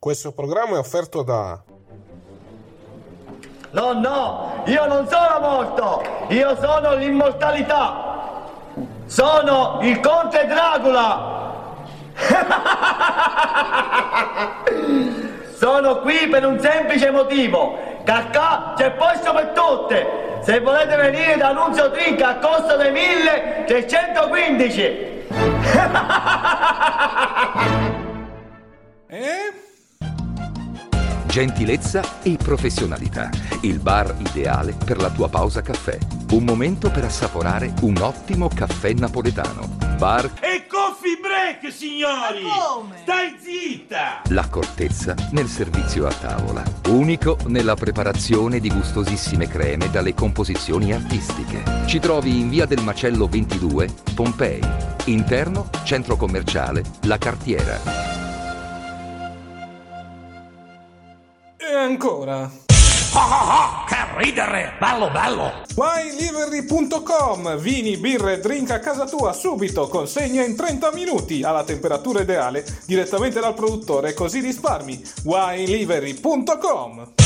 Questo programma è offerto da... No, io non sono morto, io sono l'immortalità, sono il conte Dracula. Sono qui per un semplice motivo, Cacca c'è posto per tutte, se volete venire da Nunzio Trinca a costo dei 1315. Gentilezza e professionalità. Il bar ideale per la tua pausa caffè. Un momento per assaporare un ottimo caffè napoletano. Bar e coffee break, signori! Ma come? Stai zitta! L'accortezza nel servizio a tavola. Unico nella preparazione di gustosissime creme dalle composizioni artistiche. Ci trovi in via del Macello 22, Pompei. Interno, centro commerciale, La Cartiera. E ancora... Che ridere! Bello! WineLivery.com. Vini, birre e drink a casa tua subito, consegna in 30 minuti alla temperatura ideale direttamente dal produttore, così risparmi. WineLivery.com.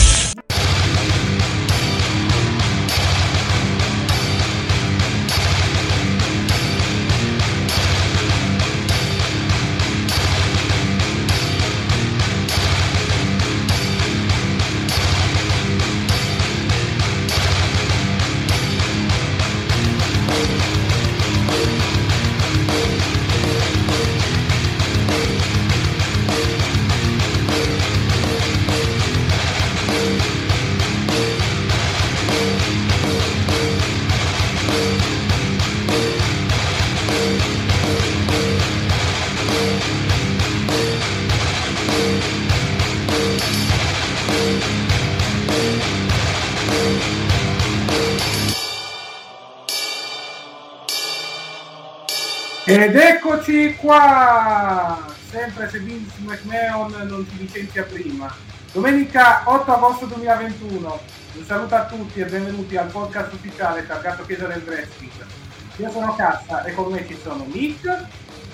Ed eccoci qua, sempre se Vince McMahon non ci licenzia prima. Domenica 8 agosto 2021, un saluto a tutti e benvenuti al podcast ufficiale targato Chiesa del Wrestling. Io sono Cassa e con me ci sono Nick.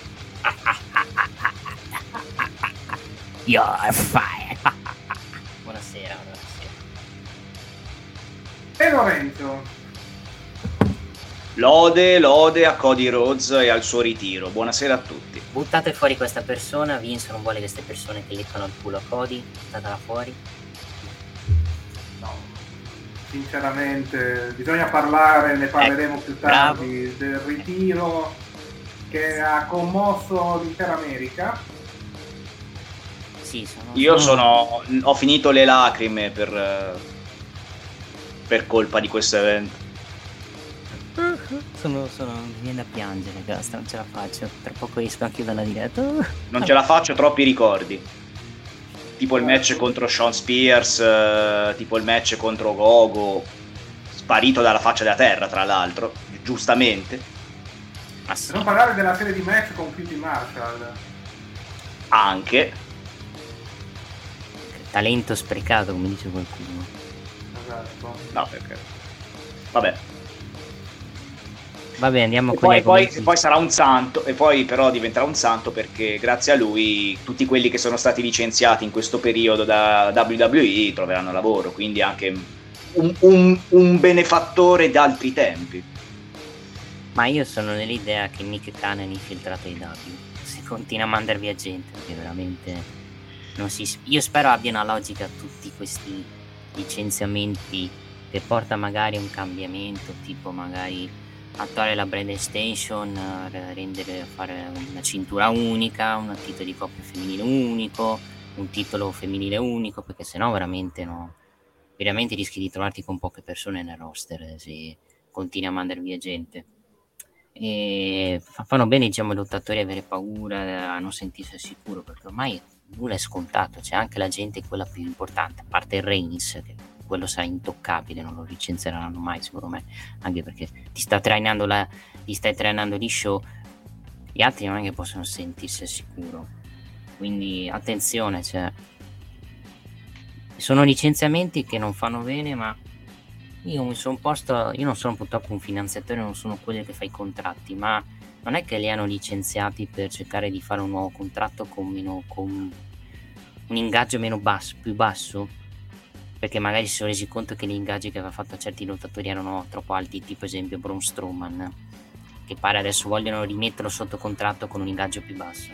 You're fire. Buonasera. E Lorenzo. Lode a Cody Rhodes e al suo ritiro. Buonasera a tutti. Buttate fuori questa persona, Vince non vuole queste persone che leccano il culo a Cody. Buttatela fuori. No, sinceramente bisogna parlare, ne parleremo più tardi, del ritiro che ha commosso l'intera America. Sì, ho finito le lacrime per colpa di questo evento. mi viene da piangere, basta, non ce la faccio. Tra poco riesco a chiudere la diretta. Non ce la faccio, troppi ricordi. Tipo il match contro Sean Spears, tipo il match contro Gogo, sparito dalla faccia della terra, tra l'altro, giustamente. Ma sì. Per non parlare della serie di match con QT Marshall. Anche. Talento sprecato, come dice qualcuno. Esatto. No, perché? Vabbè. Vabbè, andiamo E con poi sarà un santo, e poi però diventerà un santo perché grazie a lui tutti quelli che sono stati licenziati in questo periodo da WWE troveranno lavoro, quindi anche un benefattore d'altri tempi. Ma io sono nell'idea che Nick Khan è un infiltrato di W. Se continua a mandare via gente, perché veramente non si... Io spero abbia una logica a tutti questi licenziamenti che porta magari a un cambiamento, tipo magari a togliere la brand extension, fare una cintura unica, un titolo di coppia femminile unico, un titolo femminile unico, perché sennò veramente rischi di trovarti con poche persone nel roster se continui a mandare via gente. E fanno bene, diciamo, i lottatori a avere paura, a non sentirsi sicuro, perché ormai nulla è scontato, c'è anche la gente, quella più importante, a parte il Reigns, che quello sarà intoccabile, non lo licenzieranno mai secondo me, anche perché ti stai trainando di show, gli altri non è che possono sentirsi sicuro, quindi attenzione, cioè sono licenziamenti che non fanno bene, ma io non sono purtroppo un finanziatore, non sono quello che fa i contratti, ma non è che li hanno licenziati per cercare di fare un nuovo contratto con un ingaggio più basso, perché magari si sono resi conto che gli ingaggi che aveva fatto a certi lottatori erano troppo alti, tipo esempio Braun Strowman, che pare adesso vogliono rimetterlo sotto contratto con un ingaggio più basso.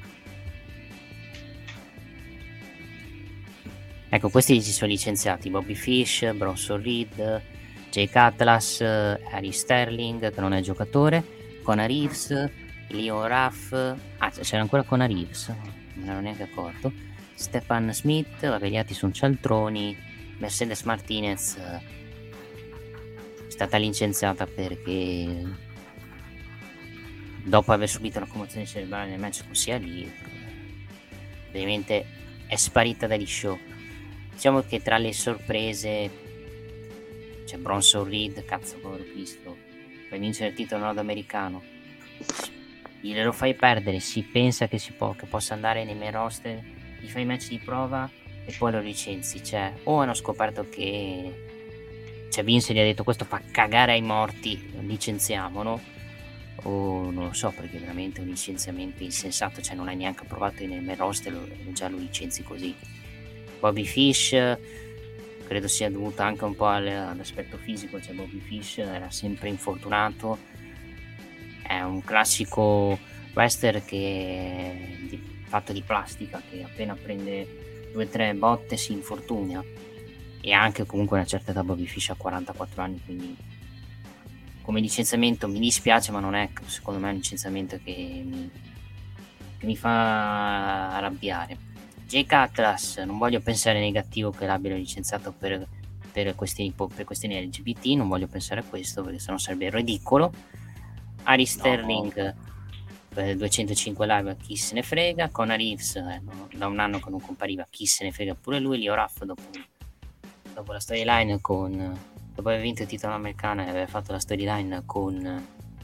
Ecco, questi si sono licenziati: Bobby Fish, Bronson Reed, Jake Atlas, Harry Sterling, che non è giocatore, Conor Reeves, Leon Ruff, c'era ancora Conor Reeves, non me ne ero neanche accorto, Stefan Smith, vabbè, gli altri sono cialtroni. Mercedes Martinez è stata licenziata perché dopo aver subito una commozione cerebrale nel match con Sia Lee, ovviamente è sparita dagli show. Diciamo che tra le sorprese c'è Bronson Reed, cazzo, povero Cristo, per vincere il titolo nordamericano, glielo fai perdere, si pensa che possa andare nei main roster, gli fai match di prova e poi lo licenzi. Cioè, o hanno scoperto che Vince gli ha detto questo fa cagare ai morti, licenziamolo, o non lo so, perché veramente è un licenziamento insensato, cioè non hai neanche provato nel main roster, già lo licenzi così. Bobby Fish credo sia dovuto anche un po' all'aspetto fisico, cioè Bobby Fish era sempre infortunato, è un classico wrestler che è fatto di plastica, che appena prende 2 o 3 botte si infortuna, e anche comunque una certa età. Bobby Fish ha 44 anni, quindi come licenziamento mi dispiace, ma non è secondo me un licenziamento che mi fa arrabbiare. Jake Atlas, non voglio pensare negativo che l'abbiano licenziato per questioni LGBT, non voglio pensare a questo perché sennò sarebbe ridicolo. Harry Sterling per 205 live, chi se ne frega. Conor Reeves da un anno che non compariva, chi se ne frega pure lui. Leo Ruff dopo la storyline dopo aver vinto il titolo americano e aver fatto la storyline con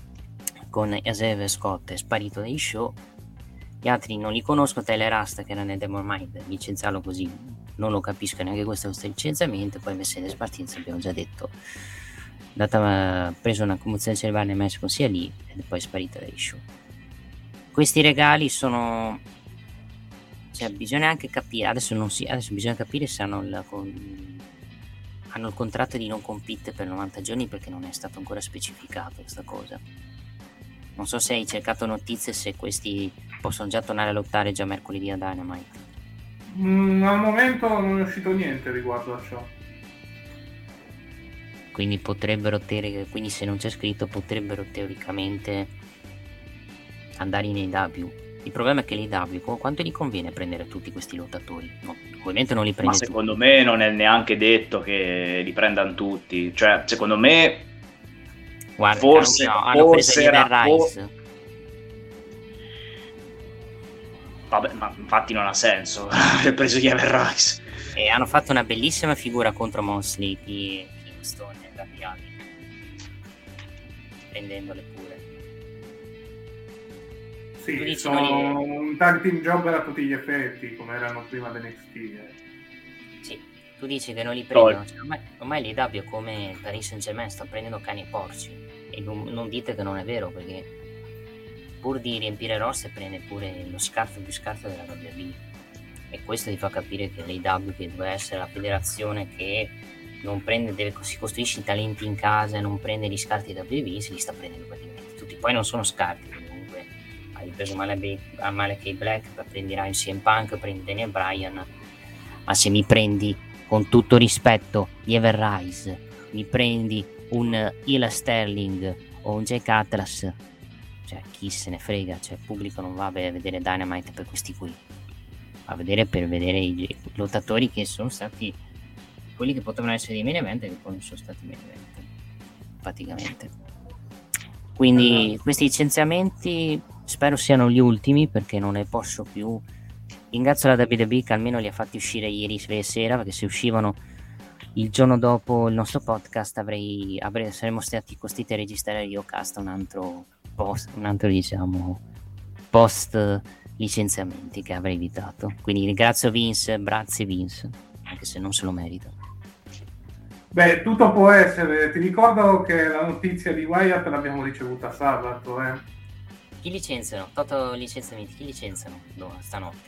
Xavier Scott, è sparito dai show. Gli altri non li conosco. Tyler Rust, che era nel Demon Mind, licenziarlo così non lo capisco neanche questo licenziamento. Poi Mercedes Martinez, abbiamo già detto, preso una commozione cerebrale nel match con Sia Lee ed è poi sparita dai show. Questi regali sono, cioè, bisogna anche capire adesso bisogna capire se hanno il contratto di non compete per 90 giorni, perché non è stato ancora specificato questa cosa. Non so se hai cercato notizie se questi possono già tornare a lottare già mercoledì a Dynamite. Al momento non è uscito niente riguardo a ciò. Quindi quindi se non c'è scritto potrebbero teoricamente andare in AEW. Il problema è che l'AEW quanto gli conviene prendere tutti questi lottatori? No, ovviamente non li prende ma tutti. Secondo me non è neanche detto che li prendano tutti. Cioè, secondo me guarda, forse hanno preso Evan Rice. Vabbè, ma infatti non ha senso aver preso gli Evan Rice. E hanno fatto una bellissima figura contro Mosley di Kingston e Darby Allin, prendendole pure. Sì, sono un tag team jobber a tutti gli effetti, come erano prima dell'NXT. Sì, tu dici che non li prendono, cioè, ormai l'AEW come Paris Saint-Germain sta prendendo cani e porci, e non dite che non è vero, perché pur di riempire roster prende pure lo scarto più scarto della WWE, e questo ti fa capire che l'AEW, che deve essere la federazione che non prende, si costruisce i talenti in casa e non prende gli scarti da WWE, se li sta prendendo praticamente tutti. Poi non sono scarti, comunque hai preso Malachi Black, prendi Ryan CM Punk, prendi Daniel Bryan, ma se mi prendi, con tutto rispetto, gli Evan Rice, mi prendi un Ila Sterling o un Jake Atlas, cioè chi se ne frega, cioè il pubblico non va a vedere Dynamite per questi qui, va a vedere per vedere i lottatori che sono stati quelli che potevano essere dei main event e che poi non sono stati main event praticamente. Quindi questi licenziamenti spero siano gli ultimi, perché non ne posso più. Ringrazio la WWE che almeno li ha fatti uscire ieri sera, perché se uscivano il giorno dopo il nostro podcast saremmo stati costretti a registrare io cast un altro diciamo post licenziamenti che avrei evitato. Quindi ringrazio Vince, grazie Vince, anche se non se lo merita. Beh, tutto può essere. Ti ricordo che la notizia di Wyatt l'abbiamo ricevuta sabato, Chi licenziano? Toto licenziamenti, chi licenziano stanotte?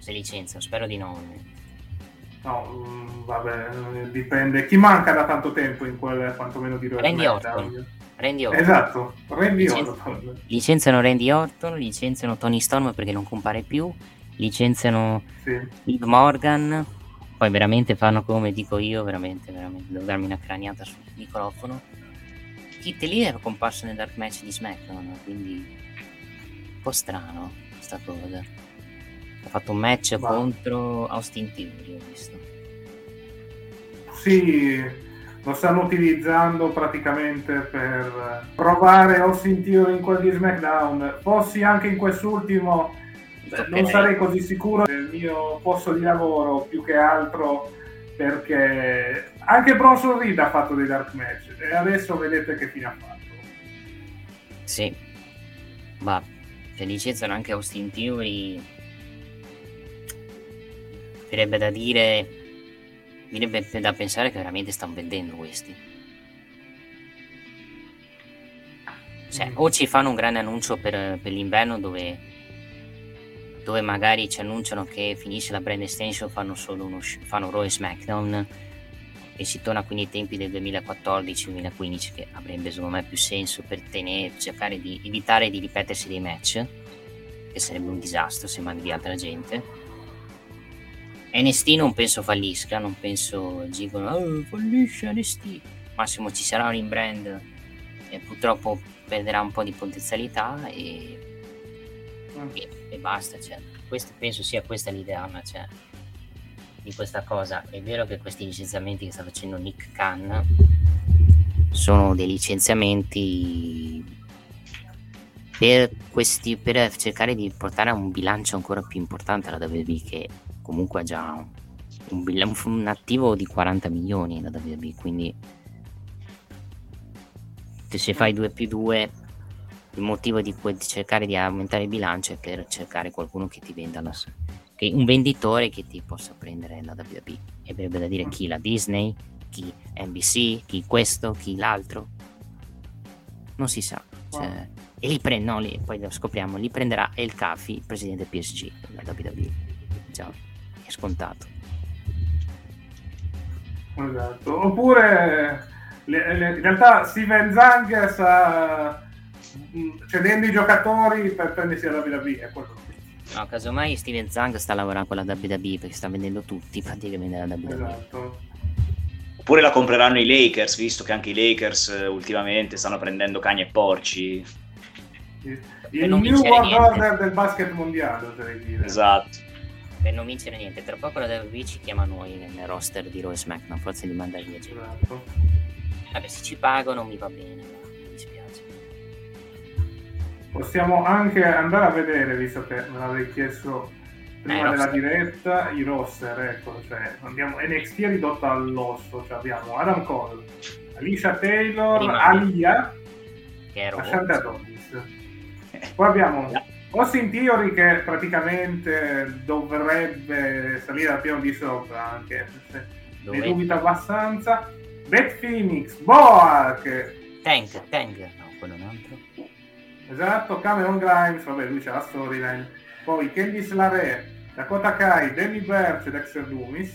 Se licenziano, spero di no. No, vabbè, dipende. Chi manca da tanto tempo in quel quantomeno di Randy Orton. Esatto, Randy Orton. Licenziano Randy Orton, licenziano Tony Storm perché non compare più, licenziano Liv Morgan, poi veramente fanno come dico io, veramente, devo darmi una craniata sul microfono. Kit Lee era comparso nel dark match di SmackDown, quindi un po' strano sta cosa. Ha fatto un match contro Austin Theory, ho visto. Sì, lo stanno utilizzando praticamente per provare Austin Theory in quel di SmackDown. Fossi anche in quest'ultimo, non sarei così sicuro del mio posto di lavoro, più che altro perché anche Bronson Reed ha fatto dei dark match e adesso vedete che fine ha fatto. Sì, ma se licenziano anche Austin Theory, verrebbe da pensare che veramente stanno vendendo questi. Cioè, o ci fanno un grande annuncio per l'inverno dove magari ci annunciano che finisce la brand extension, fanno fanno Raw e SmackDown e si torna quindi ai tempi del 2014-2015, che avrebbe secondo me più senso per cercare di evitare di ripetersi dei match, che sarebbe un disastro se mandi via altra gente. NXT non penso fallisca, non penso dicono fallisce NXT, massimo ci sarà un rebrand e purtroppo perderà un po' di potenzialità e basta, cioè, penso sia questa l'idea, cioè, di questa cosa. È vero che questi licenziamenti che sta facendo Nick Khan sono dei licenziamenti per cercare di portare a un bilancio ancora più importante alla WWE, che comunque ha già un attivo di 40 milioni la WWE, quindi se fai 2+2 il motivo di cercare di aumentare il bilancio è per cercare qualcuno che ti venda un venditore che ti possa prendere la WWE, e avrebbe da dire chi, la Disney, chi NBC, chi questo, chi l'altro, non si sa, cioè, e poi lo scopriamo, li prenderà El Cafi, il presidente PSG della WWE, già è scontato. Esatto. Oppure in realtà Steven Zang sta cedendo i giocatori per prendersi la WWE, è quello. No, casomai Steven Zang sta lavorando con la WWE perché sta vendendo tutti praticamente la WWE. Esatto. Oppure la compreranno i Lakers, visto che anche i Lakers ultimamente stanno prendendo cani e porci. Il new world order del basket mondiale, oserei dire. Esatto. Per non vincere niente, tra poco la WWE ci chiama noi nel roster di Raw e SmackDown, forse di mandare via gente. Esatto. Vabbè, se ci pagano mi va bene, mi dispiace. Possiamo anche andare a vedere, visto che me l'avevi chiesto prima della diretta, i roster, ecco, cioè abbiamo NXT ridotto all'osso, cioè abbiamo Adam Cole, Alicia Taylor, Alia, Ashante Adonis. Poi abbiamo Austin Theory che praticamente dovrebbe salire al piano di sopra, anche se ne dubita abbastanza. Beth Phoenix, Boa che... Tank, no, quello è un altro. Esatto, Cameron Grimes, vabbè, lui c'ha la storyline. Poi Candice LeRae, Dakota Kai, Danny Burch, Dexter Lumis.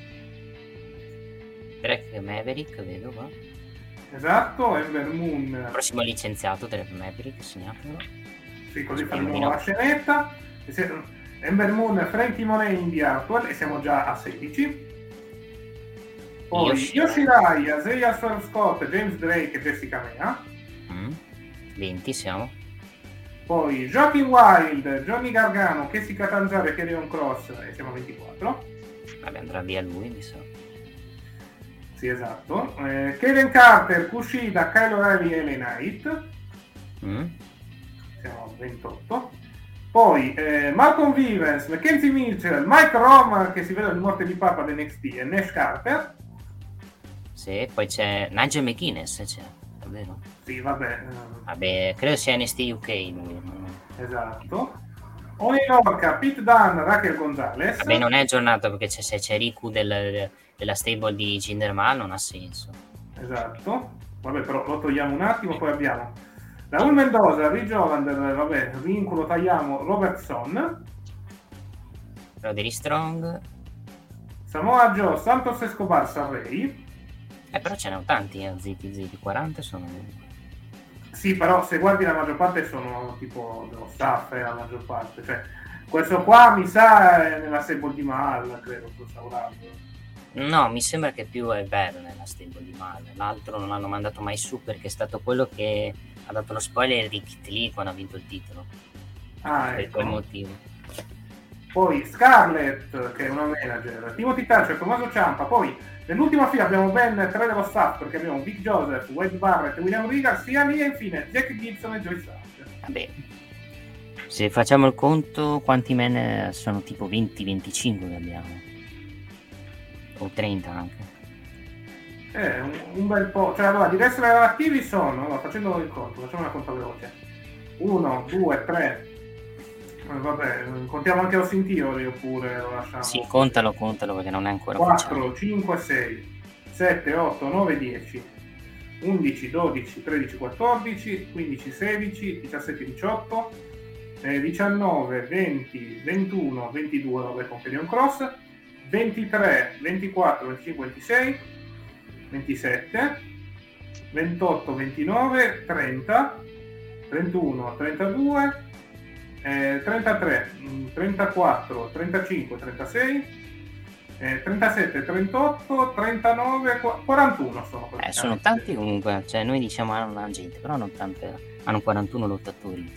Drake Maverick, vedo qua. Esatto, Ember Moon. Prossimo licenziato Drake Maverick, segnatelo. Sì, così faremo la scenetta. Ember Moon, Frankie Monet, India, e siamo già a 16. Poi Yoshirai, Isaiah Scott, James Drake e Jessica Mea. 20 siamo. Poi Joaquin Wild, Johnny Gargano, Casey Catanzaro e Karrion Cross, e siamo a 24. Vabbè, andrà via lui, mi sa. Sì, esatto. Kevin Carter, Kushida, Kyle O'Reilly e LA Knight. Siamo a 28. Poi Malcolm Vivens, Mackenzie Mitchell, Mike Roma, che si vede di morte di papa da NXT, e Nash Carter. Sì, poi c'è Nigel McGuinness, c'è, davvero? Sì, vabbè. Vabbè, credo sia NXT UK lui. Esatto. Oni Lorca, Pete Dunne, Raquel Gonzalez. Vabbè, non è aggiornato perché se c'è Riku della stable di Jinder Mahal non ha senso. Esatto. Vabbè, però lo togliamo un attimo, poi abbiamo Raul Mendoza, Ridge Hollander, vabbè, vinculo tagliamo Robertson. Roderick Strong. Samoa Joe, Santos Escobar, Sarrei. Però ce ne sono tanti, zitti, 40 sono. Sì, però se guardi la maggior parte sono tipo dello staff, la maggior parte. Cioè, questo qua mi sa è nella stable di Mahal, credo, No, mi sembra che più è vero nella stable di Mahal. L'altro non l'hanno mandato mai su perché è stato quello che ha dato lo spoiler di Kit Lee quando ha vinto il titolo. Per quel motivo. Poi Scarlett, che è una manager, Timothy Thatcher, Tommaso Ciampa. Poi nell'ultima fila abbiamo ben 3 dello staff, perché abbiamo Vic Joseph, Wade Barrett, William Regal, sia lì, e infine Jack Gibson e Joey Stark. Vabbè, se facciamo il conto, quanti men sono? Tipo 20-25 che abbiamo, o 30 anche. Un bel po'. Cioè, allora, di wrestler attivi sono, allora, facendo il conto, facciamo una conta veloce. 1, 2, 3. Vabbè, contiamo anche Austin Theory oppure lo lasciamo? Sì, contalo perché non è ancora 4, 5, 6, 7, 8, 9, 10, 11, 12, 13, 14, 15, 16, 17, 18, 19, 20, 21, 22, vabbè con Kenyon Cross, 23, 24, 25, 26, 27, 28, 29, 30, 31, 32, 33, 34, 35, 36, 37, 38, 39, 41 sono. Sono tanti comunque, cioè noi diciamo hanno una gente, però non tante, hanno 41 lottatori.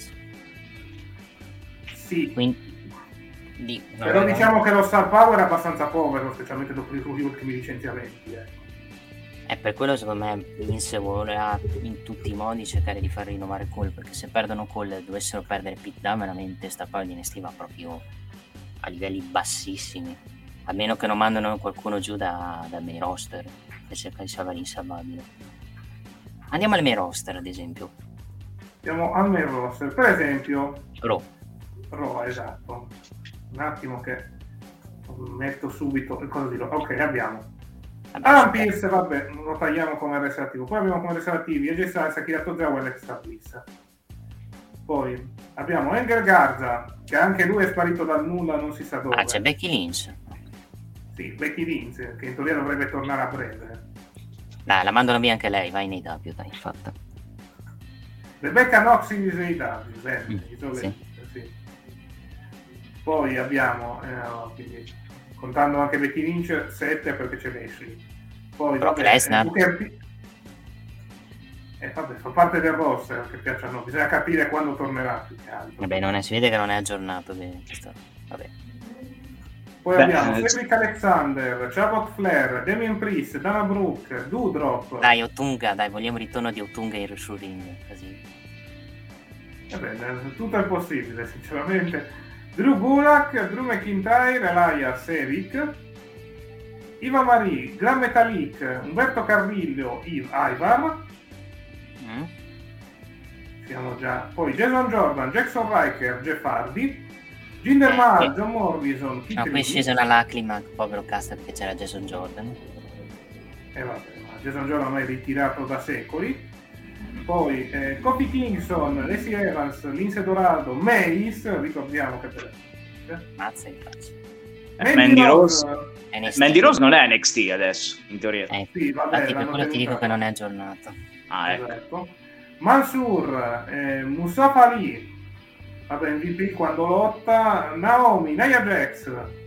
Sì. Quindi, però diciamo che lo star power è abbastanza povero, specialmente dopo gli ultimi licenziamenti. Per quello secondo me Vince vuole in tutti i modi cercare di far rinnovare Cole, perché se perdono Cole e dovessero perdere Pete Dunne, veramente sta poi di NXT va proprio a livelli bassissimi, a meno che non mandano qualcuno giù dal main roster per cercare di salvare l'insalvabile. Andiamo al main roster, ad esempio. Andiamo al main roster, per esempio Raw, esatto. Un attimo che metto subito il cosa dirò. Ok, abbiamo Adam Pearce, vabbè, lo tagliamo come wrestler attivo. Poi abbiamo come wrestler attivi AJ Styles, Akira Tozawa e Alexa Bliss. Poi abbiamo Angel Garza, che anche lui è sparito dal nulla, non si sa dove. C'è Becky Lynch. Sì, Becky Lynch, che in teoria dovrebbe tornare a breve. Dai, la mandano via anche lei, vai nei W, dai, fatta. Rebecca Knox in AEW, bene, sì. Poi abbiamo, quindi, contando anche Becky Lynch, 7 perché c'è Lashley. Poi Lesnar. Vabbè, fa parte del roster che piacciono, bisogna capire quando tornerà più che altro. Vabbè, si vede che non è aggiornato. Vabbè. Poi abbiamo Cedric Alexander, Charlotte Flair, Damian Priest, Dana Brooke, Doudrop. Dai, Otunga, vogliamo il ritorno di Otunga sul ring, così. Vabbè, tutto è possibile, sinceramente. Drew Gulak, Drew McIntyre, Elias, Eric, Iva Marie, Gran Metalik, Umberto Carrillo, Ivar. Siamo già. Poi Jason Jordan, Jackson Riker, Jeff Hardy, Jinder Mahal, John Morrison. No, qui è scesa una lacrima, povero cast, perché c'era Jason Jordan. Vabbè, ma Jason Jordan è ritirato da secoli. Poi Kofi Kingston, Lacey Evans, Lince Dorado, Mace, ricordiamo che mazza in faccia. Mandy Rose non è NXT adesso, in teoria. Sì, vabbè, infatti per quello ti dico che non è aggiornato. Ecco. Mansur, Mustafa Ali, vabbè, MVP quando lotta, Naomi, Nia Jax,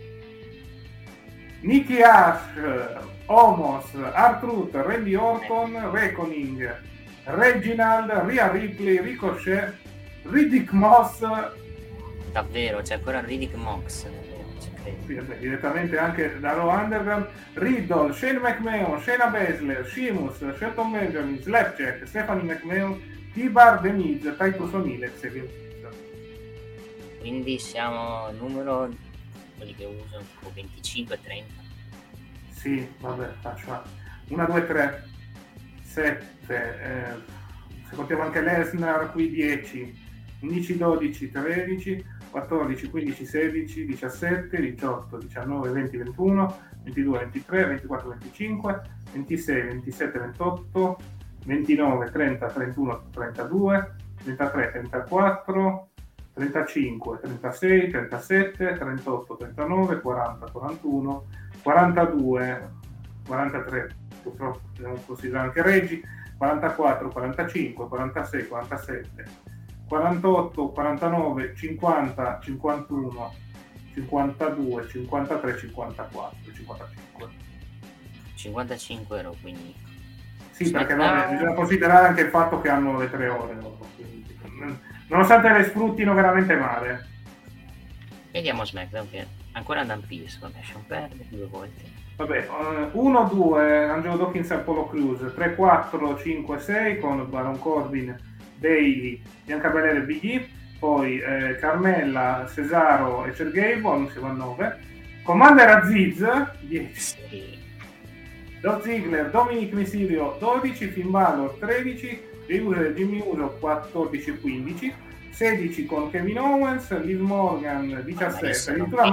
Nikki Ash, Omos, R-Truth, Randy Orton, Reckoning, Reginald, Rhea Ripley, Ricochet, Riddick Moss. Davvero, c'è ancora Riddick Moss. Sì, vabbè, direttamente anche da Raw Underground, Riddle, Shane McMahon, Shayna Baszler, Sheamus, Shelton Benjamin, Slapjack, Stephanie McMahon, T-Bar, The Miz, Titus O'Neil e Xavier. Quindi siamo numero quelli che usano tipo 25-30. Sì, vabbè, faccio 1, 2, 3, 7, se contiamo anche Lesnar qui 10, 11, 12, 13, 14, 15, 16, 17, 18, 19, 20, 21, 22, 23, 24, 25, 26, 27, 28, 29, 30, 31, 32, 33, 34, 35, 36, 37, 38, 39, 40, 41, 42, 43, purtroppo dobbiamo considerare anche Reggi, 44, 45, 46, 47, 48, 49, 50, 51, 52, 53, 54, 55. 55 euro, quindi. Sì, perché bisogna considerare anche il fatto che hanno le 3 ore loro, quindi, nonostante le sfruttino veramente male. Vediamo SmackDown, che ancora Dan Pearce, vabbè, Sean perde 2 volte. Vabbè, 1, 2, Angelo Dawkins e Apollo Crews, 3, 4, 5, 6 con Baron Corbin, Bayley, Bianca Belair e Big E, poi Carmella, Cesaro e Gable, siamo a 9, Commander Aziz, 10, Sì. Dolph Ziggler, Dominic Mysterio, 12, Finn Balor, 13, Jey Uso e Jimmy Uso, 14 e 15, 16 con Kevin Owens, Liv Morgan, 17, addirittura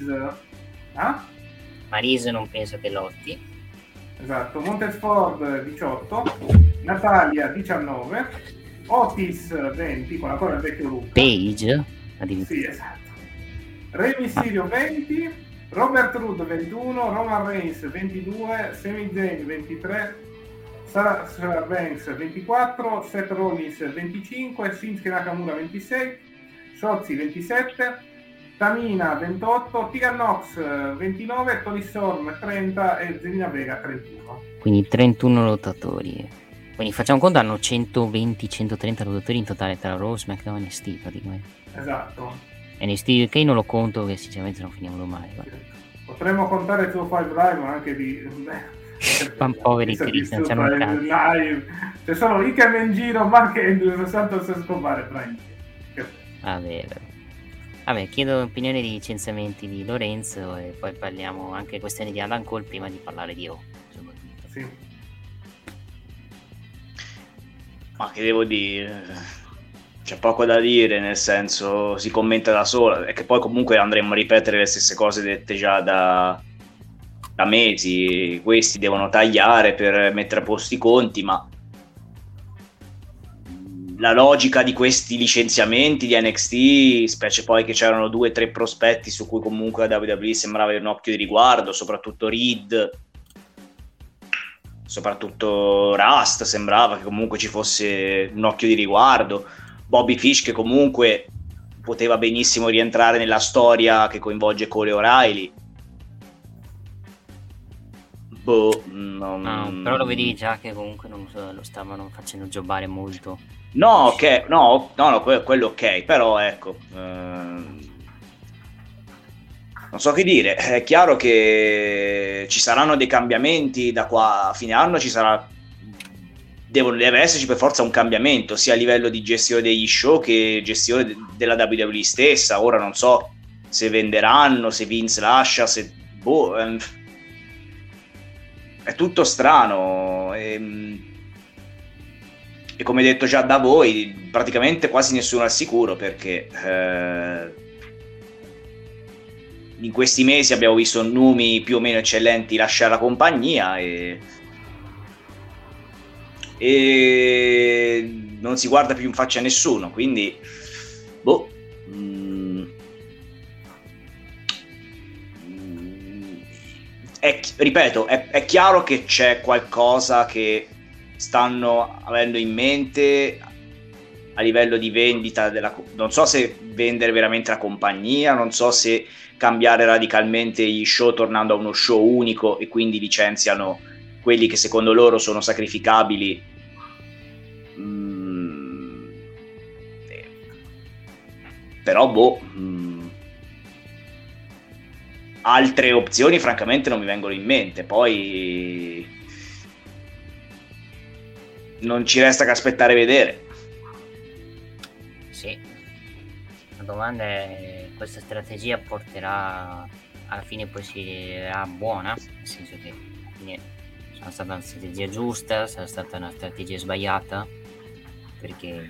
Maryse non penso che lotti. Esatto, Montez Ford 18, Natalia 19, Otis 20 con ancora il vecchio look. Page? Sì, esatto. Rey Mysterio 20, Robert Roode 21, Roman Reigns 22, Sami Zayn 23, Sasha Banks 24, Seth Rollins 25, Shinsuke Nakamura 26, Shotzi 27, Tamina 28, Tegan Nox 29, Toni Storm 30 e Zelina Vega 31. Quindi 31 lottatori. Quindi facciamo conto, hanno 120-130 lottatori in totale tra Raw, SmackDown e NXT praticamente. Esatto. NXT UK non lo conto, che sinceramente non finiamo mai. Potremmo contare 205 Live, ma anche di... Poveri Cristian, c'hanno un cazzo. C'è solo Icam in giro, Mark Andrews, Santos Escobar, Brian. Vabbè, chiedo opinione di licenziamenti di Lorenzo e poi parliamo anche questioni di Adam Cole prima di parlare di Raw. Sì. Ma che devo dire? C'è poco da dire, nel senso, si commenta da sola, e che poi comunque andremo a ripetere le stesse cose dette già da mesi. Questi devono tagliare per mettere a posto i conti, ma la logica di questi licenziamenti di NXT, specie poi che c'erano 2 o 3 prospetti su cui comunque la WWE sembrava avere un occhio di riguardo, soprattutto Reed, soprattutto Rust, sembrava che comunque ci fosse un occhio di riguardo, Bobby Fish che comunque poteva benissimo rientrare nella storia che coinvolge Cole e O'Reilly. Però lo vedevi già che comunque non lo stavano facendo giocare molto. No, quello ok, però ecco, non so che dire. È chiaro che ci saranno dei cambiamenti da qua a fine anno, deve esserci per forza un cambiamento sia a livello di gestione degli show che gestione della WWE stessa. Ora non so se venderanno, se Vince lascia, se è tutto strano e come detto già da voi, praticamente quasi nessuno è al sicuro, perché in questi mesi abbiamo visto nomi più o meno eccellenti lasciare la compagnia e non si guarda più in faccia a nessuno, quindi ripeto, è chiaro che c'è qualcosa che stanno avendo in mente a livello di vendita non so se vendere veramente la compagnia, non so se cambiare radicalmente gli show tornando a uno show unico e quindi licenziano quelli che secondo loro sono sacrificabili. Però altre opzioni francamente non mi vengono in mente. Poi non ci resta che aspettare e vedere. Sì, la domanda è: questa strategia porterà alla fine, poi si era buona, nel senso che alla fine sarà stata una strategia giusta, sarà stata una strategia sbagliata, perché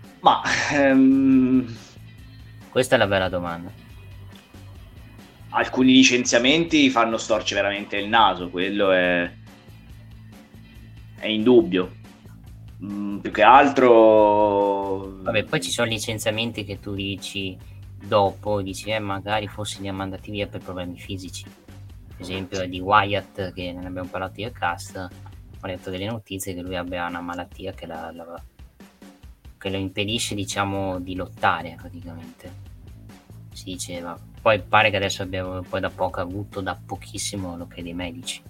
questa è la bella domanda. Alcuni licenziamenti fanno storcere veramente il naso, quello è indubbio. Più che altro... Vabbè, poi ci sono licenziamenti che tu dici dopo, dici magari forse li hanno mandati via per problemi fisici. Per esempio di Wyatt, che ne abbiamo parlato io al cast, ho letto delle notizie che lui abbia una malattia che che lo impedisce, diciamo, di lottare praticamente, si diceva. Poi pare che adesso abbiamo poi da poco avuto, da pochissimo, l'ok dei medici.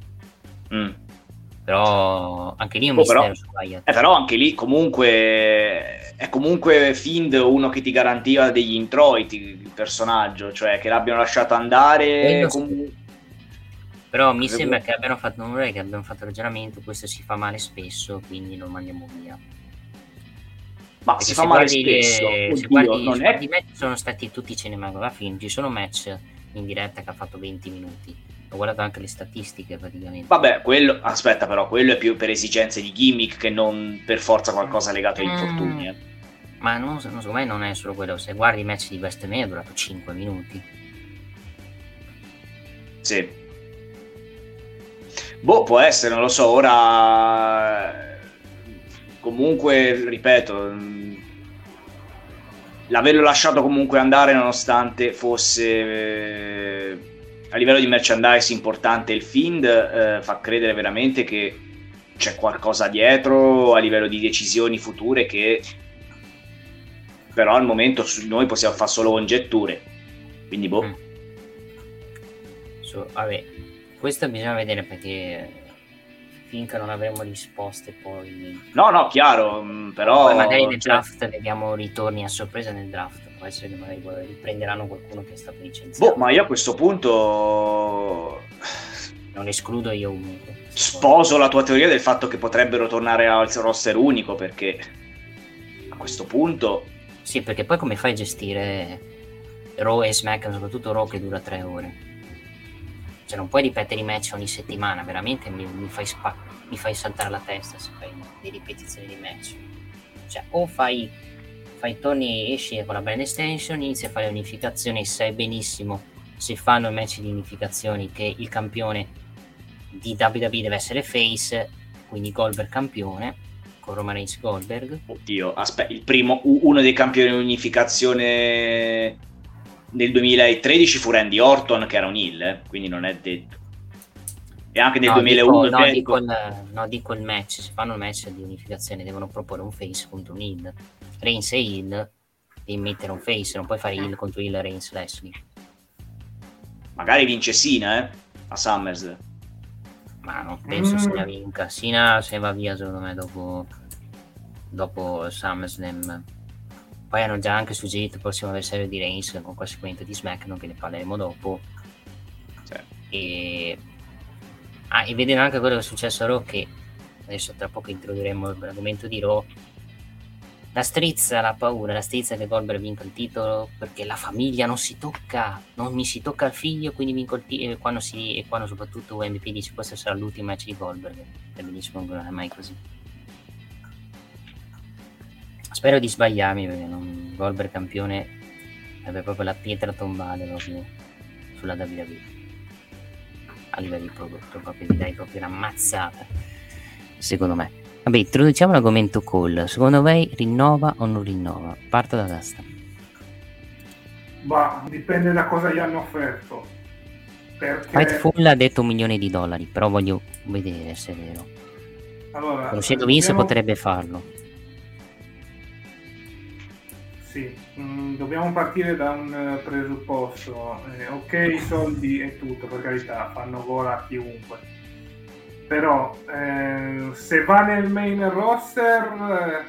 Però anche lì è un mistero su Wyatt. Però anche lì comunque è comunque Fiend uno che ti garantiva degli introiti, il personaggio, cioè che l'abbiano lasciato andare però mi sembra che abbiano fatto il ragionamento, questo si fa male spesso, quindi lo mandiamo via. Ma perché si fa male spesso. Se guardi i match sono stati tutti cinematografici, ci sono match in diretta che ha fatto 20 minuti. Ho guardato anche le statistiche praticamente. Vabbè, quello è più per esigenze di gimmick che non per forza qualcosa legato agli infortuni. Ma secondo me non è solo quello. Se guardi i match di WrestleMania è durato 5 minuti. Sì. Può essere, non lo so. Ora comunque, ripeto, l'averlo lasciato comunque andare nonostante fosse a livello di merchandise importante il Fiend, fa credere veramente che c'è qualcosa dietro a livello di decisioni future che però al momento noi possiamo fare solo congetture, quindi vabbè, questo bisogna vedere, perché finché non avremo risposte poi no chiaro, però poi magari nel draft vediamo ritorni a sorpresa nel draft. Può essere che magari riprenderanno qualcuno che è stato licenziato. Ma io a questo punto non escludo io comunque. Sposo la tua teoria del fatto che potrebbero tornare al roster unico, perché a questo punto sì, perché poi come fai a gestire Raw e SmackDown, soprattutto Raw che dura 3 ore? Cioè non puoi ripetere i match ogni settimana, veramente mi fai saltare la testa se fai le ripetizioni di match. Cioè o fai torni, esci con la brand extension, inizi a fare unificazioni, sai benissimo se fanno i match di unificazioni che il campione di WWE deve essere face, quindi Goldberg campione con Roman Reigns Goldberg. Oddio, aspetta, uno dei campioni di unificazione nel 2013 fu Randy Orton, che era un heel, quindi non è detto. E anche nel 2001 dico il match, se fanno il match di unificazione devono proporre un face contro un heel. Reigns e heel, devi mettere un face, non puoi fare heel contro heel, Reigns Lashley. Magari vince Cena a SummerSlam. Ma non penso Cena vinca. Cena se va via secondo me dopo SummerSlam. Poi hanno già anche suggerito il prossimo avversario di Reigns con conseguente di SmackDown, che ne parleremo dopo. E vedere anche quello che è successo a Raw, che adesso tra poco introdurremo l'argomento di Raw. La paura che Goldberg vinca il titolo, perché la famiglia non mi si tocca il figlio, quindi vinco il titolo. Quando soprattutto MVP dice questo sarà l'ultimo match di Goldberg, è benissimo che non è mai così. Spero di sbagliarmi, perché Goldberg campione è proprio la pietra tombale proprio sulla WWE a livello di prodotto, proprio vi dai proprio una mazzata, secondo me. Vabbè, introduciamo l'argomento Cole. Secondo voi rinnova o non rinnova? Parto da Gasta. Dipende da cosa gli hanno offerto. Perché Fightful ha detto $1 milione, però voglio vedere se è vero. Allora, conoscendo Vince potrebbe farlo. Sì, dobbiamo partire da un presupposto. Ok, i soldi e tutto, per carità, fanno gola a chiunque. Però se va nel main roster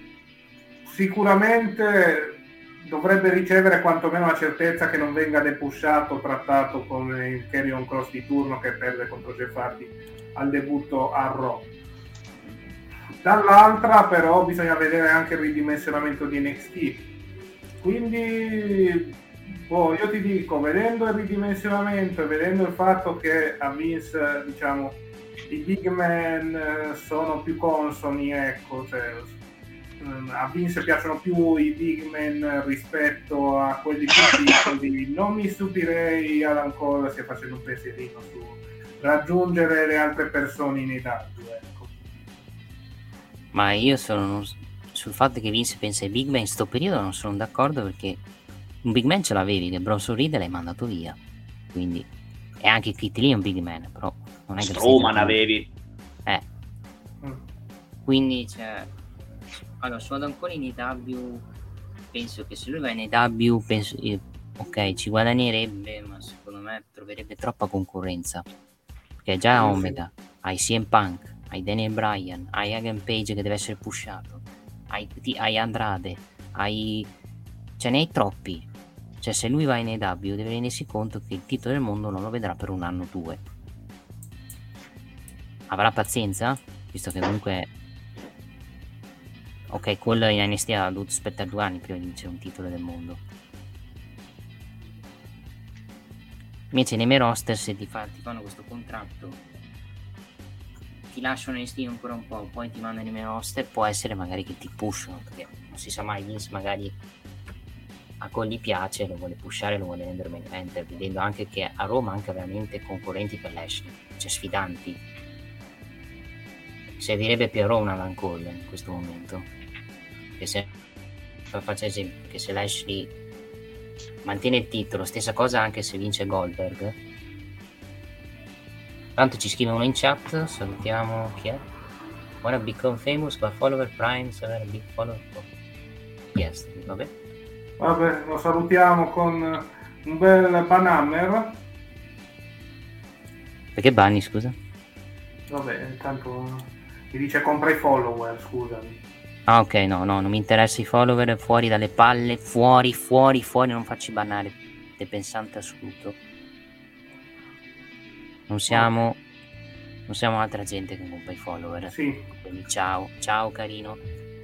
sicuramente dovrebbe ricevere quantomeno la certezza che non venga depushato, trattato con il Karrion Kross di turno che perde contro Jeff Hardy al debutto a Raw. Dall'altra però bisogna vedere anche il ridimensionamento di NXT, quindi io ti dico, vedendo il ridimensionamento e vedendo il fatto che a Vince, diciamo, i big man sono più consoni, ecco, cioè, a Vince piacciono più i big man rispetto a quelli più piccoli. Non mi stupirei Adam Cole stia facendo un pensierino su raggiungere le altre persone in età, ecco. Ma io sono sul fatto che Vince pensa ai big man in sto periodo non sono d'accordo, perché un big man ce l'avevi, che Bronson Reed l'hai mandato via, quindi, e anche Kit Lee è un big man, però non è che Strowman avevi. Quindi allora su Adam Cole in AEW, penso che se lui va in AEW ok, ci guadagnerebbe, ma secondo me troverebbe troppa concorrenza, perché già Omega, hai CM Punk, hai Daniel Bryan, hai Hagen Page che deve essere pushato, hai Andrade, ce ne hai troppi. Cioè, se lui va in AEW deve rendersi conto che il titolo del mondo non lo vedrà per un anno o due. Avrà pazienza, visto che comunque ok, quello in NXT ha dovuto aspettare 2 anni prima di vincere un titolo del mondo. Invece nei main roster, se ti fanno questo contratto, ti lasciano NXT ancora un po', poi ti mandano nei main roster, può essere magari che ti pushano, perché non si sa mai, Vince magari a Cole gli piace, lo vuole pushare, lo vuole rendere main eventer, vedendo anche che a Roma anche veramente concorrenti per Lashley, cioè sfidanti. Servirebbe più a Roma un Adam Cole in questo momento, che faccio esempio, che se Lashley mantiene il titolo, stessa cosa anche se vince Goldberg. Tanto ci scrive uno in chat, salutiamo, chi è? Wanna become famous by follower Prime, so a big follower. Yes, vabbè, lo salutiamo con un bel banhammer. Perché banni, scusa? Vabbè, intanto mi dice compra i follower, scusami. Ah, ok, no, non mi interessa i follower, fuori dalle palle, fuori, non facci bannare, te pensante assoluto. Non siamo altra gente che compra i follower. Sì. Quindi ciao carino.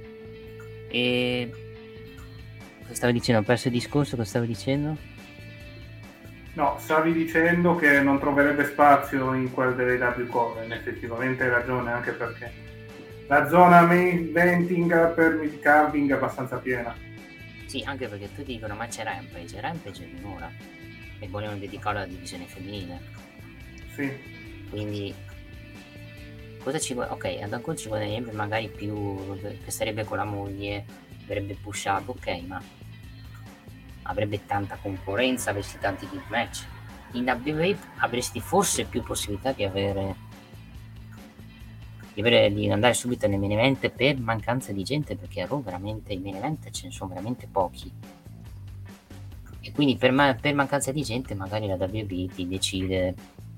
E cosa stavi dicendo? Ho perso il discorso, cosa stavi dicendo? No, stavi dicendo che non troverebbe spazio in quel delle W Coven, effettivamente hai ragione, anche perché la zona main eventing per mid carving è abbastanza piena. Sì, anche perché tutti dicono ma c'è Rampage è minora e vogliono dedicarlo alla divisione femminile. Sì. Quindi cosa ci vuole? Ok, Adam Cole ci guadagnerebbe magari più, che starebbe con la moglie, avrebbe pushato, ok, ma avrebbe tanta concorrenza, avresti tanti big match. In WWE avresti forse più possibilità di andare subito nei main event per mancanza di gente, perché a Raw veramente i main event ce ne sono veramente pochi, e quindi per mancanza di gente magari la WWE ti decide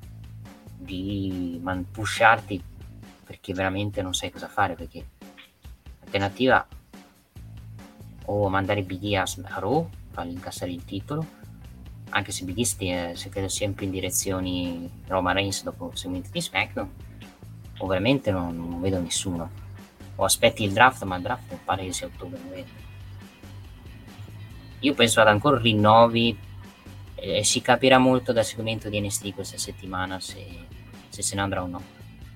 di pusharti perché veramente non sai cosa fare, perché l'alternativa o mandare Big E a Raw, fargli incassare il titolo, anche se Big E si credo sempre in direzioni Roman Reigns dopo il segmento di SmackDown, o veramente non vedo nessuno, o aspetti il draft, ma il draft non pare che sia ottobre-novembre. Io penso ad ancora rinnovi, si capirà molto dal segmento di NXT questa settimana se ne andrà o no.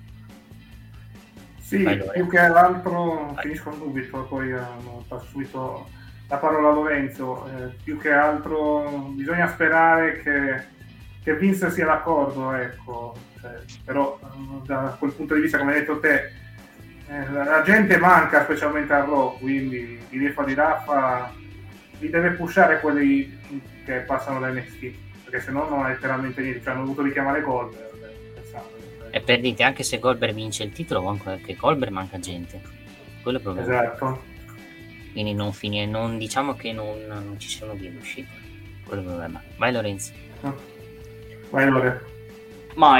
Sì, più che l'altro finisco subito, poi passo subito la parola a Lorenzo. Più che altro bisogna sperare che Vince sia d'accordo, ecco. Però da quel punto di vista, come hai detto te, la gente manca, specialmente a Raw, quindi di Rifa di Raffa li deve pushare quelli che passano da NXT, perché se no non ha letteralmente niente, cioè hanno dovuto richiamare Goldberg. E per dite, anche se Goldberg vince il titolo, anche Goldberg manca gente, quello è il problema. Esatto. Quindi non diciamo che non ci sono vie d'uscita, quello è il problema. Vai Lorenzo. Vai Lorenzo. Ma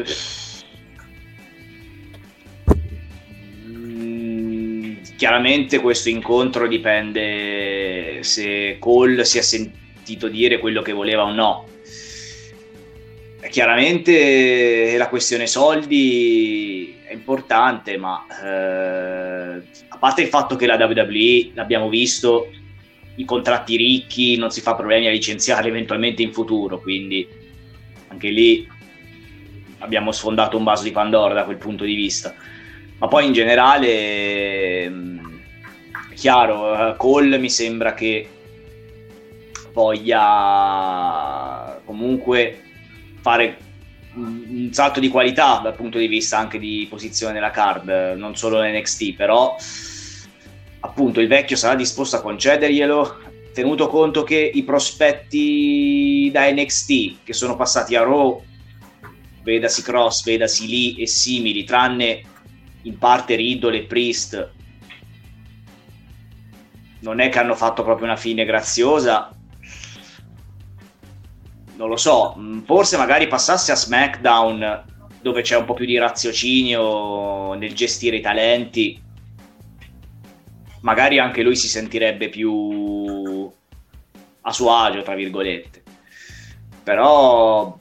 chiaramente questo incontro dipende se Cole si è sentito dire quello che voleva o no. Chiaramente la questione soldi è importante, ma a parte il fatto che la WWE, l'abbiamo visto, i contratti ricchi, non si fa problemi a licenziare eventualmente in futuro, quindi anche lì abbiamo sfondato un vaso di Pandora da quel punto di vista. Ma poi in generale è chiaro, Cole mi sembra che voglia comunque fare un un salto di qualità dal punto di vista anche di posizione nella card, non solo NXT, però appunto il vecchio sarà disposto a concederglielo, tenuto conto che i prospetti da NXT che sono passati a Raw, vedasi Cross, vedasi Lee e simili, tranne in parte Riddle e Priest, non è che hanno fatto proprio una fine graziosa. Non lo so, forse magari passasse a SmackDown, dove c'è un po' più di raziocinio nel gestire i talenti, magari anche lui si sentirebbe più a suo agio, tra virgolette. Però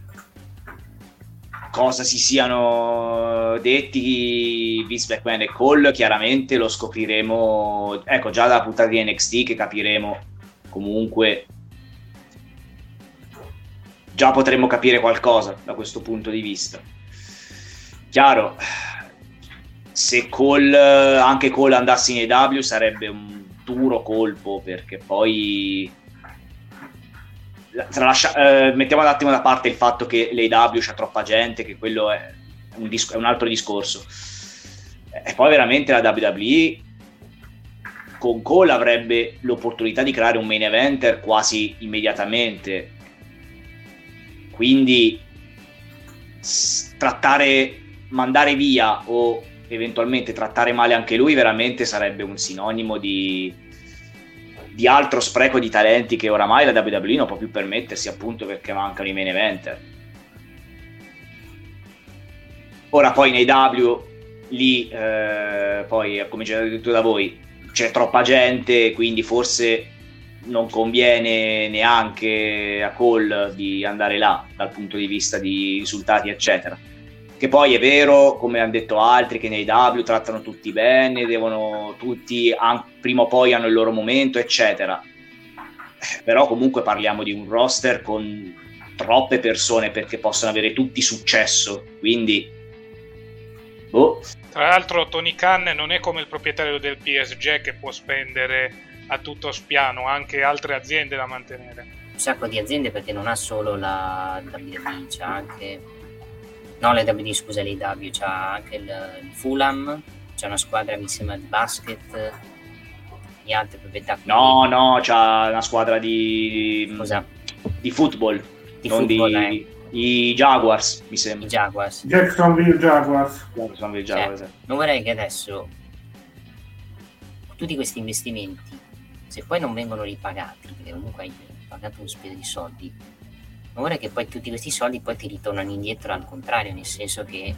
cosa si siano detti Vince McMahon e Cole chiaramente lo scopriremo, ecco, già dalla puntata di NXT, che capiremo comunque, già potremmo capire qualcosa da questo punto di vista. Chiaro, se anche Cole andasse in AEW sarebbe un duro colpo, perché poi mettiamo un attimo da parte il fatto che l'AEW c'ha troppa gente, che quello è un altro discorso, e poi veramente la WWE con Cole avrebbe l'opportunità di creare un main eventer quasi immediatamente, quindi mandare via o eventualmente trattare male anche lui veramente sarebbe un sinonimo di altro spreco di talenti che oramai la WWE non può più permettersi, appunto perché mancano i main eventer. Ora poi nei AEW lì poi, come già detto da voi, c'è troppa gente, quindi forse non conviene neanche a Cole di andare là dal punto di vista di risultati eccetera. Che poi è vero, come hanno detto altri, che nei AEW trattano tutti bene, devono tutti prima o poi hanno il loro momento eccetera, però comunque parliamo di un roster con troppe persone perché possano avere tutti successo, quindi Tra l'altro Tony Khan non è come il proprietario del PSG che può spendere a tutto spiano, anche altre aziende da mantenere. Un sacco di aziende, perché non ha solo la WWE, c'ha anche... No, le WWE, scusa, l'AEW, c'ha anche il Fulham, c'è una squadra mi sembra di basket, di altre proprietà. No, c'ha una squadra di... Cosa? Di football. Di football, I Jaguars, mi sembra. I Jaguars. Jacksonville Jaguars. Non vorrei che adesso tutti questi investimenti, se poi non vengono ripagati, perché comunque hai pagato un spesa di soldi, non vorrei che poi tutti questi soldi poi ti ritornano indietro al contrario, nel senso che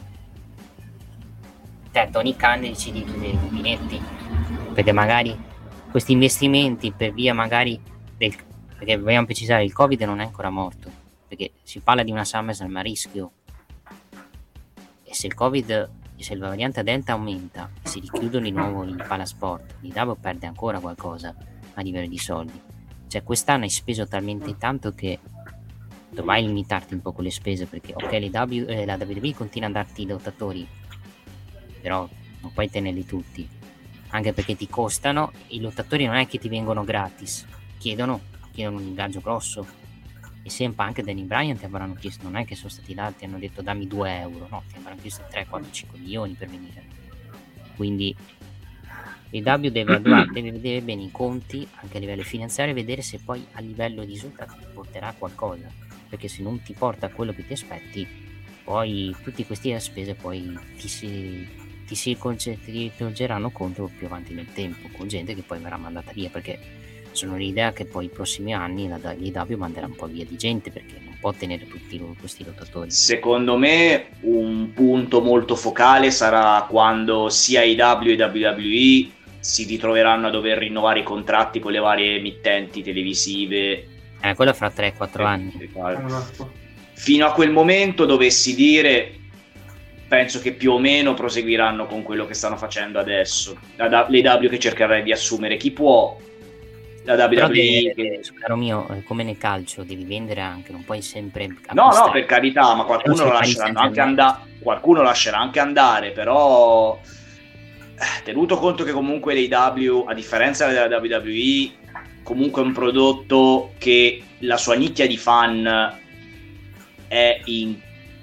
te Tony Khan decidi di chiudere i rubinetti, perché magari questi investimenti per via magari perché vogliamo precisare, il Covid non è ancora morto, perché si parla di una SummerSlam a rischio, e se il Covid, se la variante Delta aumenta, si richiudono di nuovo i palasport, l'AEW perde ancora qualcosa a livello di soldi. Cioè quest'anno hai speso talmente tanto che dovrai limitarti un po' con le spese, perché ok, la WWE continua a darti i lottatori, però non puoi tenerli tutti, anche perché ti costano. I lottatori non è che ti vengono gratis, chiedono un ingaggio grosso, e sempre anche Danny Bryan ti avranno chiesto, non è che sono stati là, ti hanno detto dammi 2 euro, no, ti avranno chiesto 3, 4, 5 milioni per venire. Quindi l'AEW deve vedere bene i conti anche a livello finanziario e vedere se poi a livello di risultati ti porterà a qualcosa, perché se non ti porta a quello che ti aspetti, poi tutti questi spese poi ti si ritorgeranno contro più avanti nel tempo, con gente che poi verrà mandata via, perché sono l'idea che poi i prossimi anni l'AEW manderà un po' via di gente, perché non può tenere tutti questi lottatori. Secondo me un punto molto focale sarà quando sia AEW e WWE si ritroveranno a dover rinnovare i contratti con le varie emittenti televisive. Quello fra 3-4 anni. Fino a quel momento dovessi dire, penso che più o meno proseguiranno con quello che stanno facendo adesso. L'AEW che cercherà di assumere chi può, la WWE caro mio, come nel calcio devi vendere anche, non puoi sempre acquistare. No, per carità, ma qualcuno lo lasceranno anche qualcuno lascerà anche andare, però tenuto conto che comunque l'AEW, a differenza della WWE, comunque è un prodotto che la sua nicchia di fan è in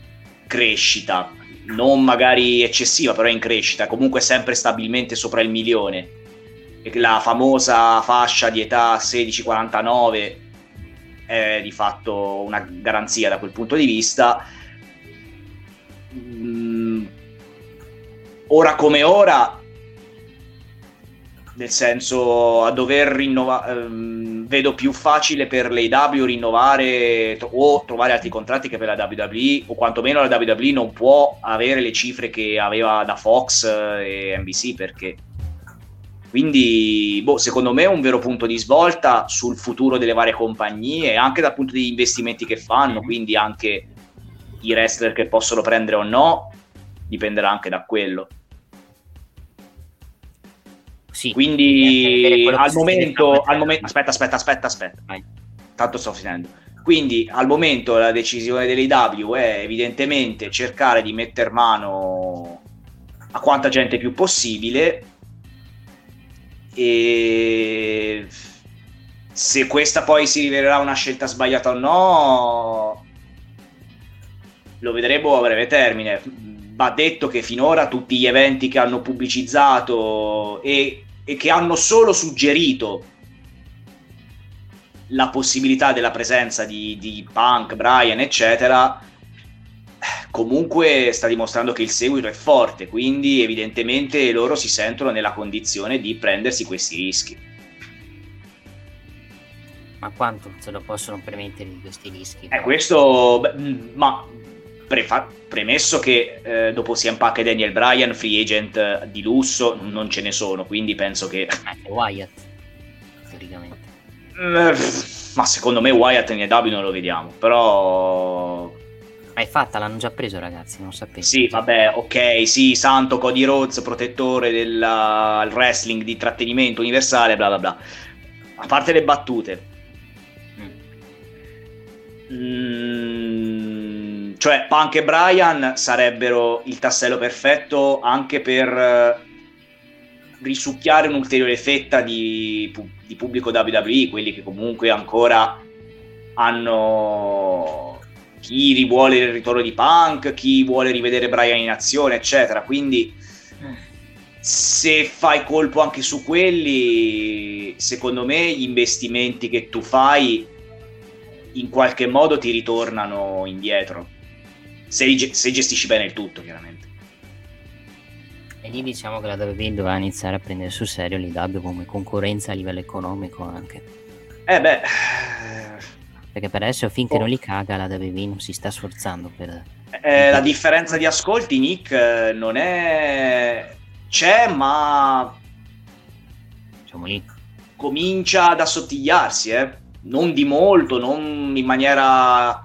crescita, non magari eccessiva, però è in crescita, comunque sempre stabilmente sopra il 1 milione. E la famosa fascia di età 16-49 è di fatto una garanzia da quel punto di vista. Ora come ora, nel senso, a dover rinnovare, vedo più facile per l'AEW rinnovare o trovare altri contratti che per la WWE, o quantomeno la WWE non può avere le cifre che aveva da Fox e NBC, perché quindi secondo me è un vero punto di svolta sul futuro delle varie compagnie, anche dal punto di investimenti che fanno, quindi anche i wrestler che possono prendere o no dipenderà anche da quello. Sì, quindi al momento aspetta, tanto sto finendo. Quindi al momento la decisione dell'AEW è evidentemente cercare di metter mano a quanta gente più possibile, e se questa poi si rivelerà una scelta sbagliata o no lo vedremo a breve termine. Va detto che finora tutti gli eventi che hanno pubblicizzato e che hanno solo suggerito la possibilità della presenza di Punk, Bryan, eccetera, comunque sta dimostrando che il seguito è forte, quindi evidentemente loro si sentono nella condizione di prendersi questi rischi. Ma quanto se lo possono permettere di questi rischi? Questo, ma premesso che dopo CM Punk e Daniel Bryan free agent di lusso non ce ne sono, quindi penso che anche Wyatt teoricamente, ma secondo me Wyatt in AEW non lo vediamo, però hai fatta, l'hanno già preso, ragazzi, non sapete. Sì, vabbè, ok, sì, santo Cody Rhodes, protettore del wrestling di intrattenimento universale, bla bla bla. A parte le battute, cioè Punk e Bryan sarebbero il tassello perfetto anche per risucchiare un'ulteriore fetta di pubblico WWE, quelli che comunque ancora hanno chi vuole il ritorno di Punk, chi vuole rivedere Bryan in azione, eccetera. Quindi se fai colpo anche su quelli, secondo me gli investimenti che tu fai in qualche modo ti ritornano indietro, se gestisci bene il tutto, chiaramente. E lì diciamo che la WWE dovrà iniziare a prendere sul serio l'AEW come concorrenza a livello economico anche. Perché per adesso finché non li caga la WWE non si sta sforzando per... la differenza di ascolti, Nick, non è... c'è, ma diciamo lì comincia ad assottigliarsi, non di molto, non in maniera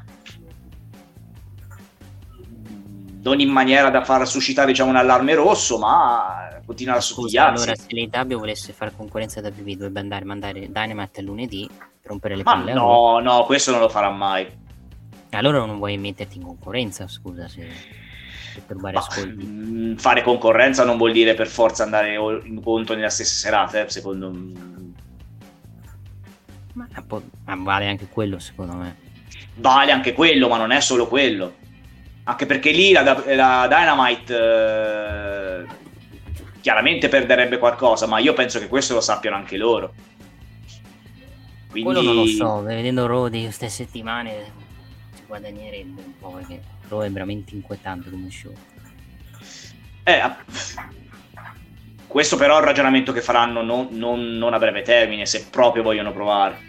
da far suscitare, diciamo, un allarme rosso, ma continua ad assottigliarsi. Allora, se l'AEW volesse fare concorrenza da WWE dovrebbe mandare Dynamite il lunedì, rompere le palle. No, questo non lo farà mai. Allora non vuoi metterti in concorrenza, scusa, per rubare ascolti. Fare concorrenza non vuol dire per forza andare incontro nella stessa serata, secondo me. Ma vale anche quello, secondo me. Vale anche quello, ma non è solo quello. Anche perché lì la Dynamite chiaramente perderebbe qualcosa, ma io penso che questo lo sappiano anche loro. Quindi... quello non lo so, vedendo Raw di queste settimane si guadagnerebbe un po', perché Raw è veramente inquietante come show. Questo però è un ragionamento che faranno non a breve termine, se proprio vogliono provare.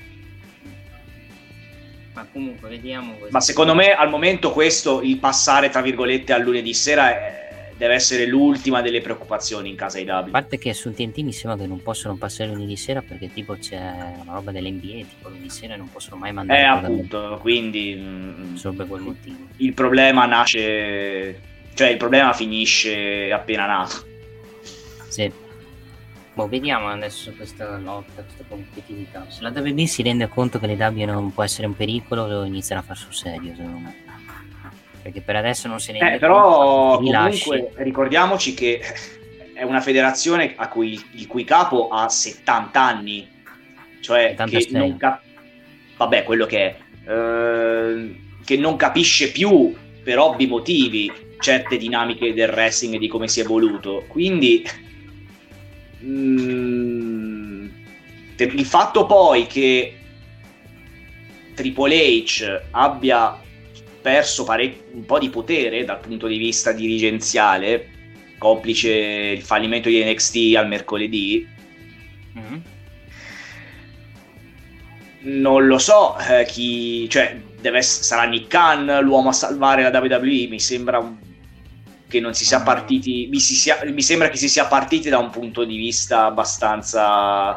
Ma comunque vediamo. Ma secondo me al momento questo, il passare tra virgolette al lunedì sera, deve essere l'ultima delle preoccupazioni in casa AEW. A parte che su TNT mi sembra che non possono passare lunedì sera perché tipo c'è una roba dell'NBA, tipo lunedì sera non possono mai mandare. Appunto, quindi solo per quel motivo. Il problema nasce, cioè il problema finisce appena nato. Sì. Vediamo adesso questa lotta, questa competitività. Se la WWE si rende conto che l'AEW non può essere un pericolo, lo inizierà a far sul serio, secondo me. Perché per adesso non se ne rende però conto. Comunque ricordiamoci che è una federazione il cui capo ha 70 anni, cioè 76. Che non vabbè, quello che è, che non capisce più per ovvi motivi certe dinamiche del wrestling e di come si è evoluto. Quindi il fatto poi che Triple H abbia perso un po' di potere dal punto di vista dirigenziale, complice il fallimento di NXT al mercoledì, non lo so chi, cioè sarà Nick Khan l'uomo a salvare la WWE. Mi sembra che non si sia partiti, mi sembra che si sia partiti da un punto di vista abbastanza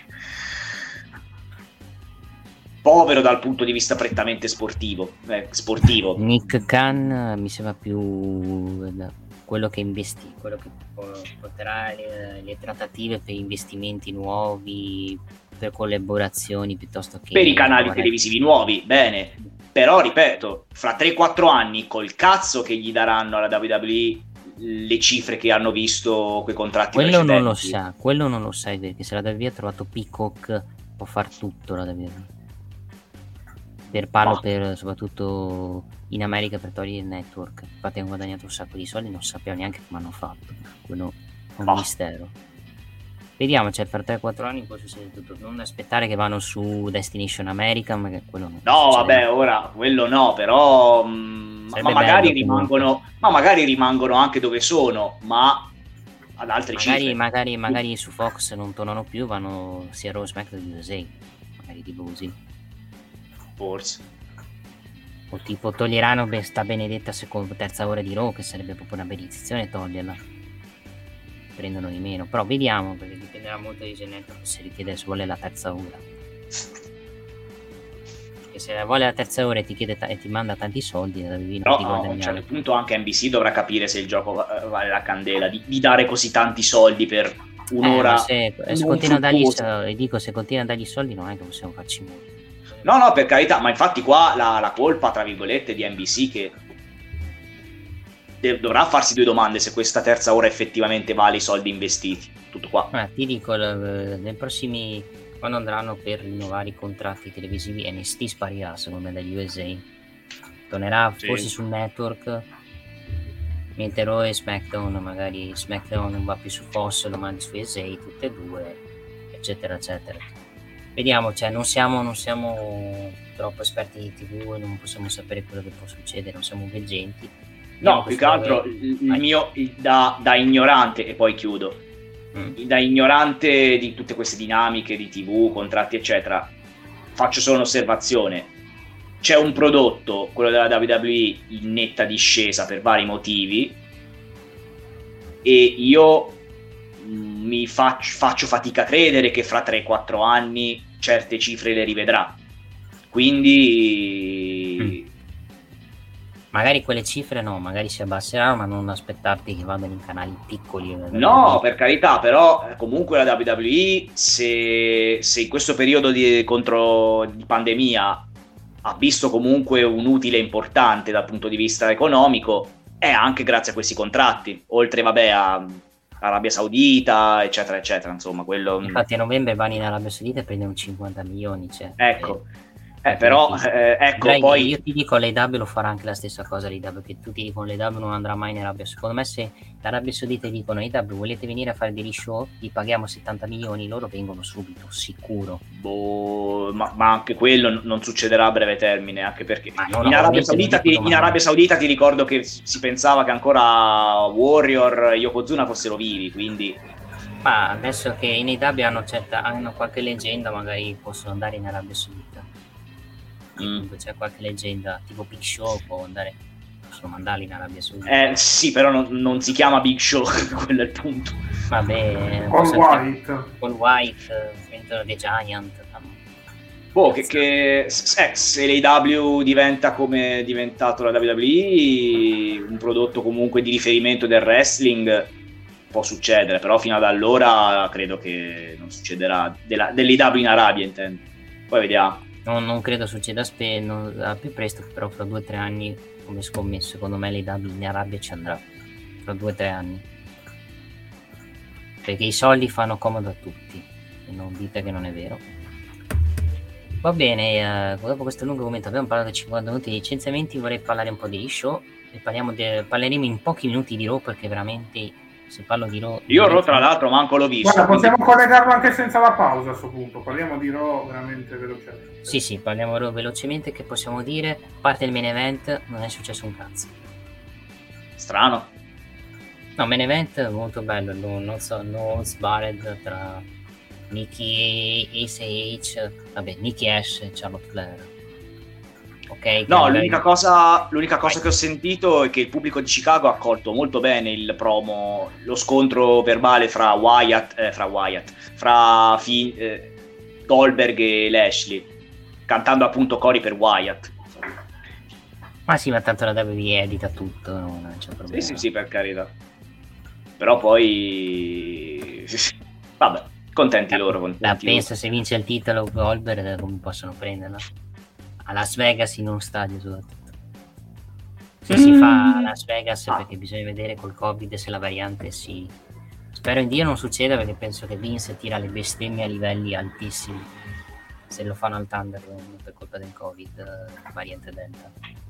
povero dal punto di vista prettamente sportivo. Nick Khan mi sembra più quello che porterà le trattative per investimenti nuovi, per collaborazioni, piuttosto che per i canali televisivi nuovi. Bene, però ripeto, fra 3-4 anni col cazzo che gli daranno alla WWE le cifre che hanno visto quei contratti precedenti. Quello non lo sai, perché se la WWE ha trovato Peacock può far tutto la WWE. Soprattutto in America, per togliere il network. Infatti hanno guadagnato un sacco di soldi, non sappiamo neanche come hanno fatto, quello è un mistero. Vediamo, cioè per 3-4 anni può succedere tutto. Non aspettare che vanno su Destination America, ma quello non vabbè, ora quello no, però ma magari rimangono anche dove sono, ma ad altre cifre. Magari su Fox non tornano più, vanno sia Raw SmackDown di USA, magari tipo così. Forse. O tipo toglieranno sta benedetta terza ora di Raw, che sarebbe proprio una benedizione toglierla. Prendono di meno, però vediamo, perché dipenderà molto di Genetto se vuole la terza ora. Perché se vuole la terza ora e ti chiede e ti manda tanti soldi, a un certo punto anche NBC dovrà capire se il gioco vale la candela di dare così tanti soldi per un'ora. Se continua a dargli soldi non è che possiamo farci molto. No, per carità, ma infatti qua la colpa, tra virgolette, di NBC che dovrà farsi 2 domande se questa terza ora effettivamente vale i soldi investiti. Tutto qua. Ti dico, nei prossimi, quando andranno per rinnovare i contratti televisivi, NXT sparirà secondo me dagli USA, tornerà forse sul network, mentre Raw e SmackDown, magari SmackDown non va più su Fox, lo mandi su USA, tutte e due, eccetera eccetera. Vediamo, cioè non siamo troppo esperti di TV e non possiamo sapere quello che può succedere, non siamo veggenti. No, più che altro da ignorante, e poi chiudo, da ignorante di tutte queste dinamiche di TV, contratti eccetera, faccio solo un'osservazione: c'è un prodotto, quello della WWE, in netta discesa per vari motivi, e io mi faccio fatica a credere che fra 3-4 anni certe cifre le rivedrà, quindi magari quelle cifre magari si abbasseranno, ma non aspettarti che vadano in canali piccoli. No, per carità, però comunque la WWE, se in questo periodo di pandemia ha visto comunque un utile importante dal punto di vista economico, è anche grazie a questi contratti, oltre a Arabia Saudita, eccetera eccetera, insomma, quello. Infatti a novembre vanno in Arabia Saudita e prendono 50 milioni, cioè. Ecco. Però poi io ti dico, l'AEW lo farà anche la stessa cosa. L'AEW, che tutti dicono l'AEW non andrà mai in Arabia. Secondo me, se l'Arabia Saudita dicono AEW volete venire a fare degli show, vi paghiamo 70 milioni, loro vengono subito, sicuro. Ma anche quello non succederà a breve termine, anche perché in Arabia Saudita ti ricordo che si pensava che ancora Warrior e Yokozuna fossero vivi, quindi. Ma adesso che in AEW hanno qualche leggenda, magari possono andare in Arabia Saudita. C'è qualche leggenda tipo Big Show, possono mandarli in Arabia Saudita. Sì, però non si chiama Big Show, quello è il punto. Vabbè, con White, The Giant. Se l'AEW diventa come è diventato la WWE, un prodotto comunque di riferimento del wrestling, può succedere, però fino ad allora credo che non succederà dell'AEW in Arabia, intendo. Poi vediamo. Non credo succeda più presto, però fra 2-3 anni, come scommesso, secondo me l'AEW in Arabia ci andrà fra 2-3 anni, perché i soldi fanno comodo a tutti, e non dite che non è vero. Va bene, dopo questo lungo commento abbiamo parlato di 50 minuti di licenziamenti, vorrei parlare un po' di show e parleremo in pochi minuti di Raw, perché veramente se parlo di Raw... Io Raw tra l'altro manco l'ho visto. Guarda, possiamo collegarlo anche senza la pausa a questo punto, parliamo di Raw veramente velocemente. Sì, parliamo Raw velocemente, che possiamo dire, a parte il main event non è successo un cazzo. Strano. No, main event molto bello, non so, no sbarred tra Nikki Ace, vabbè, Nikki Ash e Charlotte Flair. Ok. No, l'unica cosa che ho sentito è che il pubblico di Chicago ha accolto molto bene il promo, lo scontro verbale fra Goldberg e Lashley, cantando appunto cori per Wyatt. Ma sì, ma tanto la WWE edita tutto, non c'è problema. Sì, per carità. Però poi vabbè, contenti loro. Pensa, se vince il titolo Goldberg, come possono prenderla? A Las Vegas, in uno stadio soprattutto. Se si fa a Las Vegas, perché bisogna vedere col Covid se la variante si... Spero in Dio non succeda, perché penso che Vince tira le bestemmie a livelli altissimi se lo fanno al Thunderdome per colpa del Covid, variante Delta.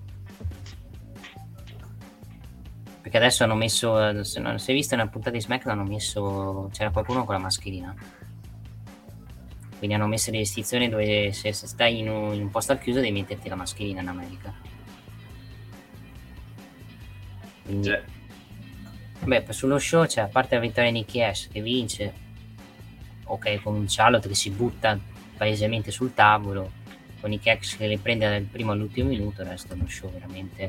Perché adesso hanno messo, se non si è visto nella puntata di SmackDown, hanno messo, c'era qualcuno con la mascherina, quindi hanno messo le restrizioni dove se stai in un posto al chiuso devi metterti la mascherina in America. Quindi beh, sullo show c'è, a parte la vittoria di Nikki Ash che vince, ok, con un Charlotte che si butta palesemente sul tavolo, con Nikki Ash che le prende dal primo all'ultimo minuto, il resto è uno show veramente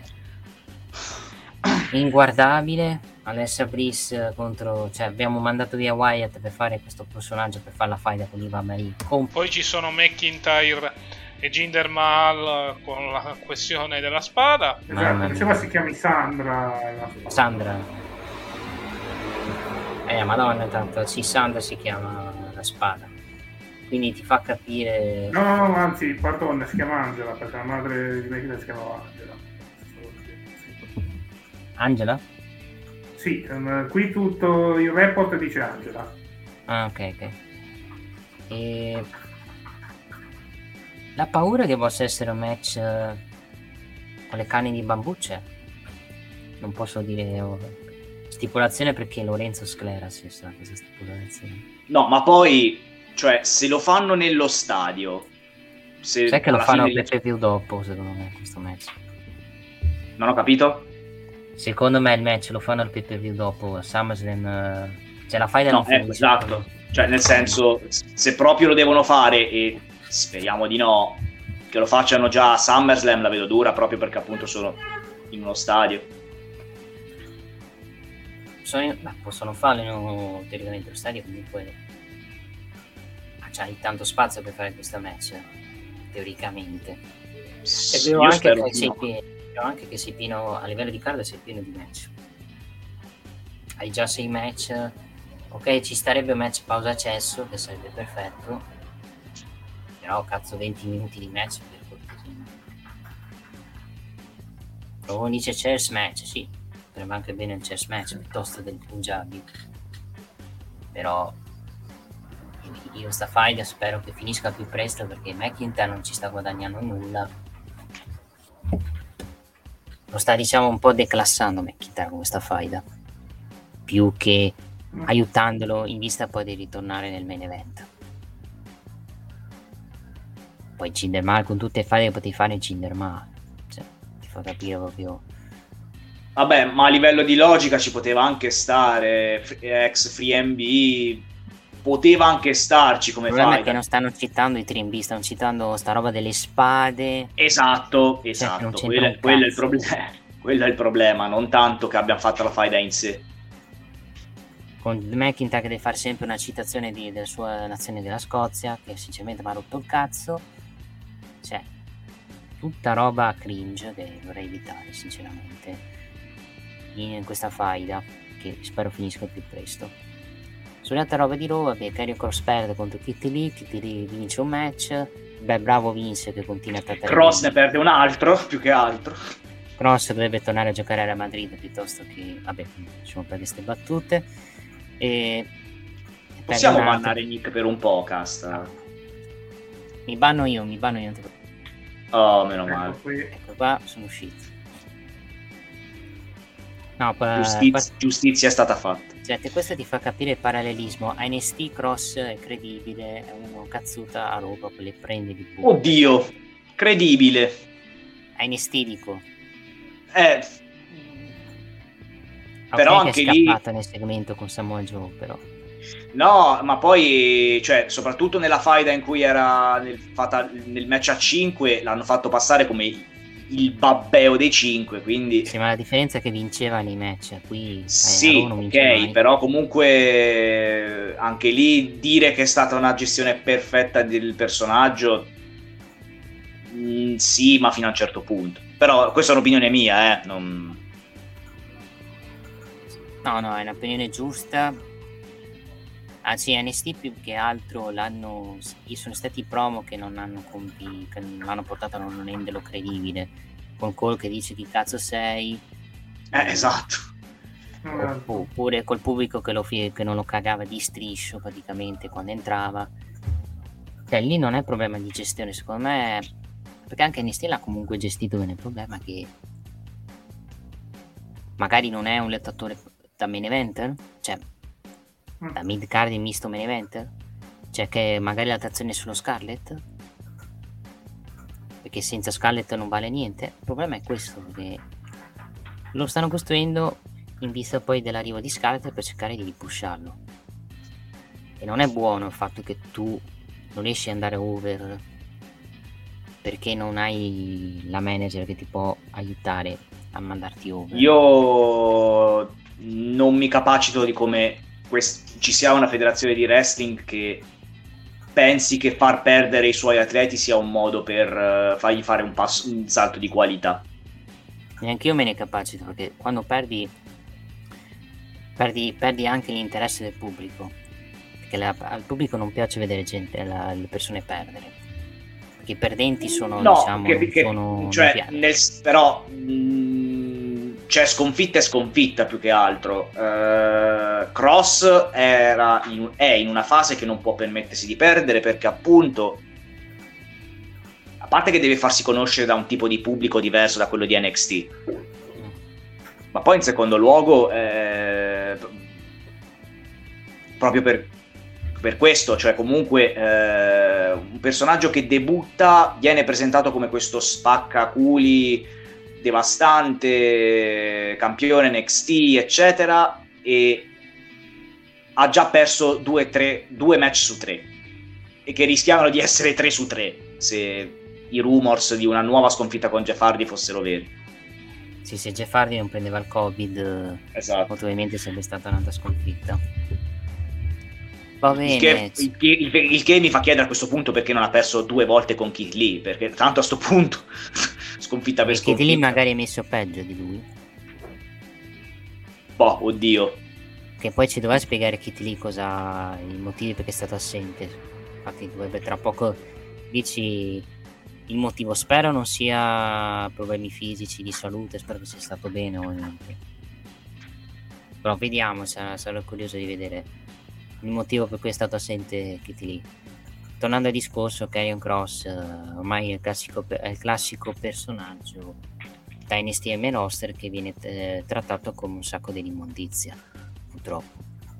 inguardabile. Alessa Bliss contro, cioè abbiamo mandato via Wyatt per fare questo personaggio, per fare la faida con Ivan Marie. Poi ci sono McIntyre e Jinder Mahal con la questione della spada. Esatto, diceva si chiami Sandra. Madonna, tanto sì, Sandra si chiama la spada, quindi ti fa capire. No, anzi, pardon, si chiama Angela, perché la madre di McIntyre si chiamava Angela? Sì, qui tutto il report dice Angela. Ah, ok. E la paura che possa essere un match con le canne di bambù c'è. Non posso dire stipulazione perché Lorenzo sclera se sarà questa stipulazione. No, ma poi, cioè, se lo fanno nello stadio, sai che lo fanno per pay-per-view dopo, secondo me, questo match. Non ho capito? Secondo me il match lo fanno al pay-per-view dopo SummerSlam, cioè la faida no, esatto, cioè nel senso, se proprio lo devono fare, e speriamo di no, che lo facciano già a SummerSlam, la vedo dura, proprio perché appunto sono in uno stadio. Possono farlo teoricamente lo stadio, comunque c'hai tanto spazio per fare questo match teoricamente. È vero anche che sei pieno a livello di card, sei pieno di match. Hai già 6 match, ok, ci starebbe un match pausa accesso che sarebbe perfetto, però cazzo 20 minuti di match per cortesia. Qualcuno dice chairs match, sì, potrebbe anche bene il chairs match piuttosto del Punjabi, però io sta faida spero che finisca più presto, perché McIntyre non ci sta guadagnando nulla. Lo sta diciamo un po' declassando McIntyre con questa faida, più che aiutandolo in vista poi di ritornare nel main event. Poi Jinder Mahal, con tutte le faide che potevi fare Jinder Mahal, cioè, ti fa capire proprio. Vabbè, ma a livello di logica ci poteva anche stare ex Free MB, poteva anche starci come faida. Il problema è che non stanno citando i 3MB, stanno citando sta roba delle spade. Esatto, quello è il problema. Quello è il problema, non tanto che abbiano fatto la faida in sé. Con McIntyre che deve fare sempre una citazione della sua nazione della Scozia, che sinceramente mi ha rotto il cazzo. Cioè, tutta roba cringe che vorrei evitare sinceramente in questa faida, che spero finisca più presto. Sull'altra roba di Raw, vabbè, Karrion Kross perde contro Kitty Lee vince un match. Beh, bravo Vince che continua a trattare. Kross ne perde un altro, più che altro. Kross dovrebbe tornare a giocare a Real Madrid piuttosto che... Vabbè, lasciamo perdere queste battute. Possiamo mannare Nick per un podcast? Mi banno io, non ti preoccupare. Oh, meno male. Ecco qua, sono uscito. No, Giustizia è stata fatta. Gente, questo ti fa capire il parallelismo. NXT Cross è credibile, è uno cazzuta a roba, le prende di buco. Oddio, credibile. NXT dico. Però anche anche è lì scappata nel segmento con Samoa Joe, però. No, ma poi, cioè, soprattutto nella faida in cui era nel match a 5, l'hanno fatto passare come il babbeo dei 5, quindi... Sì, ma la differenza è che vinceva nei match, qui... Sì, ok, però comunque anche lì dire che è stata una gestione perfetta del personaggio, sì, ma fino a un certo punto. Però questa è un'opinione mia, non... No, è un'opinione giusta. Anzi, NXT più che altro sono stati promo che non hanno che non hanno portato a non renderlo credibile. Con Cole che dice chi cazzo sei. Esatto. Oppure col pubblico che non lo cagava di striscio praticamente quando entrava. Cioè, lì non è problema di gestione, secondo me, perché anche NXT l'ha comunque gestito bene. Il problema è che magari non è un lottatore da main eventer, cioè da mid card in misto main eventer, cioè che magari la trazione è sullo Scarlett, perché senza Scarlett non vale niente. Il problema è questo, che lo stanno costruendo in vista poi dell'arrivo di Scarlett per cercare di ripusharlo, e non è buono il fatto che tu non riesci ad andare over perché non hai la manager che ti può aiutare a mandarti over. Io non mi capacito di come ci sia una federazione di wrestling che pensi che far perdere i suoi atleti sia un modo per fargli fare un salto di qualità. Neanche io me ne capacito, perché quando perdi anche l'interesse del pubblico, perché al pubblico non piace vedere le persone perdere, perché i perdenti sono, però c'è sconfitta e sconfitta più che altro. Cross è in una fase che non può permettersi di perdere, perché appunto, a parte che deve farsi conoscere da un tipo di pubblico diverso da quello di NXT, ma poi in secondo luogo proprio per questo, cioè comunque un personaggio che debutta viene presentato come questo spaccaculi devastante, campione NXT eccetera, e ha già perso 2 match su 3, e che rischiavano di essere 3 su 3 se i rumors di una nuova sconfitta con Jeff Hardy fossero veri. Sì, se Jeff Hardy non prendeva il Covid, esatto, molto probabilmente sarebbe stata un'altra sconfitta. Va bene. Il che mi fa chiedere a questo punto perché non ha perso 2 volte con Keith Lee, perché tanto a sto punto sconfitta per sconfitta. Keith Lee magari è messo peggio di lui. Boh, oddio. Che poi ci dovrà spiegare Keith Lee i motivi perché è stato assente. Infatti tra poco dici il motivo. Spero non sia problemi fisici, di salute, spero che sia stato bene ovviamente. Però vediamo, sarò curioso di vedere il motivo per cui è stato assente Keith Lee. Tornando al discorso, Karrion Kross ormai è il classico personaggio da NXT e main roster che viene trattato come un sacco dell'immondizia, purtroppo.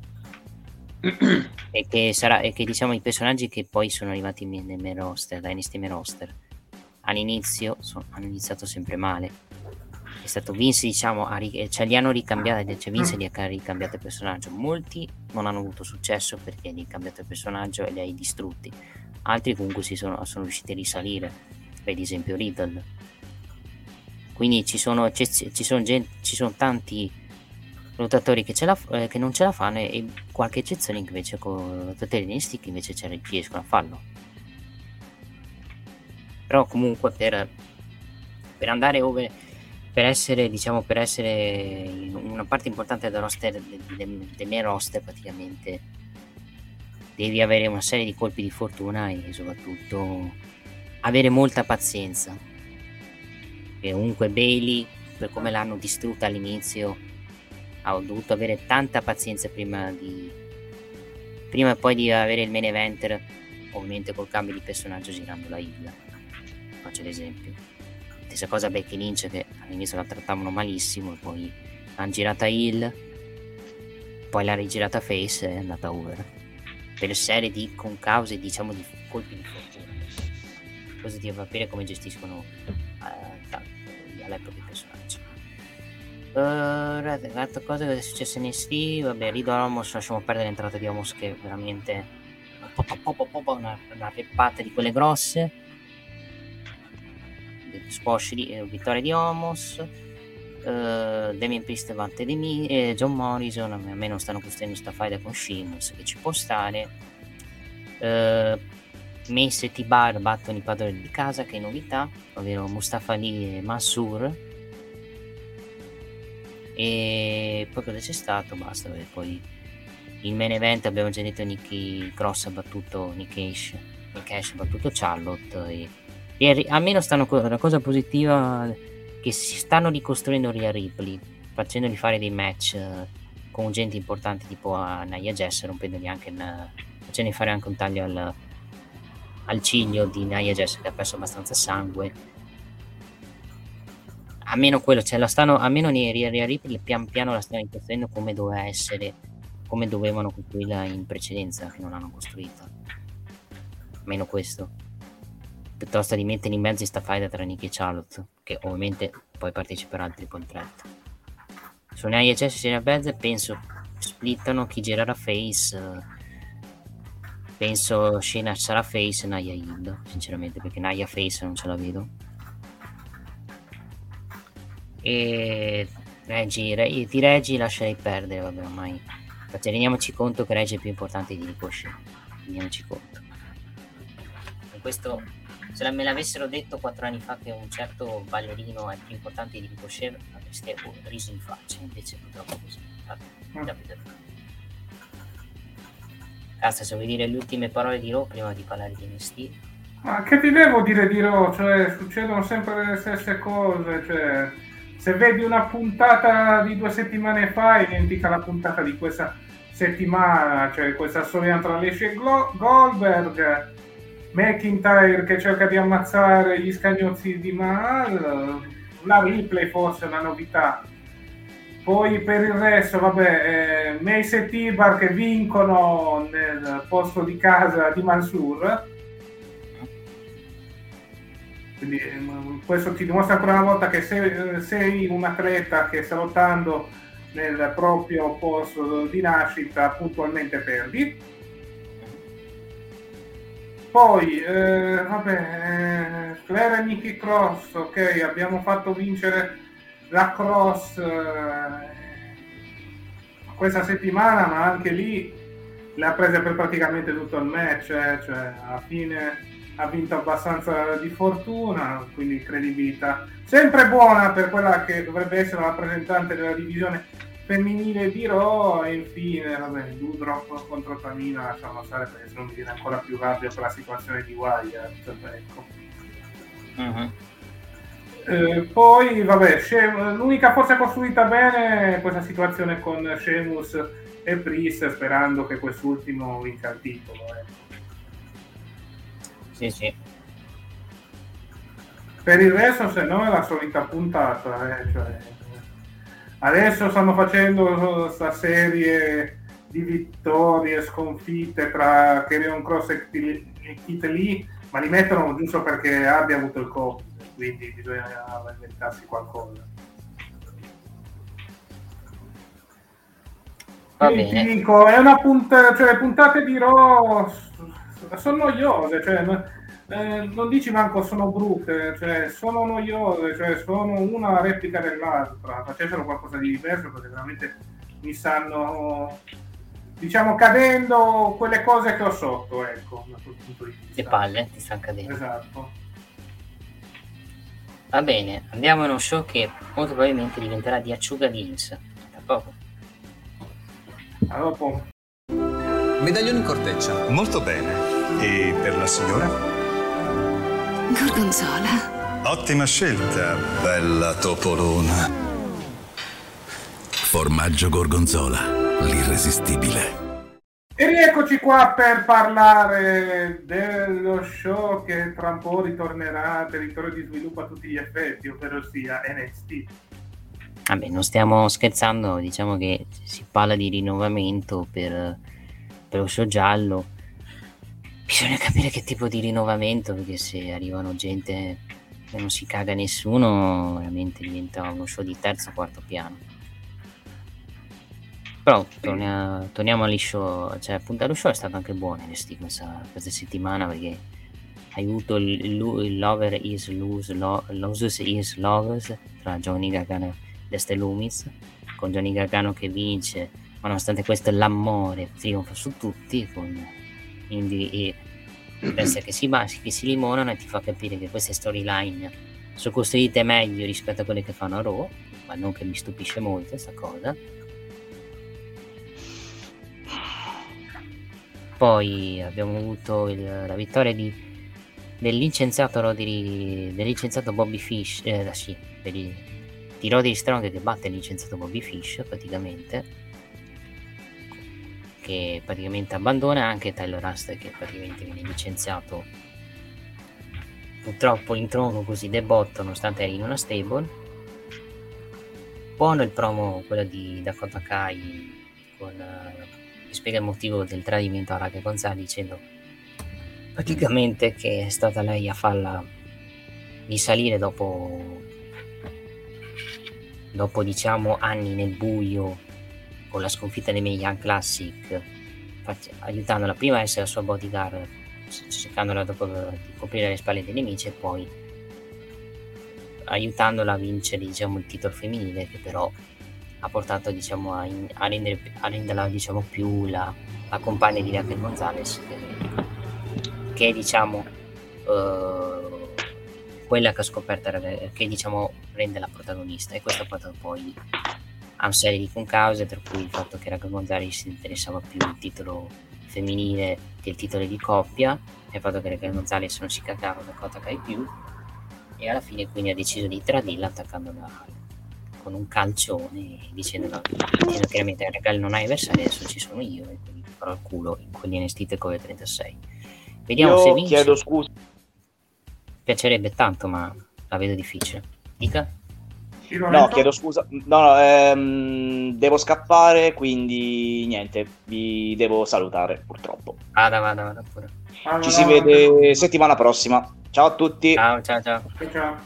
e che diciamo i personaggi che poi sono arrivati nel main roster, da NXT main roster, all'inizio hanno iniziato sempre male. È stato Vince, diciamo, li hanno ricambiati, cioè Vince li ha ricambiato il personaggio. Molti non hanno avuto successo perché gli ha cambiato il personaggio e li hai distrutti. Altri comunque sono riusciti a risalire, per esempio Riddle. Quindi ci sono tanti lottatori che non ce la fanno, e qualche eccezione invece con lottatori di NXT che invece riescono a farlo. Però comunque per andare over, per essere una parte importante del roster, del main roster, praticamente devi avere una serie di colpi di fortuna e soprattutto avere molta pazienza. E comunque Bayley, per come l'hanno distrutta all'inizio, ha dovuto avere tanta pazienza prima e poi di avere il main eventer ovviamente col cambio di personaggio girando la heel. Faccio l'esempio. Stessa cosa Becky Lynch, che all'inizio la trattavano malissimo e poi l'hanno girata heel, poi l'ha rigirata face e è andata over per serie di concause, diciamo, di colpi di fortuna. Cosa ti fa capire come gestiscono all'epoca i personaggi. L'altra cosa che è successa in NXT, vabbè, Rido Omos, lasciamo perdere l'entrata di Omos, che è veramente una reppata di quelle grosse. Squash di vittoria di Omos. Damien Priest davanti di John Morrison. A me non stanno costruendo sta faida con Sheamus, che ci può stare. Mace e T-Bar battono i padroni di casa, che è novità, ovvero Mustafa Ali e Mansoor. E poi cosa c'è stato? Basta. Poi il main event abbiamo già detto, Nikki Cross ha battuto Nick Ash ha battuto Charlotte, e almeno la cosa positiva che si stanno ricostruendo Rhea Ripley, facendogli fare dei match con gente importanti tipo a Nia Jax, rompendogli anche facendogli fare anche un taglio al ciglio di Nia Jax, che ha perso abbastanza sangue. Almeno quello, cioè almeno Rhea Ripley pian piano la stanno ricostruendo come doveva essere, come dovevano costruirla in precedenza, che non hanno costruita. Almeno questo, piuttosto di mettere in mezzo sta faida tra Nikki e Charlotte, che ovviamente poi parteciperà al triple threat. Su Nia Jax e Shayna Baszler penso splittano chi girerà face. Penso Shayna sarà face e Nia heel, sinceramente, perché Nia face non ce la vedo. E di Reggie lascerei perdere, vabbè, ormai. Infatti rendiamoci conto che Reggie è più importante di Ricochet, rendiamoci conto. E questo, se me l'avessero detto 4 anni fa che un certo ballerino è più importante di Ricochet, avreste riso in faccia, invece purtroppo così. Cazzo, se vuoi dire le ultime parole di Raw prima di parlare di NXT. Ma che ti devo dire di Raw? Cioè, succedono sempre le stesse cose, cioè, se vedi una puntata di 2 settimane fa, identica la puntata di questa settimana, cioè questa storia tra Lashley e Goldberg, McIntyre che cerca di ammazzare gli scagnozzi di Mahal, la replay forse è una novità. Poi per il resto, vabbè, Mace e T-Bar che vincono nel posto di casa di Mansoor. Quindi questo ti dimostra ancora una volta che sei un atleta che sta lottando nel proprio posto di nascita, puntualmente perdi. Poi, Flair e Nikki Cross, ok, abbiamo fatto vincere la Cross questa settimana, ma anche lì le ha prese per praticamente tutto il match, cioè alla fine ha vinto abbastanza di fortuna, quindi credibilità sempre buona per quella che dovrebbe essere la rappresentante della divisione femminile di Raw. E infine, vabbè, Doudrop contro Tamina, lasciamo stare perché se non mi viene ancora più rabbia per la situazione di Wyatt, ecco. Poi, vabbè, l'unica forse costruita bene è questa situazione con Sheamus e Priest, sperando che quest'ultimo vinca il titolo, ecco. Sì. Per il resto, se no, è la solita puntata, cioè, adesso stanno facendo questa serie di vittorie, sconfitte tra Karrion Kross e Keith Lee, ma li mettono giusto perché abbia avuto il Covid, quindi bisogna inventarsi qualcosa. Va Quindi bene. ti dico, è una puntata, cioè le puntate di Raw sono noiose, cioè non dici manco sono brutte, cioè sono noiose, cioè sono una replica dell'altra. Facessero qualcosa di diverso perché veramente mi stanno, diciamo, cadendo quelle cose che ho sotto, ecco, da quel punto di vista. Le palle ti stanno cadendo. Esatto. Va bene, andiamo in uno show che molto probabilmente diventerà di acciuga Vince. Tra poco. A dopo. Medaglione in corteccia. Molto bene. E per la signora? Gorgonzola. Ottima scelta, bella topolona. Formaggio Gorgonzola, l'irresistibile. E rieccoci qua per parlare dello show che tra un po' ritornerà a territorio di sviluppo a tutti gli effetti, ovvero sia NXT. Vabbè, non stiamo scherzando, diciamo che si parla di rinnovamento per lo show giallo. Bisogna capire che tipo di rinnovamento, perché se arrivano gente e non si caga nessuno, veramente diventa uno show di terzo o quarto piano. Però torniamo agli show, cioè appunto lo show è stato anche buono NXT questa settimana, perché hai avuto il Lover is Loses is Lovers tra Johnny Gargano e Dexter Lumis, con Johnny Gargano che vince, ma nonostante questo l'amore trionfa su tutti, con Indy e Dexter che si limonano, e ti fa capire che queste storyline sono costruite meglio rispetto a quelle che fanno a Raw, ma non che mi stupisce molto questa cosa. Poi abbiamo avuto la vittoria del licenziato Bobby Fish, di Roddy Strong, che batte il licenziato Bobby Fish che praticamente abbandona, anche Tyler Rust che praticamente viene licenziato, purtroppo in tronco così debotto nonostante eri in una stable. Buono il promo, quello di Dakota Kai, che spiega il motivo del tradimento a Raquel Gonzalez, dicendo praticamente che è stata lei a farla risalire dopo diciamo anni nel buio, con la sconfitta dei Mae Young Classic, aiutandola prima a essere la sua bodyguard, cercandola dopo di coprire le spalle dei nemici, e poi aiutandola a vincere, diciamo, il titolo femminile, che però ha portato, diciamo, a renderla, diciamo, più la compagna di Raquel Gonzalez, che è, diciamo, quella che ha scoperto, che, diciamo, rende la protagonista, e questo ha portato poi a una serie di concause, tra cui il fatto che Raquel Gonzalez si interessava più il titolo femminile che il titolo di coppia, e il fatto che Raquel Gonzalez non si cagava da Dakota Kai più, e alla fine quindi ha deciso di tradirla attaccandola con un calcione, dicendo chiaramente Raquel non hai avversari, adesso ci sono io, e quindi farò il culo in quelli NXT TakeOver 36. Vediamo se vince. Chiedo scusa. Piacerebbe tanto, ma la vedo difficile. Dica? No, chiedo scusa. No, devo scappare, quindi niente, vi devo salutare purtroppo. Vada pure. Ci si vede settimana prossima. Ciao a tutti. Ciao.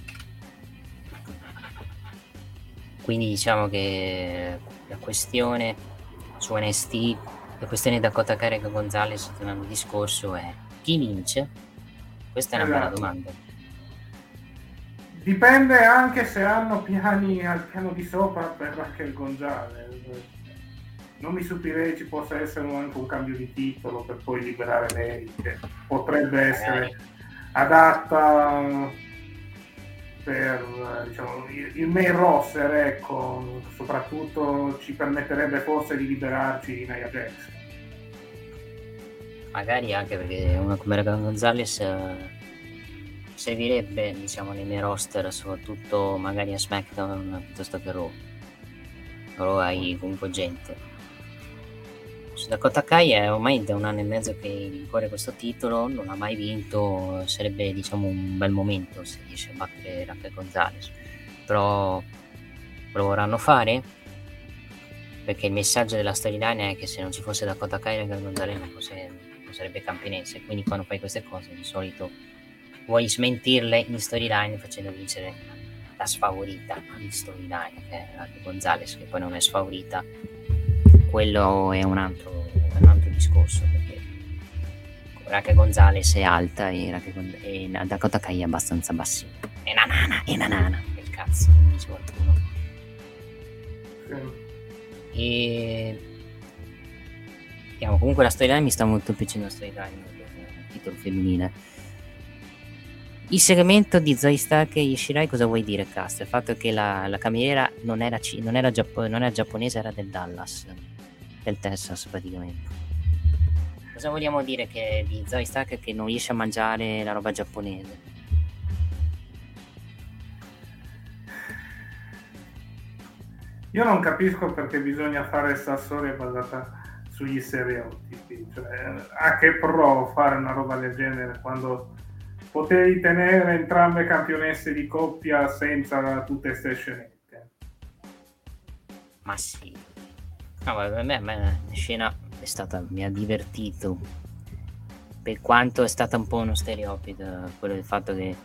Quindi diciamo che la questione su NXT, la questione Dakota Kai e Gonzalez, tornando al discorso, è chi vince? Questa è una bella domanda. Dipende anche se hanno piani al piano di sopra per Raquel Gonzalez. Non mi stupirei ci possa essere anche un cambio di titolo per poi liberare lei, che potrebbe essere adatta per, diciamo, il main roster, ecco. Soprattutto ci permetterebbe forse di liberarci di Nia Jax. Magari anche perché una come Raquel Gonzalez servirebbe, diciamo, nei miei roster, soprattutto magari a SmackDown piuttosto che Raw. Hai comunque gente. Su Dakota Kai è ormai da 1 anno e mezzo che rincorre questo titolo, non ha mai vinto, sarebbe, diciamo, un bel momento se riesce a battere Raquel Gonzalez, però lo vorranno fare, perché il messaggio della storyline è che se non ci fosse Dakota Kai, Raquel Gonzalez non sarebbe campionessa, e quindi quando fai queste cose di solito vuoi smentirle in storyline facendo vincere la sfavorita in storyline, che è Raquel Gonzalez, che poi non è sfavorita. Quello è un altro discorso, perché Raquel Gonzalez è alta e Dakota Kai è abbastanza bassina. È una nana, che cazzo, dice qualcuno. E comunque la storyline mi sta molto piacendo, la storyline del titolo femminile. Il segmento di Zoe Stark e Yoshirai, cosa vuoi dire, Cast? Il fatto che la cameriera non era giapponese, era del Dallas, del Texas praticamente. Cosa vogliamo dire che di Zoe Stark che non riesce a mangiare la roba giapponese? Io non capisco perché bisogna fare sta storia basata sugli stereotipi, cioè, a che pro fare una roba del genere quando potevi tenere entrambe campionesse di coppia senza tutte queste scenette? Ma sì, no, a me la scena è stata, mi ha divertito, per quanto è stata un po' uno stereotipo, quello del fatto che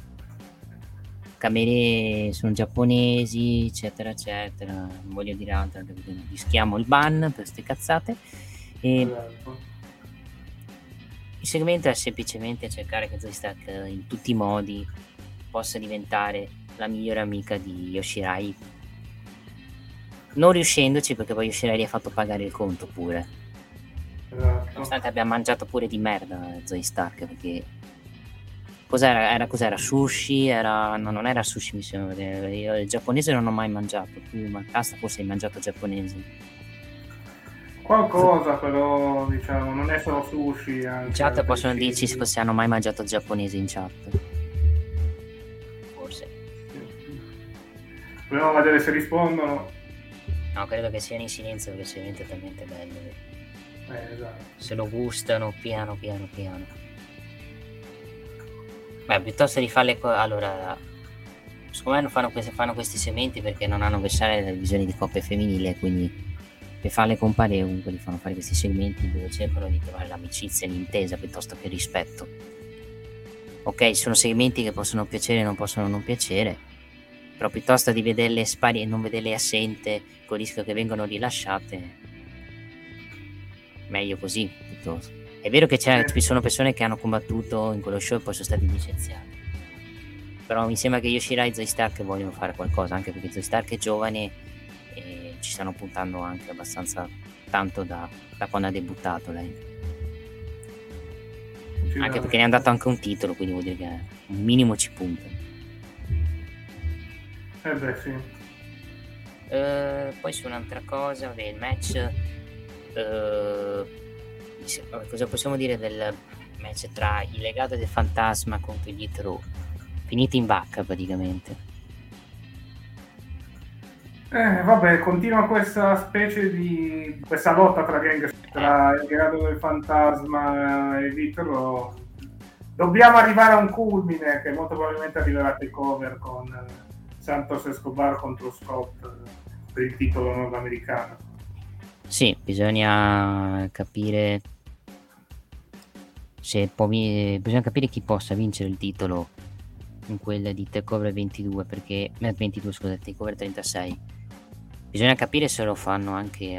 cameriere sono giapponesi, eccetera eccetera, non voglio dire altro, rischiamo il ban per queste cazzate. E il segmento è semplicemente cercare che Zoe Stark in tutti i modi possa diventare la migliore amica di Yoshirai, non riuscendoci, perché poi Yoshirai gli ha fatto pagare il conto pure, nonostante abbia mangiato pure di merda Zoe Stark, perché cos'era sushi, non era sushi, mi sembra. Io il giapponese non ho mai mangiato, tu Macasta forse hai mangiato giapponese. Qualcosa, però diciamo non è solo sushi, anche in chat possono dirci se hanno mai mangiato giapponese in chat, forse. Proviamo a vedere se rispondono. No, credo che siano in silenzio perché si è talmente bello. Esatto. Se lo gustano piano. Beh, piuttosto di farle allora, secondo me fanno questi segmenti perché non hanno versare le visioni di coppia femminile, quindi per farle comparire comunque li fanno fare questi segmenti dove cercano di trovare l'amicizia e l'intesa piuttosto che il rispetto. Ok, sono segmenti che possono piacere e non possono non piacere, però piuttosto di vederle sparie e non vederle assente con il rischio che vengano rilasciate, meglio così piuttosto. È vero che ci sono persone che hanno combattuto in quello show e poi sono stati licenziati, però mi sembra che Yoshirai e Zoe Stark vogliono fare qualcosa, anche perché Zoe Stark è giovane e ci stanno puntando anche abbastanza tanto da quando ha debuttato lei, anche perché ne hanno dato anche un titolo, quindi vuol dire che un minimo ci punta. Beh sì. Poi su un'altra cosa, vabbè, il match, cosa possiamo dire del match tra il legado del fantasma contro gli Hitro, finito in vacca praticamente. Vabbè, continua questa specie di questa lotta tra gang, tra il legado del fantasma e Vitro. Dobbiamo arrivare a un culmine che molto probabilmente arriverà a takeover con Santos Escobar contro Scott per il titolo nordamericano. Sì, bisogna capire bisogna capire chi possa vincere il titolo in quella di takeover 22, perché takeover 36. Bisogna capire se lo fanno anche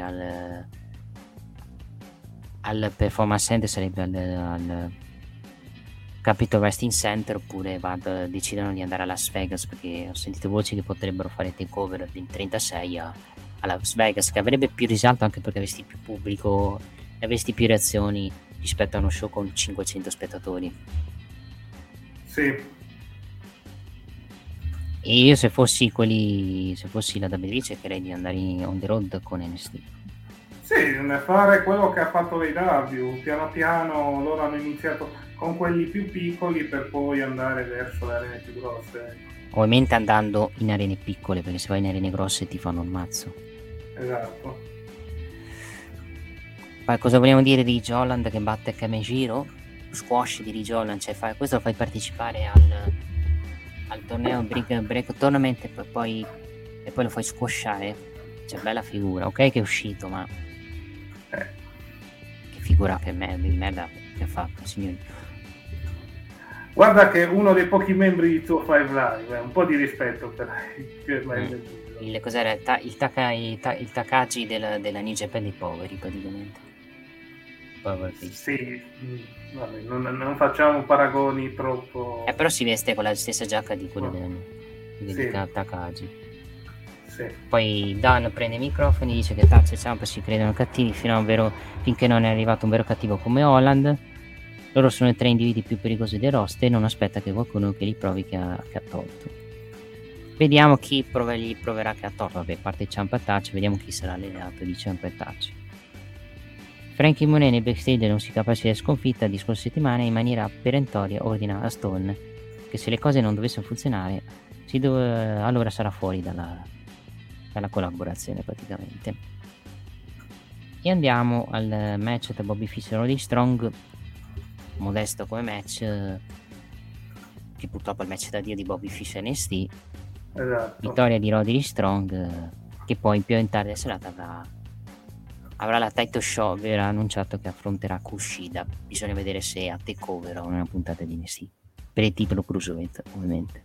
al Performance Center, sarebbe al Capitol Wrestling Center, oppure decidono di andare a Las Vegas, perché ho sentito voci che potrebbero fare takeover in 36 a Las Vegas, che avrebbe più risalto anche perché avresti più pubblico e avresti più reazioni rispetto a uno show con 500 spettatori. Sì. E io se fossi la WWE cercherei di andare on the road con NXT. Sì, fare quello che ha fatto l'AEW, piano piano loro hanno iniziato con quelli più piccoli per poi andare verso le arene più grosse. Ovviamente andando in arene piccole, perché se vai in arene grosse ti fanno il mazzo. Esatto. Poi cosa vogliamo dire di Ridge Holland che batte Kamejiro? Squash di Ridge Holland, cioè questo lo fai partecipare al torneo break tournament e poi lo fai squashare, cioè bella figura. Ok che è uscito, ma che figura di merda che ha fatto, signori. Guarda che uno dei pochi membri di Tuo Five Live, un po' di rispetto per cos'era il Takagi della New Japan dei poveri praticamente. Sì, vabbè, non facciamo paragoni troppo. Però si veste con la stessa giacca di quello di Takagi. Sì. Poi Dan prende i microfoni e dice che Tazio e Ciampa si credono cattivi finché non è arrivato un vero cattivo come Holland. Loro sono i 3 individui più pericolosi del roster e non aspetta che qualcuno che li provi che ha tolto. Vediamo chi gli proverà che ha tolto. Vabbè, a parte Ciampa e Tazio, vediamo chi sarà l'alleato di Ciampa e Tazio. Frankie Monet nei backstage non si capace della sconfitta di scorsa settimana in maniera perentoria ordina a Stone che se le cose non dovessero funzionare allora sarà fuori dalla collaborazione praticamente. E andiamo al match tra Bobby Fish e Roderick Strong, modesto come match, che purtroppo è il match da dio di Bobby Fish e NXT. Esatto. Vittoria di Roderick Strong, che poi più in tardi della serata avrà la title show. Verrà annunciato che affronterà Kushida. Bisogna vedere se è a takeover o una puntata di NXT per il titolo Cruiserweight, ovviamente.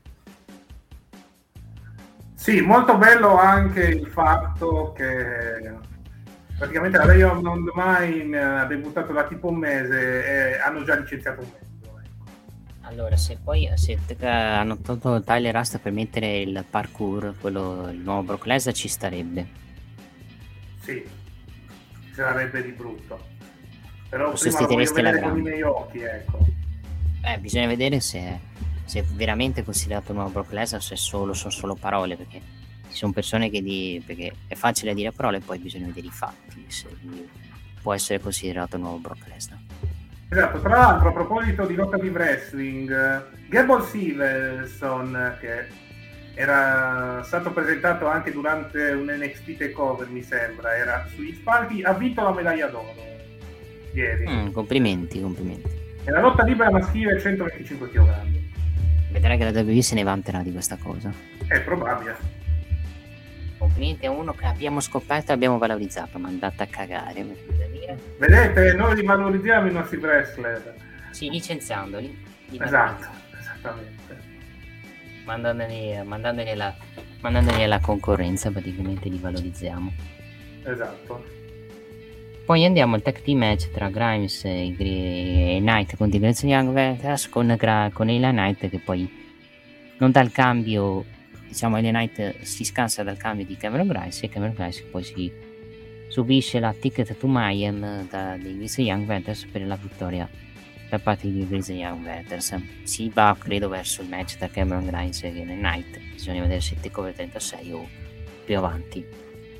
Sì, molto bello anche il fatto che praticamente la Day of Non-Mine ha debuttato da tipo un mese e hanno già licenziato un mezzo. Allora, se hanno tolto Tyler Rust per mettere il parkour, quello, il nuovo Brock Lesnar, ci starebbe. Sì, sarebbe di brutto. Però Lo prima lo voglio sostituiresti vedere alla con i grande. miei occhi, ecco. Bisogna vedere se è veramente considerato un nuovo Brock Lesnar o se sono solo parole, perché ci sono persone perché è facile dire parole, poi bisogna vedere i fatti, se può essere considerato un nuovo Brock Lesnar. Esatto, tra l'altro a proposito di lotta di wrestling, Gable Stevenson, che era stato presentato anche durante un NXT Takeover, mi sembra, era sugli spalti, ha vinto la medaglia d'oro ieri. Complimenti. E la lotta libera maschile 125 kg. Vedrai che la WWE se ne vanterà di questa cosa. È probabile. Complimenti a uno che abbiamo scoperto e abbiamo valorizzato, ma andate a cagare. Vedete, noi valorizziamo i nostri wrestler. Sì, licenziandoli. Esatto, esattamente. Mandandoli alla concorrenza, praticamente li valorizziamo. Esatto. Poi andiamo al tag team match tra Grimes e Knight contro i Grizzly Young Veterans con LA Knight, che poi non dà il cambio, diciamo LA Knight si scansa dal cambio di Cameron Grimes e Cameron Grimes poi si subisce la Ticket to Mayhem dei Grizzly Young Veterans per la vittoria da parte dei Grizzly Young Veterans. Si va, credo, verso il match tra Cameron Grimes e LA Knight. Bisogna vedere se takeover 36 o più avanti.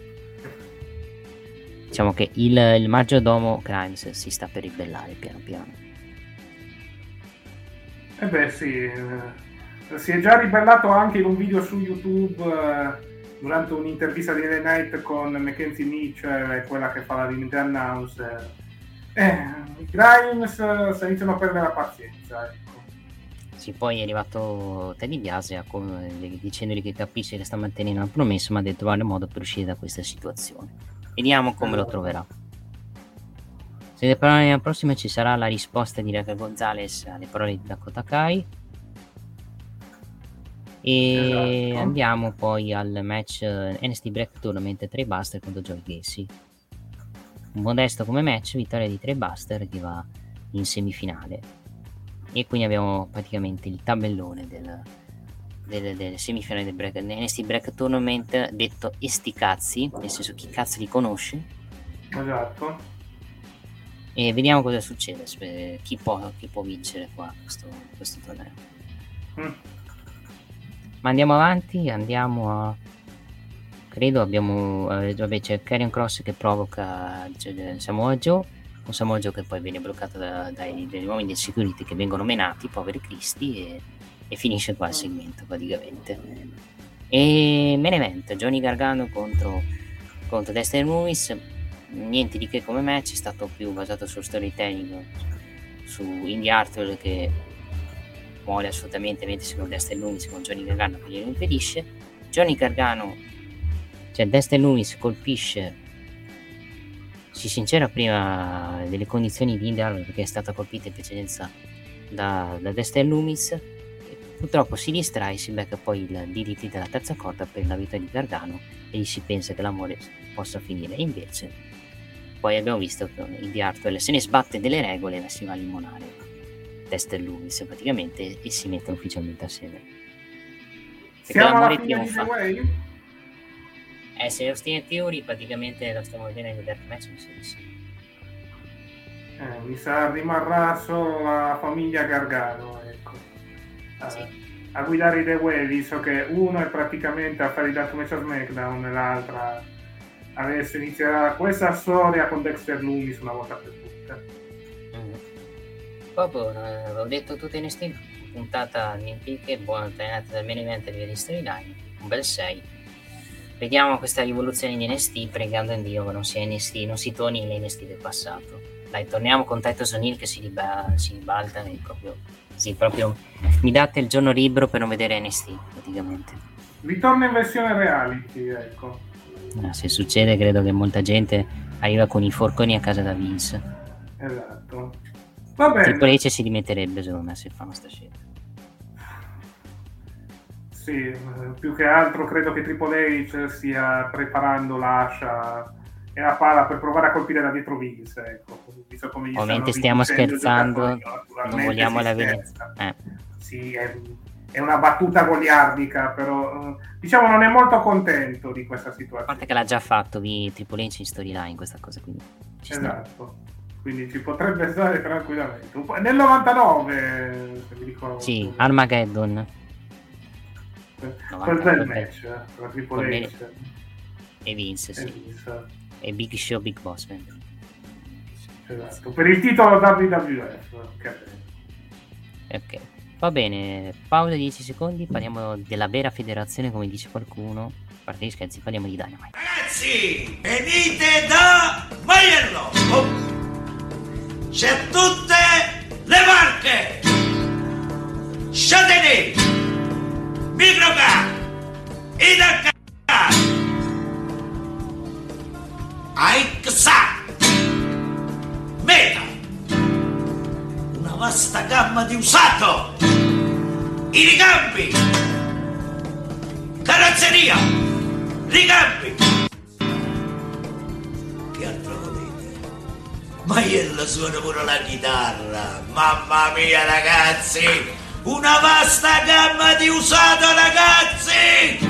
Diciamo che il maggiordomo Grimes si sta per ribellare piano piano. Sì, si è già ribellato anche in un video su YouTube durante un'intervista di LA Knight con Mackenzie Mitchell, quella che fa la ring announcer. Grimes iniziano a perdere la pazienza, ecco. Sì, poi è arrivato Teddy Biasi dicendogli che capisce che sta mantenendo una promessa, ma ha detto trovare modo per uscire da questa situazione. Vediamo come lo troverà. Se le parole nella prossima ci sarà la risposta di Raquel Gonzalez alle parole di Dakota Kai. E esatto. Andiamo poi al match NXT Break Tournament Trey Buster contro Joey Gacy. Un modesto come match, vittoria di Trey Buster che va in semifinale. E quindi abbiamo praticamente il tabellone delle semifinali del NXT Break Tournament, detto esticazzi, nel senso chi cazzo li conosce. Esatto. E vediamo cosa succede, chi può vincere qua questo torneo. Ma andiamo avanti, c'è Karrion Kross che provoca Samoa Joe, un Samoa Joe che poi viene bloccato dagli uomini del security che vengono menati, poveri cristi, e finisce qua il segmento praticamente. E main event, Johnny Gargano contro Dexter Lumis. Niente di che come match, è stato più basato sul storytelling, su Indy Hartwell che muore assolutamente mentre si con Dexter Lumis con Johnny Gargano che glielo impedisce. Dexter Lumis colpisce, si sincera prima delle condizioni di Indy Hartwell perché è stata colpita in precedenza da Dexter Lumis. Purtroppo si distrae, si becca poi il DDT della terza corda per la vita di Gargano e gli si pensa che l'amore possa finire. Invece poi abbiamo visto che Indy Hartwell se ne sbatte delle regole e si va a limonare Dexter Lumis praticamente e si mettono ufficialmente assieme. Perché l'amore trionfa. Se Austin Theory praticamente lo stiamo vedendo nel Dark Match, mi sa di sì. Mi sa rimarrà solo la famiglia Gargano, ecco. A guidare i The Way, visto che uno è praticamente a fare il Dark Match a SmackDown e l'altra adesso inizierà questa storia con Dexter Lumis una volta per tutte. Proprio avevo detto tutte in NXT, puntata niente che buona trainata dal main event di storyline, un bel 6. Vediamo questa rivoluzione di NXT, pregando in Dio che non sia NXT, non si torni l'NXT del passato. Dai, torniamo con Titus O'Neil che si ribalta e proprio mi date il giorno libero per non vedere NXT praticamente. Ritorna in versione reality, ecco. Se succede, credo che molta gente arriva con i forconi a casa da Vince. Esatto. Va bene. Triple H si dimetterebbe secondo me se fanno sta scelta. Sì, più che altro credo che Triple H stia preparando l'ascia e la pala per provare a colpire da dietro Vince, ecco. Visto come gli ovviamente stiamo scherzando, non vogliamo la violenza. Sì, è una battuta goliardica, però diciamo non è molto contento di questa situazione. A parte che l'ha già fatto Triple H in storyline questa cosa, quindi ci esatto. Quindi ci potrebbe stare tranquillamente. Nel 99, se mi ricordo. Sì, Armageddon. Quel bel match tra Triple H e Vince, sì. Vince. E Big Show, Big Boss. Esatto, per il titolo WWF. Ok, va bene, pausa 10 secondi, parliamo della vera federazione come dice qualcuno. A parte gli scherzi, parliamo di Dynamite. Ragazzi, venite da Maiello! C'è tutte le marche! Châtenay, Microcar, Idacar, Aixac, Meta, una vasta gamma di usato, i ricambi, carrozzeria, ricambi. Che altro volete? Maiello suona pure la chitarra, mamma mia ragazzi, una vasta gamma di usato ragazzi!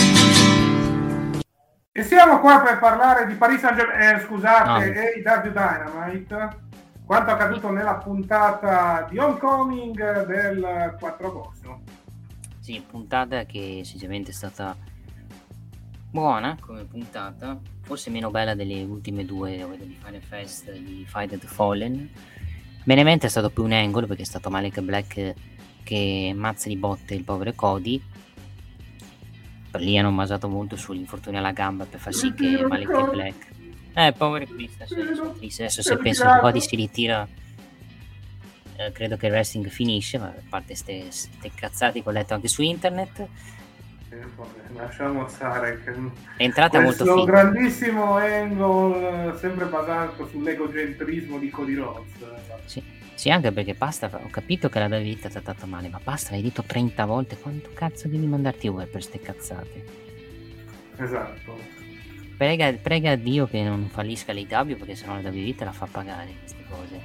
E siamo qua per parlare di Paris Saint-Germain, scusate, AEW Dynamite, quanto accaduto nella puntata di Homecoming del 4 agosto. Sì, puntata che sinceramente è stata buona come puntata, forse meno bella delle ultime due, ovvero di Final Fest e di Fight at the Fallen. Benevento è stato più un angle perché è stato Malek Black che ammazza di botte il povero Cody. Per lì hanno basato molto sull'infortunio alla gamba per far sì che Malek Black povero Cristo, adesso se penso che Cody si ritira credo che il wrestling finisce, ma a parte ste cazzate che ho letto anche su internet. Lasciamo stare che è entrata molto figa. Questo grandissimo angle sempre basato sull'egocentrismo di Cody Rhodes. Sì, anche perché Pasta, ho capito che la David ha trattato male, ma Pasta l'hai detto 30 volte, quanto cazzo devi mandarti over per ste cazzate? Esatto. Prega Dio che non fallisca l'AEW perché sennò la David te la fa pagare queste cose.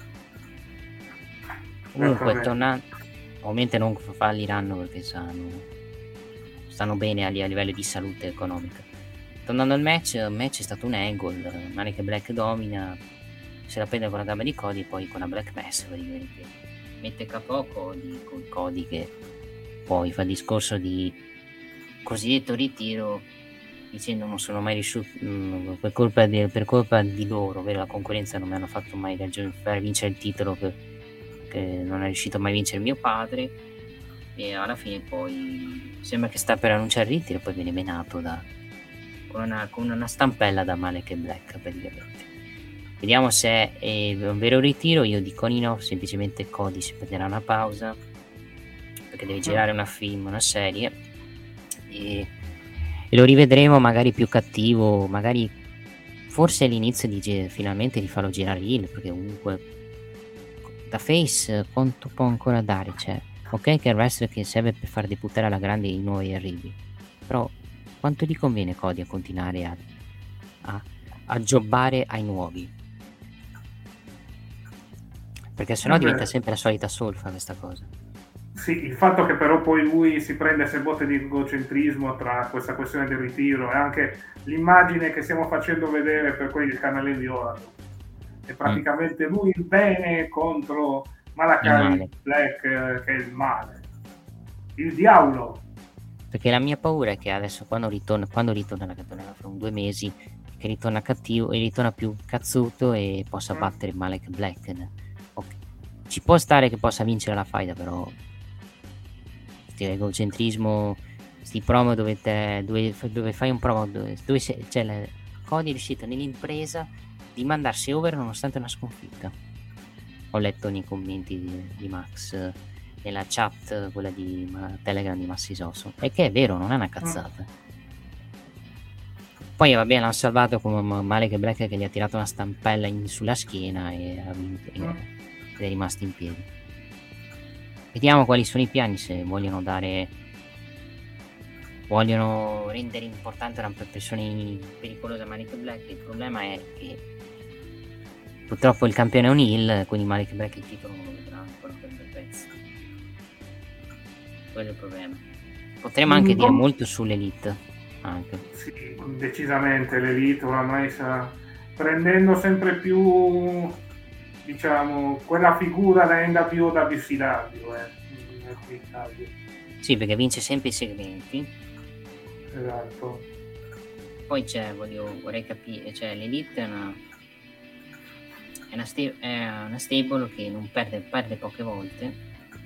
Comunque tornando, ovviamente non falliranno perché stanno bene a livello di salute economica. Tornando al match, il match è stato un angle, Malek Black domina, se la prende con la gamba di Cody e poi con la Black Mass praticamente mette capo Cody, con Cody che poi fa il discorso di cosiddetto ritiro dicendo non sono mai riuscito per colpa di loro, ovvero la concorrenza non mi hanno fatto mai far vincere il titolo che non è riuscito mai a vincere mio padre, e alla fine poi sembra che sta per annunciare il ritiro e poi viene menato con una stampella da Malek Black praticamente. Vediamo se è un vero ritiro. Io dico di no, semplicemente Cody si prenderà una pausa perché deve girare una serie e lo rivedremo magari più cattivo, magari forse all'inizio finalmente di farlo girare heel, perché comunque da face quanto può ancora dare, cioè ok che è il wrestler che serve per far debuttare alla grande i nuovi arrivi, però quanto gli conviene Cody a continuare a jobbare ai nuovi? Perché sennò diventa sempre la solita solfa questa cosa. Sì, il fatto che però poi lui si prende se botte di egocentrismo tra questa questione del ritiro e anche l'immagine che stiamo facendo vedere per quelli del canale violato. È praticamente lui il bene contro Malakai Black che è il male. Il diavolo. Perché la mia paura è che adesso quando ritorna fra 2 mesi, che ritorna cattivo e ritorna più cazzuto e possa battere Malek Black. Okay. Ci può stare che possa vincere la faida, però l'egocentrismo sti promo dove fai un promo dove c'è Cody è riuscito nell'impresa di mandarsi over nonostante una sconfitta. Ho letto nei commenti di Max nella chat, quella di Telegram di Massi Soso, e che è vero, non è una cazzata. Poi va bene, l'hanno salvato come Malek Black che gli ha tirato una stampella sulla schiena e ha vinto, ed è rimasto in piedi. Vediamo quali sono i piani, se vogliono rendere importante una persona pericolosa Malek Black. Il problema è che purtroppo il campione è un heel, quindi Malek Black il titolo non lo vedrà ancora per un bel pezzo. Quello è il problema. Potremmo anche dire molto sull'Elite, anche. Sì, decisamente l'Elite oramai sta prendendo sempre più, diciamo, quella figura da NWO o WCW in Italia. Sì, perché vince sempre i segmenti. Esatto. Poi vorrei capire, cioè l'Elite è una stable che non perde poche volte,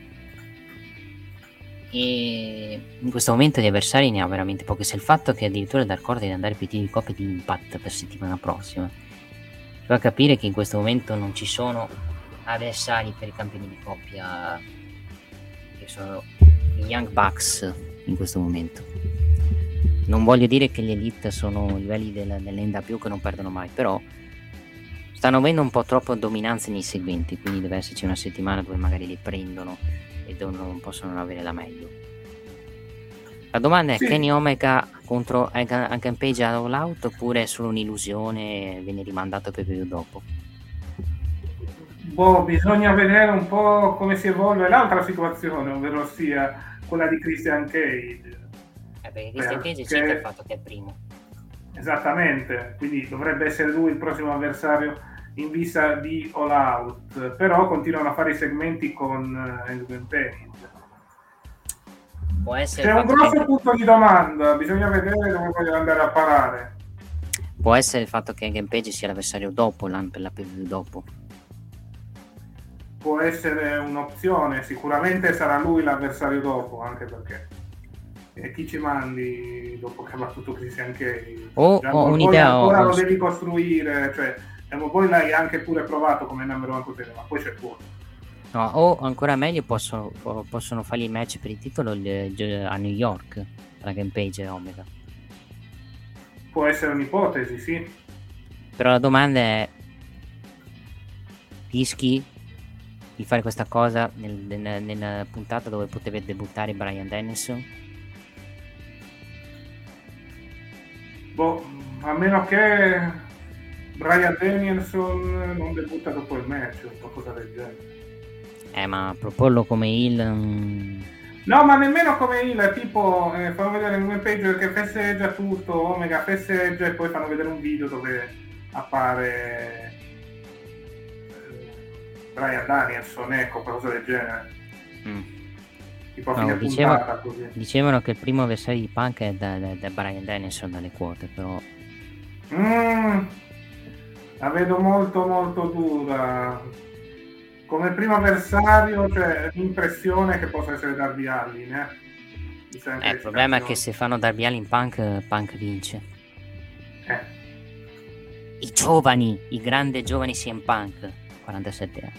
e in questo momento di avversari ne ha veramente pochi. Se il fatto che addirittura Dark Order deve andare per titoli di coppia di Impact per settimana prossima fa capire che in questo momento non ci sono avversari per i campioni di coppia, che sono i Young Bucks in questo momento. Non voglio dire che gli Elite sono livelli dell'NWO che non perdono mai, però stanno avendo un po' troppo dominanza nei segmenti, quindi deve esserci una settimana dove magari li prendono e dove non possono avere la meglio. La domanda è: Kenny Omega contro Hangman Page All Out, oppure è solo un'illusione e viene rimandato per più dopo? Bisogna vedere un po' come si evolve l'altra situazione, ovvero sia quella di Christian Cage. Perché Christian Cage c'è il fatto che è primo. Esattamente, quindi dovrebbe essere lui il prossimo avversario in vista di All Out, però continuano a fare i segmenti con Hangman Page. Può essere c'è un grosso punto di domanda, bisogna vedere dove vogliono andare a parare. Può essere il fatto che Hangman Page sia l'avversario dopo, per la PV dopo. Può essere un'opzione, sicuramente sarà lui l'avversario dopo, anche perché chi ci mandi dopo che ha battuto Christian Cage? Ho un'idea, ancora lo devi costruire, cioè poi l'hai anche pure provato come number one contender, ma poi c'è fuori. No, o ancora meglio possono fargli il match per il titolo a New York tra Rampage e Omega. Può essere un'ipotesi, sì. Però la domanda è: rischi di fare questa cosa nella puntata dove potevi debuttare Bryan Danielson? A meno che Bryan Danielson non debutta dopo il match o qualcosa del genere. Ma proporlo come heel... No, ma nemmeno come heel, tipo fanno vedere un page che festeggia tutto, Omega festeggia, e poi fanno vedere un video dove appare Bryan Danielson, ecco, qualcosa del genere. Tipo a fine puntata, così. Dicevano che il primo avversario di Punk è da Bryan Danielson dalle quote, però... La vedo molto molto dura. Come primo avversario, cioè l'impressione che possa essere Darby Allin, il problema è che se fanno Darby Allin Punk vince. I giovani, i grandi giovani CM Punk, 47 anni,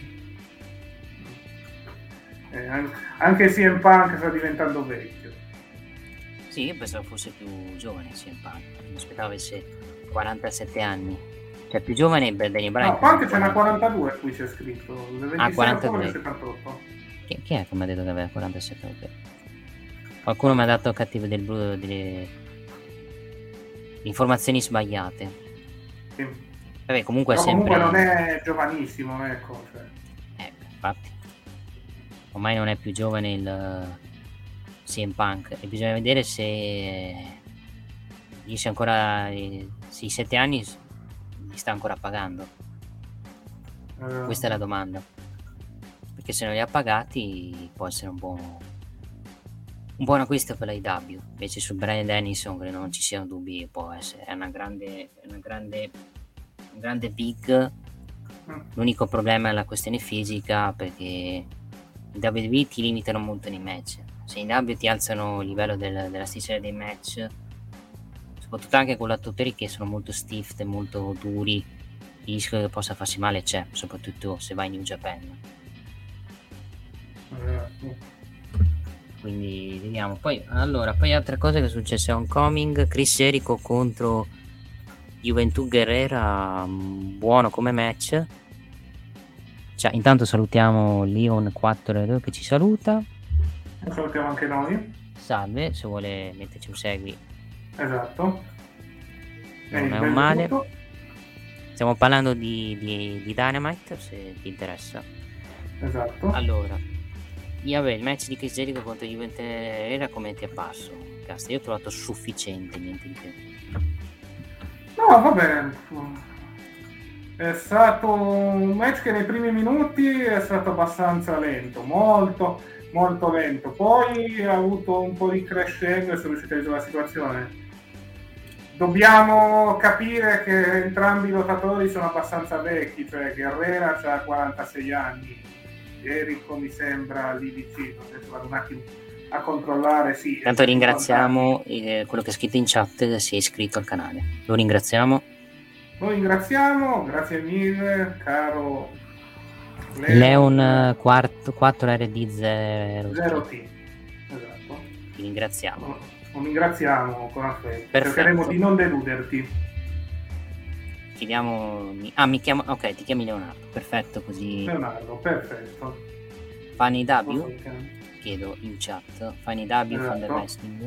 ok. Anche CM Punk sta diventando vecchio. Sì, io pensavo fosse più giovane CM Punk, mi aspettavo avesse 47 anni. Cioè più giovane è Daniel Bryan. No, Punk c'è una 42, qui c'è scritto. 42. 78. Chi è che mi ha detto che aveva 47? Qualcuno mi ha dato cattivo delle informazioni sbagliate. Sì. Vabbè, comunque però sempre... comunque non è giovanissimo, ecco. Cioè. Infatti. Ormai non è più giovane il CM Punk. E bisogna vedere se riesce ancora... Se i 7 anni... li sta ancora pagando. Questa è la domanda, perché se non li ha pagati può essere un buon acquisto per la IW. Invece su Bryan Danielson credo non ci siano dubbi, può essere un grande big. L'unico problema è la questione fisica, perché i WWE ti limitano molto nei match, Se in AW ti alzano il livello della stessa dei match, soprattutto anche con lottatori che sono molto stiff e molto duri, il rischio che possa farsi male c'è, soprattutto se vai in New Japan. Quindi vediamo. Poi altre cose che è successo a Homecoming: Chris Jericho contro Juventud Guerrera, buono come match. Cioè, intanto salutiamo Leon 4 che ci saluta. Lo salutiamo anche noi. Salve, se vuole metterci un segui. Esatto. Non è un male. Stiamo parlando di Dynamite, se ti interessa. Esatto. Allora, il match di Chris Jericho contro Juventus era come ti è apparso? Cast, io ho trovato sufficiente, niente di che. No, va bene. È stato un match che nei primi minuti è stato abbastanza lento, molto lento. Poi ha avuto un po' di crescendo e sono riusciti a risolvere la situazione. Dobbiamo capire che entrambi i lottatori sono abbastanza vecchi, cioè Guerrera ha 46 anni, Jericho mi sembra lì vicino, adesso vado un attimo a controllare. Sì, intanto ringraziamo quello che ha scritto in chat, si è iscritto al canale, lo ringraziamo. Grazie mille caro Leon 4 RD 0T. Esatto. Ti ringraziamo. Lo ringraziamo con affetto. Cercheremo di non deluderti. Chiediamo. Mi chiamo. Ok, ti chiami Leonardo. Perfetto, così. Leonardo, perfetto. Fanny W? Chiedo in chat. Fanny W esatto. Fan del Wrestling.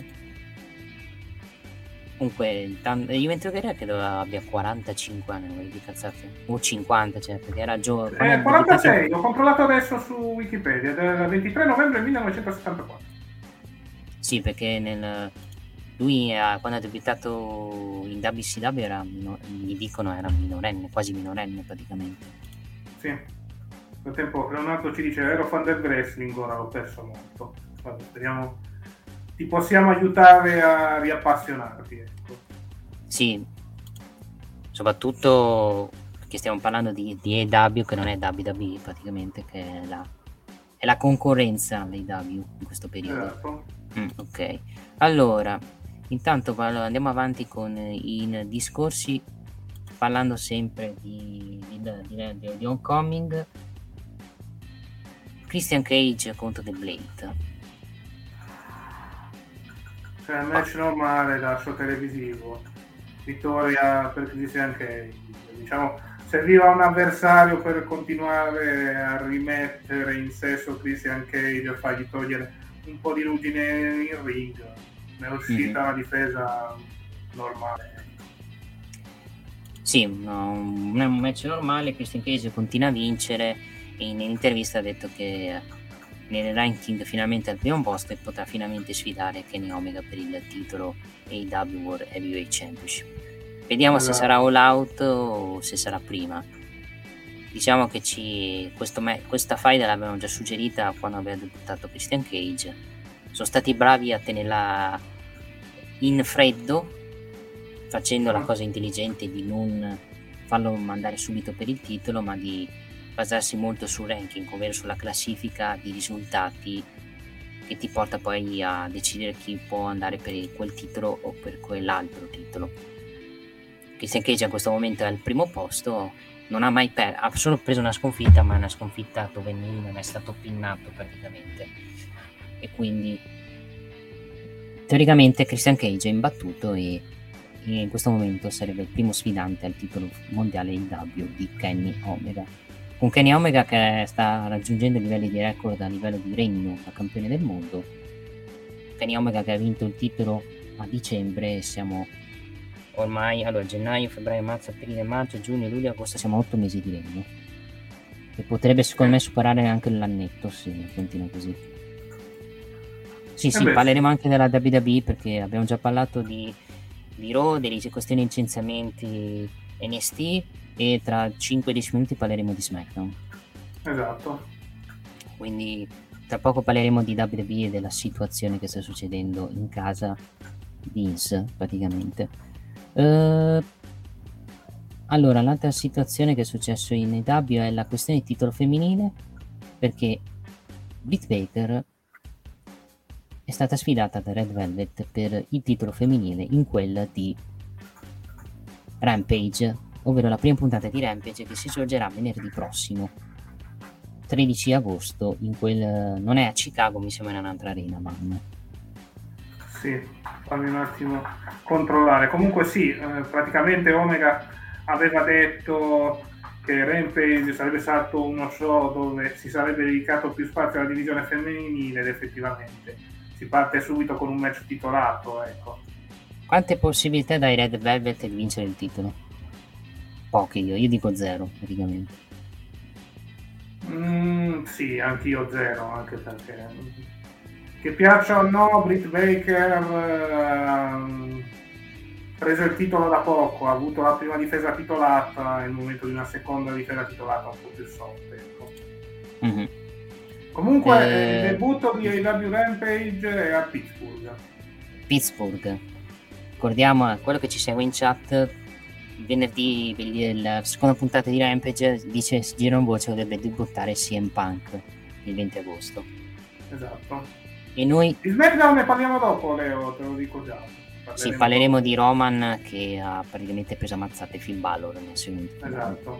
Comunque, Juventus Guerrera credo abbia 45 anni, non di cazzate. O 50, cioè, perché era giovane. 46, ho controllato adesso su Wikipedia, del 23 novembre 1974. Sì, perché lui quando ha debuttato in WCW era minorenne, quasi minorenne praticamente. Sì, nel tempo Leonardo ci dice ero fan del wrestling, ora l'ho perso molto. Vabbè, speriamo ti possiamo aiutare a riappassionarti, ecco. Sì, soprattutto perché stiamo parlando di AEW, che non è WWE praticamente, che è la concorrenza all'AEW in questo periodo. Esatto. Ok, allora intanto andiamo avanti con i discorsi, parlando sempre di Homecoming. Christian Cage contro The Blade. Cioè un match normale da show televisivo, vittoria per Christian Cage. Diciamo, serviva un avversario per continuare a rimettere in sesso Christian Cage e fargli togliere un po' di ruggine in ring. Ne è uscita una difesa normale. Sì, non è un match normale. Christian Cage continua a vincere e in intervista ha detto che nel ranking finalmente al primo posto e potrà finalmente sfidare Kenny Omega per il titolo AEW World Heavyweight Championship. Vediamo se sarà All Out o se sarà prima. Diciamo che questa fight l'avevano già suggerita quando aveva debuttato Christian Cage. Sono stati bravi a tenerla in freddo, facendo la cosa intelligente di non farlo mandare subito per il titolo, ma di basarsi molto sul ranking, ovvero sulla classifica di risultati che ti porta poi a decidere chi può andare per quel titolo o per quell'altro titolo. Christian Cage in questo momento è al primo posto, non ha mai ha solo preso una sconfitta, ma una sconfitta dove non è stato pinnato praticamente, e quindi teoricamente Christian Cage è imbattuto e in questo momento sarebbe il primo sfidante al titolo mondiale AEW di Kenny Omega. Con Kenny Omega che sta raggiungendo livelli di record a livello di regno da campione del mondo. Kenny Omega che ha vinto il titolo a dicembre, siamo ormai gennaio, febbraio, marzo, aprile, maggio, giugno, luglio, agosto, siamo 8 mesi di regno, e potrebbe secondo me superare anche l'annetto se continua così. Sì, parleremo anche della WWE, perché abbiamo già parlato di Raw, delle questioni di licenziamenti NXT, e tra 5-10 minuti parleremo di SmackDown. Esatto. Quindi tra poco parleremo di WWE e della situazione che sta succedendo in casa Vince praticamente. Allora, l'altra situazione che è successo in AEW è la questione di titolo femminile, perché Britt Baker è stata sfidata da Red Velvet per il titolo femminile in quella di Rampage, ovvero la prima puntata di Rampage che si svolgerà venerdì prossimo 13 agosto in quel, non è a Chicago, mi sembra in un'altra arena, ma sì, fammi un attimo controllare. Comunque sì, praticamente Omega aveva detto che Rampage sarebbe stato uno show dove si sarebbe dedicato più spazio alla divisione femminile ed effettivamente si parte subito con un match titolato, ecco. Quante possibilità dai Red Velvet di vincere il titolo? Poche, io dico 0 praticamente. Sì, anch'io 0, anche perché che piaccia o no, Britt Baker ha preso il titolo da poco, ha avuto la prima difesa titolata e il momento di una seconda difesa titolata un po' più soft, ecco. Mm-hmm. Comunque il debutto di AEW Rampage è a Pittsburgh. Ricordiamo a quello che ci segue in chat, venerdì la seconda puntata di Rampage dice, si gira un voce, dovrebbe debuttare CM Punk il 20 agosto. Esatto. E noi di SmackDown ne parliamo dopo, Leo, te lo dico già. Parleremo di Roman che ha praticamente preso ammazzate Finn Balor nel seguente. Esatto.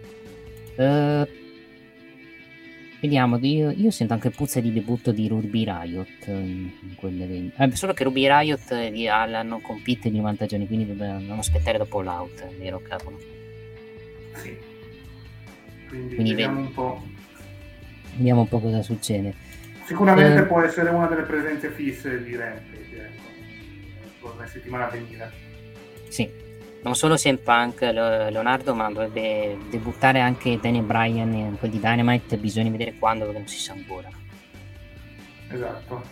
Vediamo, io sento anche puzza di debutto di Ruby Riot in quell'evento. Solo che Ruby Riot hanno compite di 90 giorni, quindi dobbiamo aspettare dopo l'out, vero cavolo? Sì. Quindi vediamo un po'. Vediamo un po' cosa succede. Sicuramente può essere una delle presenze fisse di Rampage, ecco, la settimana a venire. Sì. Non solo CM Punk, Leonardo, ma dovrebbe debuttare anche Daniel Bryan in quel di Dynamite. Bisogna vedere quando, perché non si sa ancora. Esatto.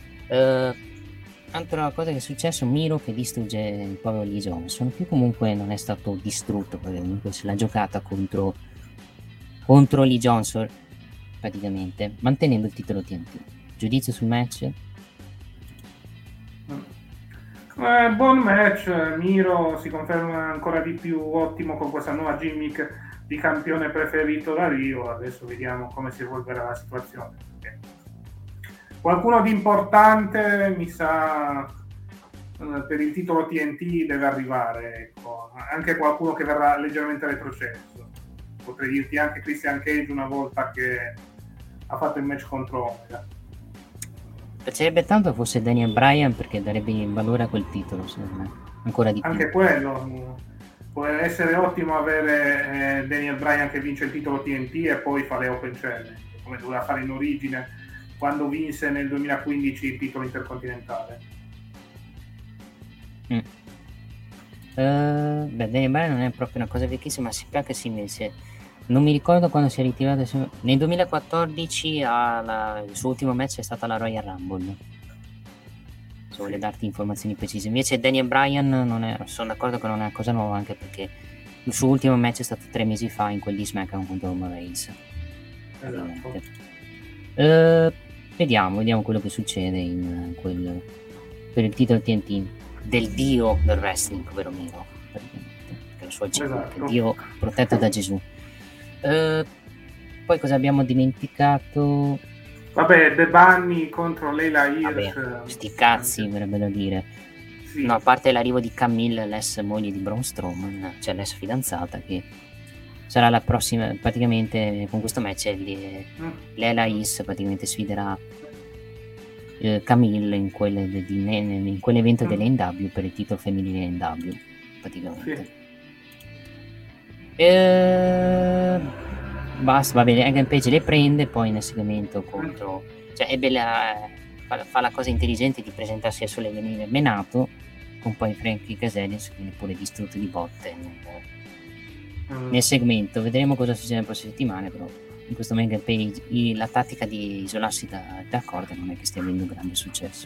Altra cosa che è successo, Miro che distrugge il povero Lee Johnson, che comunque non è stato distrutto, perché comunque se l'ha giocata contro Lee Johnson, praticamente, mantenendo il titolo TNT. Giudizio sul match? Buon match, Miro si conferma ancora di più ottimo con questa nuova gimmick di campione preferito da Rio. Adesso vediamo come si evolverà la situazione. Qualcuno di importante, mi sa, per il titolo TNT deve arrivare, ecco. Anche qualcuno che verrà leggermente retrocesso. Potrei dirti anche Christian Cage una volta che ha fatto il match contro Omega. Piacerebbe tanto fosse Daniel Bryan, perché darebbe valore a quel titolo, secondo me, ancora di più. Anche quello può essere ottimo avere Daniel Bryan che vince il titolo TNT e poi fa le Open Challenge, come doveva fare in origine quando vinse nel 2015 il titolo intercontinentale. Daniel Bryan non è proprio una cosa vecchissima, ma si che si invece. Non mi ricordo quando si è ritirato. Nel 2014 il suo ultimo match è stata la Royal Rumble. Se vuole darti informazioni precise. Invece Daniel Bryan sono d'accordo che non è una cosa nuova, anche perché il suo ultimo match è stato 3 mesi fa in quel di SmackDown contro Roman Reigns. Esatto. Vediamo quello che succede in quel per il titolo TNT del dio del wrestling, ovvero Miro, che è la sua esatto. Dio protetto da Gesù. Poi cosa abbiamo dimenticato? Vabbè, The Bunny contro Leila Hirsch. Sti cazzi, verrebbe da dire. Sì. No, a parte l'arrivo di Camille, l'ex moglie di Braun Strowman, cioè l'ex fidanzata, che sarà la prossima, praticamente con questo match Leila Hirsch praticamente sfiderà Camille in quell'evento dell'NW per il titolo femminile NW, praticamente. Sì. Basta, va bene, Rampage le prende poi nel segmento contro, cioè è bella, fa la cosa intelligente di presentarsi solo venire menato con poi Frankie Kazarian, quindi pure distrutto di botte nel segmento. Vedremo cosa succede nelle prossime settimane, però in questo momento Rampage la tattica di isolarsi da corda non è che stia avendo grande successo.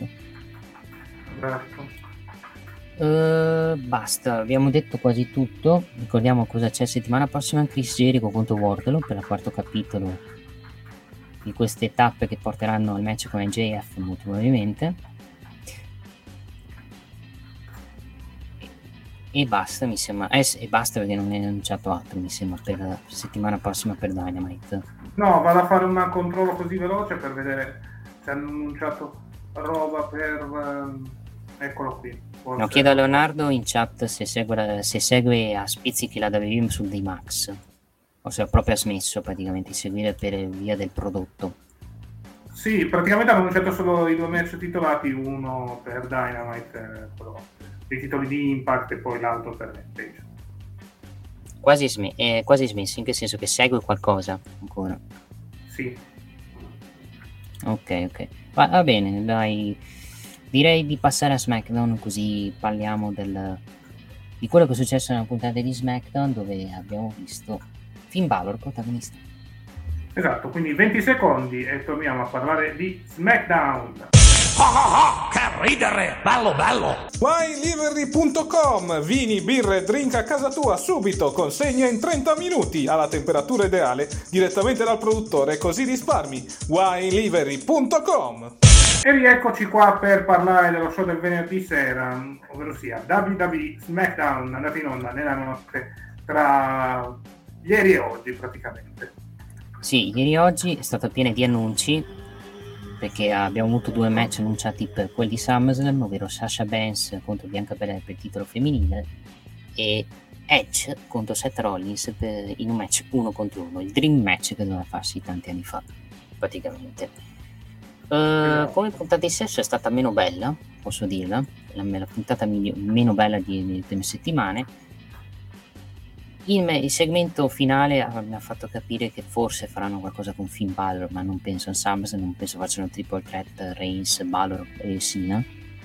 Basta, abbiamo detto quasi tutto. Ricordiamo cosa c'è settimana prossima: Chris Jericho contro Wardlow per il 4º capitolo di queste tappe che porteranno al match con MJF molto probabilmente. E basta, mi sembra. E basta, perché non è annunciato altro, mi sembra, per la settimana prossima per Dynamite. No, vado a fare un controllo così veloce per vedere se hanno annunciato roba per... eccolo qui. Forse. No, chiedo a Leonardo in chat se segue a spizzichi la WWE sul D-Max o se proprio ha smesso praticamente di seguire per via del prodotto. Sì, praticamente hanno annunciato solo i 2 match titolati, uno per Dynamite, i titoli di Impact, e poi l'altro per Rampage. Quasi smesso, in che senso che segue qualcosa ancora? Sì. Ok. Va bene, dai. Direi di passare a SmackDown, così parliamo di quello che è successo nella puntata di SmackDown, dove abbiamo visto Finn Balor protagonista. Esatto, quindi 20 secondi e torniamo a parlare di SmackDown. Che ridere, bello! WineLivery.com, vini, birre, drink a casa tua subito, consegna in 30 minuti alla temperatura ideale direttamente dal produttore, così risparmi. WineLivery.com. E rieccoci qua per parlare dello show del venerdì sera, ovvero sia WWE SmackDown, andato in onda nella notte tra ieri e oggi praticamente. Sì, ieri e oggi è stato pieno di annunci, perché abbiamo avuto 2 match annunciati per quelli di SummerSlam, ovvero Sasha Banks contro Bianca Belair per il titolo femminile e Edge contro Seth Rollins in un match 1 contro 1, il dream match che doveva farsi tanti anni fa praticamente. Come puntata di sesso è stata meno bella, posso dirla, la puntata meno bella di prime settimane. Il segmento finale mi ha fatto capire che forse faranno qualcosa con Finn Balor, ma non penso a SummerSlam, non penso facciano triple threat Reigns, Balor e Cena.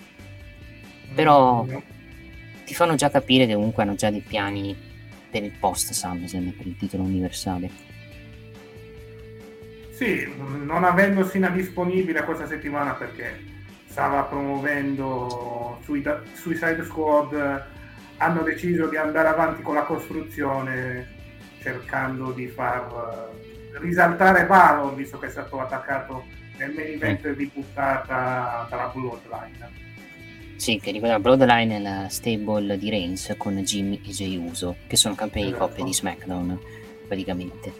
Però ti fanno già capire che comunque hanno già dei piani per il post SummerSlam, per il titolo universale. Sì, non avendo Cena disponibile questa settimana perché stava promuovendo Suicide Squad, hanno deciso di andare avanti con la costruzione cercando di far risaltare Balor, visto che è stato attaccato nel main event di puntata dalla Bloodline. Sì, che riguarda la Bloodline e la stable di Reigns con Jimmy e Jey Uso, che sono campioni di coppia di SmackDown praticamente.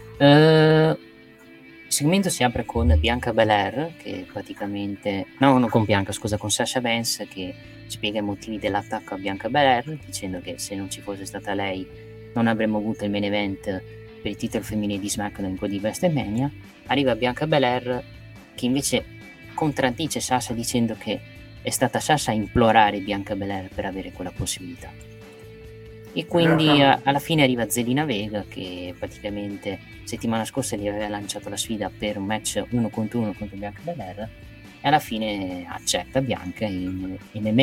Il segmento si apre con Bianca Belair, che praticamente... No, non con Bianca, scusa, con Sasha Banks, che spiega i motivi dell'attacco a Bianca Belair, dicendo che se non ci fosse stata lei non avremmo avuto il main event per il titolo femminile di SmackDown in quello di WrestleMania. Arriva Bianca Belair, che invece contraddice Sasha dicendo che è stata Sasha a implorare Bianca Belair per avere quella possibilità. E quindi alla fine arriva Zelina Vega, che praticamente settimana scorsa gli aveva lanciato la sfida per un match 1 contro 1 contro Bianca Belair, e alla fine accetta Bianca non nel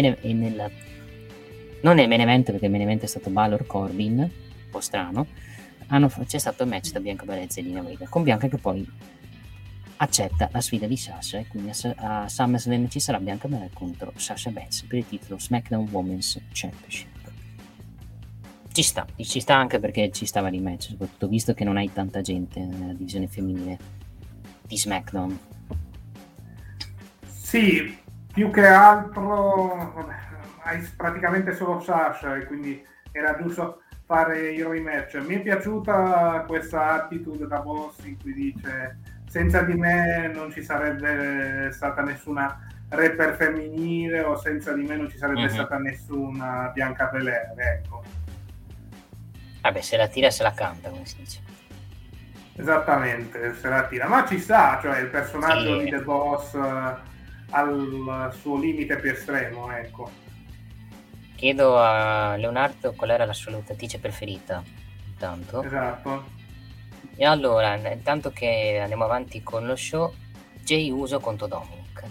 main event, perché il main event è stato Balor Corbin, un po' strano. C'è stato il match da Bianca Belair e Zelina Vega, con Bianca che poi accetta la sfida di Sasha, e quindi a SummerSlam ci sarà Bianca Belair contro Sasha Banks per il titolo SmackDown Women's Championship. Ci sta anche perché ci stava di match, soprattutto visto che non hai tanta gente nella divisione femminile di SmackDown. Sì, più che altro hai praticamente solo Sasha e quindi era giusto fare i rematch. Mi è piaciuta questa attitude da boss in cui dice: senza di me non ci sarebbe stata nessuna rapper femminile, o senza di me non ci sarebbe stata nessuna Bianca Belair, ecco. Vabbè, se la tira se la canta, come si dice. Esattamente, se la tira, ma ci sta, cioè il personaggio di The Boss al suo limite più estremo, ecco. Chiedo a Leonardo qual era la sua lottatrice preferita, intanto. Esatto. E allora, intanto che andiamo avanti con lo show, Jey Uso contro Dominic.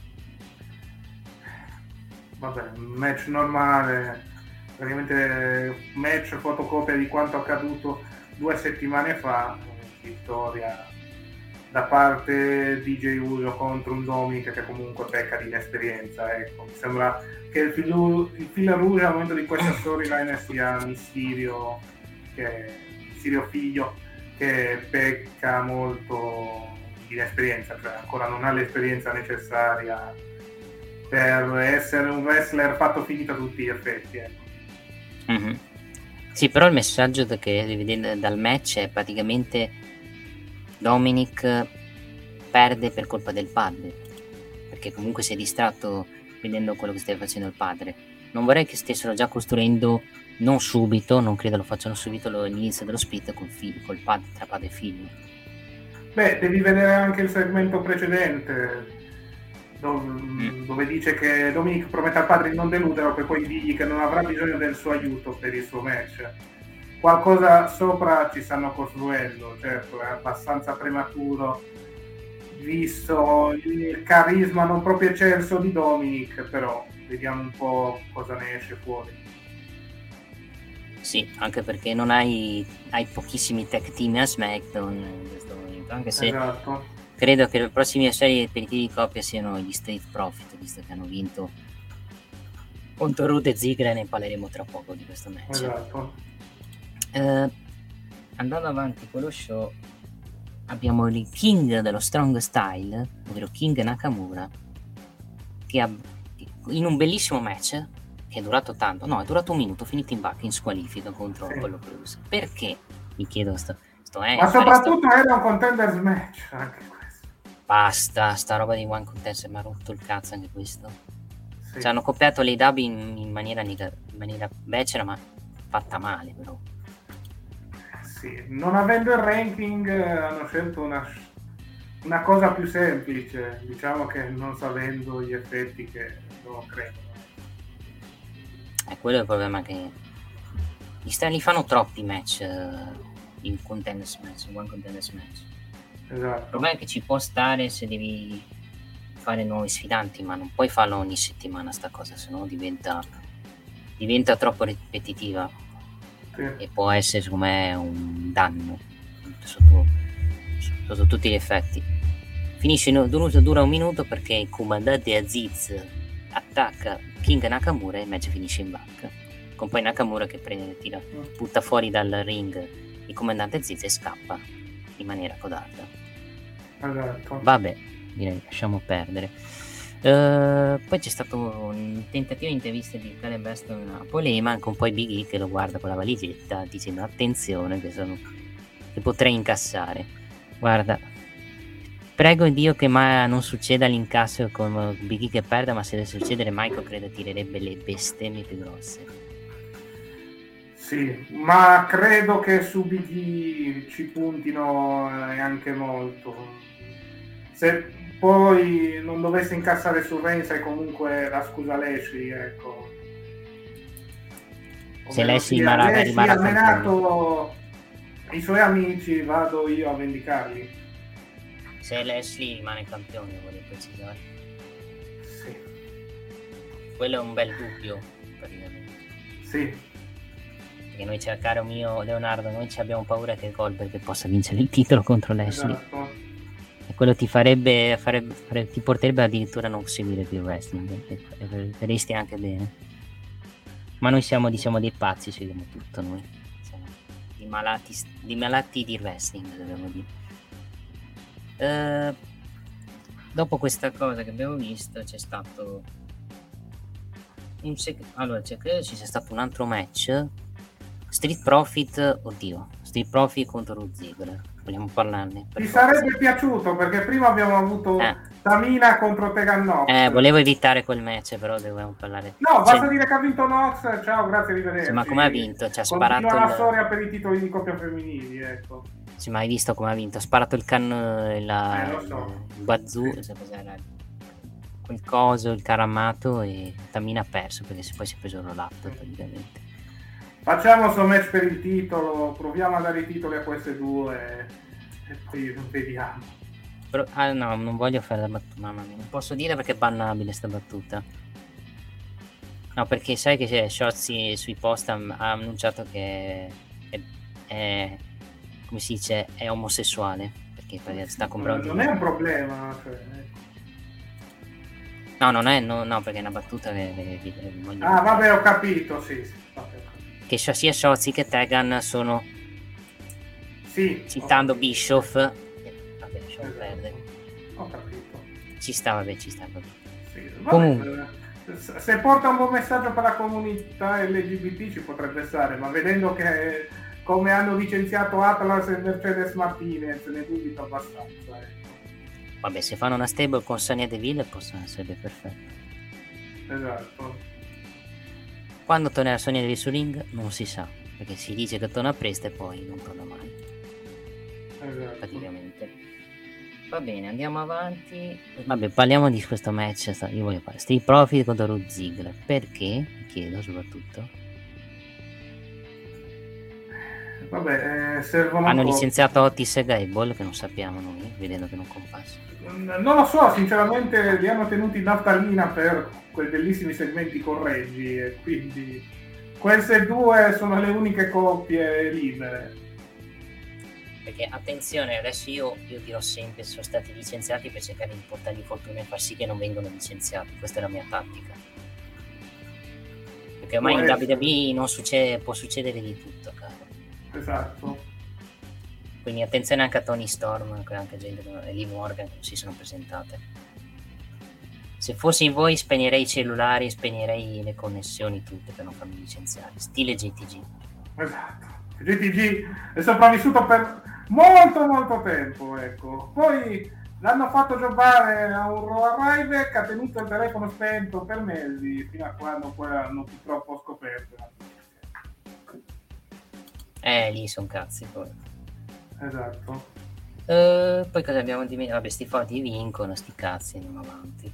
Vabbè, match normale, praticamente match fotocopia di quanto accaduto 2 settimane fa, vittoria da parte di Jey Uso contro un Dominic che comunque pecca di inesperienza, ecco. Mi sembra che il fil rouge al momento di questa storyline sia Mysterio figlio, che pecca molto di inesperienza, cioè ancora non ha l'esperienza necessaria per essere un wrestler fatto finito a tutti gli effetti, ecco. Mm-hmm. Sì, però il messaggio che vedete dal match è praticamente Dominic perde per colpa del padre, perché comunque si è distratto vedendo quello che stava facendo il padre. Non vorrei che stessero già costruendo, non subito, non credo lo facciano subito, l'inizio dello split col padre, tra padre e figlio. Beh, devi vedere anche il segmento precedente dove dice che Dominic promette al padre di non deluderlo, che poi digli che non avrà bisogno del suo aiuto per il suo match. Qualcosa sopra ci stanno costruendo, certo, è abbastanza prematuro visto il carisma non proprio eccelso di Dominic, però vediamo un po' cosa ne esce fuori. Sì, anche perché non hai pochissimi tag team a SmackDown in questo momento, anche se credo che le prossime serie per i tiri di coppia siano gli Street Profit, visto che hanno vinto contro Rude e Ziggler, ne parleremo tra poco di questo match. Esatto. Andando avanti con lo show, abbiamo il King dello Strong Style, ovvero King Nakamura, che in un bellissimo match che è durato tanto, no, è durato 1 minuto, finito in back in squalifica contro quello Cruz. Perché? Mi chiedo ma soprattutto era un contenders match anche questo. Basta, sta roba di one contender mi ha rotto il cazzo anche questo. Cioè, hanno copiato le dub in maniera becera, ma fatta male però. Sì, non avendo il ranking hanno scelto una cosa più semplice, diciamo che non sapendo gli effetti che loro credono. Quello è il problema, che li fanno troppi match in contenders match, in one contenders match. Esatto. Il problema è che ci può stare se devi fare nuovi sfidanti, ma non puoi farlo ogni settimana sta cosa, sennò diventa troppo ripetitiva. E può essere secondo me un danno sotto tutti gli effetti. Finisce dura 1 minuto perché il comandante Aziz attacca King Nakamura e il match finisce in back, con poi Nakamura che butta fuori dal ring il comandante Aziz e scappa in maniera codata. Esatto. Vabbè, direi lasciamo perdere. Poi c'è stato un tentativo di intervista di Caleb Weston a Polema, con poi Big E che lo guarda con la valigetta dicendo attenzione che potrei incassare. Guarda, prego Dio che mai non succeda l'incasso con Big E che perde, ma se deve succedere Michael credo tirerebbe le bestemmie più grosse. Sì, ma credo che su Big E ci puntino e anche molto. Se poi non dovesse incassare su Reigns è comunque la scusa Lashley, ecco. Se Lashley rimarrà allenato i suoi amici, vado io a vendicarli. Se Lashley rimane campione, vorrei precisare. Sì. Quello è un bel dubbio, praticamente. Sì. Perché noi caro mio Leonardo, noi ci abbiamo paura che Goldberg possa vincere il titolo contro Lashley. Esatto. E quello ti ti porterebbe addirittura a non seguire più il wrestling, e vedresti anche bene. Ma noi siamo, diciamo, dei pazzi, seguiamo tutto noi. Siamo dei malati di wrestling, dobbiamo dire. Dopo questa cosa che abbiamo visto c'è stato credo ci sia stato un altro match Street Profit contro Rude Ziggler. Vogliamo parlarne? Ti sarebbe piaciuto, perché prima abbiamo avuto Tamina contro Tegan Nox. Volevo evitare quel match, però dovevamo parlare. No, basta dire che ha vinto Nox. Ciao, grazie, arrivederci. Sì, ma come ha vinto? Ci ha sparato la storia per i titoli di coppia femminili, ecco. Sì, ma hai visto come ha vinto? Ha sparato il lo so. il bazoo, cos'era? Quel coso, il caramato, e Tamina ha perso perché poi si è preso il roll-up praticamente. Facciamo questo match per il titolo, proviamo a dare i titoli a queste due e poi vediamo. Però, no, non voglio fare la battuta, mamma mia, non posso dire perché è bannabile sta battuta. No, perché sai che Shotzi sui post ha annunciato che è come si dice, è omosessuale, perché sta comprando. Non è un problema, cioè. No, non è, no, perché è una battuta che vabbè, ho capito, sì. Vabbè. Che sia Shotzi che Tegan sono citando Bischoff. Vabbè, lasciamo perdere. Ho capito. Ci sta. Sì, comunque, se porta un buon messaggio per la comunità LGBT ci potrebbe stare, ma vedendo che come hanno licenziato Atlas e Mercedes Martinez ne dubito abbastanza. Vabbè, se fanno una stable con Sonya Deville sarebbe perfetto. Esatto. Quando tornerà Sonya Deville su ring non si sa, perché si dice che torna presto e poi non torna mai. Esatto. Praticamente. Va bene, andiamo avanti. Vabbè, parliamo di questo match. Io voglio parlare Street Profit contro Ruth Ziggler. Perché? Mi chiedo soprattutto. Vabbè, servono. Hanno licenziato Otis e Gable, che non sappiamo noi, vedendo che non compasso. Non lo so, sinceramente li hanno tenuti in naftalina per quei bellissimi segmenti con Reggie, e quindi queste due sono le uniche coppie libere. Perché attenzione, adesso io dirò sempre sono stati licenziati per cercare di portargli fortuna e far sì che non vengano licenziati. Questa è la mia tattica. Perché ormai in WWE non succede, può succedere di tutto, caro. Esatto. Quindi attenzione anche a Tony Storm, anche gente come Lee Morgan che non si sono presentate. Se fossi in voi spegnerei i cellulari, spegnerei le connessioni tutte per non farmi licenziare. Stile GTG. Esatto. GTG è sopravvissuto per molto tempo, ecco. Poi l'hanno fatto giocare a un Raw Ryback, ha tenuto il telefono spento per mesi, fino a quando poi hanno purtroppo scoperto. Lì sono cazzi poi. Esatto. Poi cosa abbiamo dimenticato? Vabbè, sti forti vincono, sti cazzi, andiamo avanti.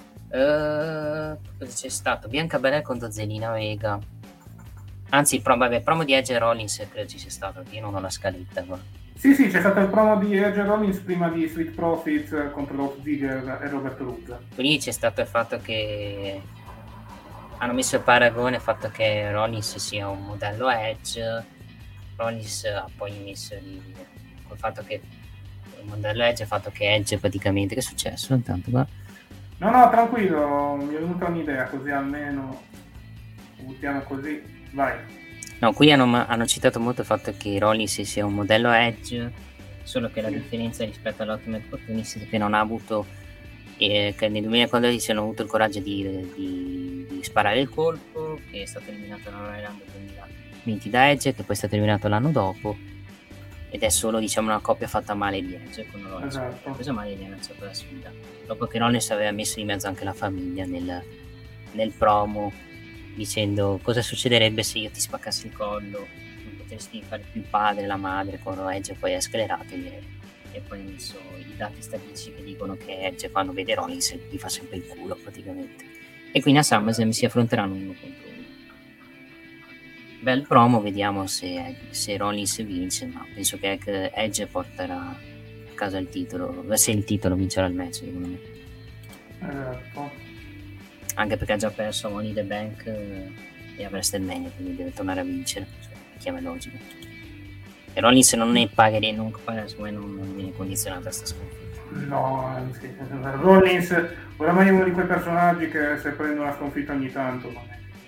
Cosa c'è stato? Bianca Belair contro Zelina Vega. Anzi, promo di Edge e Rollins credo ci sia stato, perché io non ho la scaletta qua. Sì, c'è stato il promo di Edge e Rollins prima di Street Profits contro Dolph Ziggler e Robert Roode. Quindi c'è stato il fatto che hanno messo il paragone, il fatto che Rollins sia un modello Edge. Rollins ha poi messo col fatto che il modello Edge ha fatto che Edge praticamente, che è successo intanto qua? No, tranquillo, mi è venuta un'idea, così almeno buttiamo così, vai. No, qui hanno citato molto il fatto che Rollins sia un modello Edge, solo che la differenza rispetto all'Ultimate Opportunity è che non ha avuto che nel 2014 hanno avuto il coraggio di sparare il colpo, che è stato eliminato nel Rumble 2020 da Edge, che poi è stato eliminato l'anno dopo, ed è solo una coppia fatta male di Edge con Rollins. Esatto. Ha preso male e gli ha lanciato la sfida dopo che Rollins aveva messo di mezzo anche la famiglia nel promo, dicendo cosa succederebbe se io ti spaccassi il collo, non potresti fare più il padre, la madre con Edge. Poi è sclerato e poi ha messo i dati statistici che dicono che Edge quando vede Rollins gli fa sempre il culo praticamente, e quindi a SummerSlam si affronteranno uno contro uno. Bel promo, vediamo se Rollins vince, ma penso che Edge porterà a casa il titolo, se il titolo vincerà il match secondo me. Esatto. Anche perché ha già perso Money in the Bank e a WrestleMania, quindi deve tornare a vincere, chiama logico. E Rollins non viene condizionato a sta sconfitta. No, anzi, Rollins oramai è uno di quei personaggi che se prende una sconfitta ogni tanto non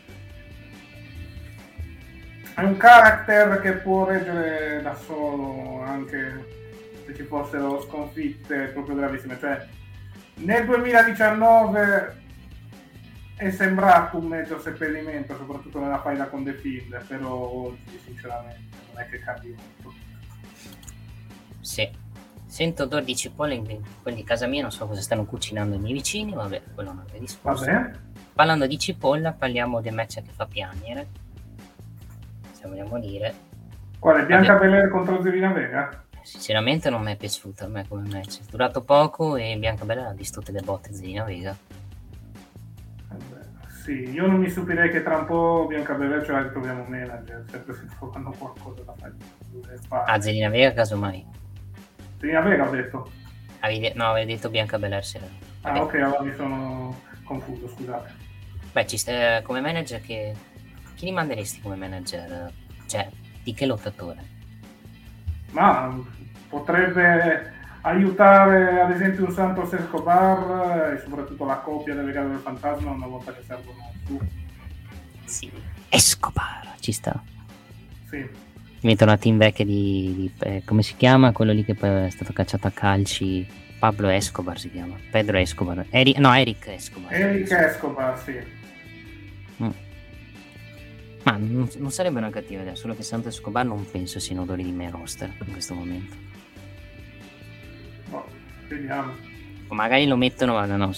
è un character che può reggere da solo anche se ci fossero sconfitte proprio gravissime. Cioè nel 2019 è sembrato un mezzo seppellimento, soprattutto nella faida con The Fiend, però oggi sinceramente non è che cambi molto. Sì, sento odore di cipolle in quelli di casa mia, non so cosa stanno cucinando i miei vicini, vabbè, quello è un altro discorso. Vabbè. Parlando di cipolla, parliamo del match che fa piangere, se vogliamo dire. Quale? Bianca Belair contro Zelina Vega? Sinceramente non mi è piaciuto a me come match, è durato poco e Bianca Belair ha distrutto le botte Zelina Vega. Sì, io non mi stupirei che tra un po' Bianca Belair ce la ritroviamo manager, sempre se trovano qualcosa da fare. Zelina Vega casomai. Zelina Vega ho detto? No, avevi detto Bianca Belair. Ah, ok, allora mi sono confuso, scusate. Beh, ci sta come manager chi li manderesti come manager? Cioè, di che lottatore? Ma potrebbe aiutare ad esempio un Santos Escobar e soprattutto la coppia del legame del fantasma una volta che servono su. Sì, Escobar, ci sta. Sì. Diventa una team vecchia di come si chiama? Quello lì che poi è stato cacciato a calci. Pablo Escobar si chiama. Pedro Escobar. Eric Escobar. Eric Escobar, sì. Ma non sarebbe una cattiva idea, solo che Santos Escobar non penso siano odori di main roster in questo momento. Vediamo. O magari lo mettono, no.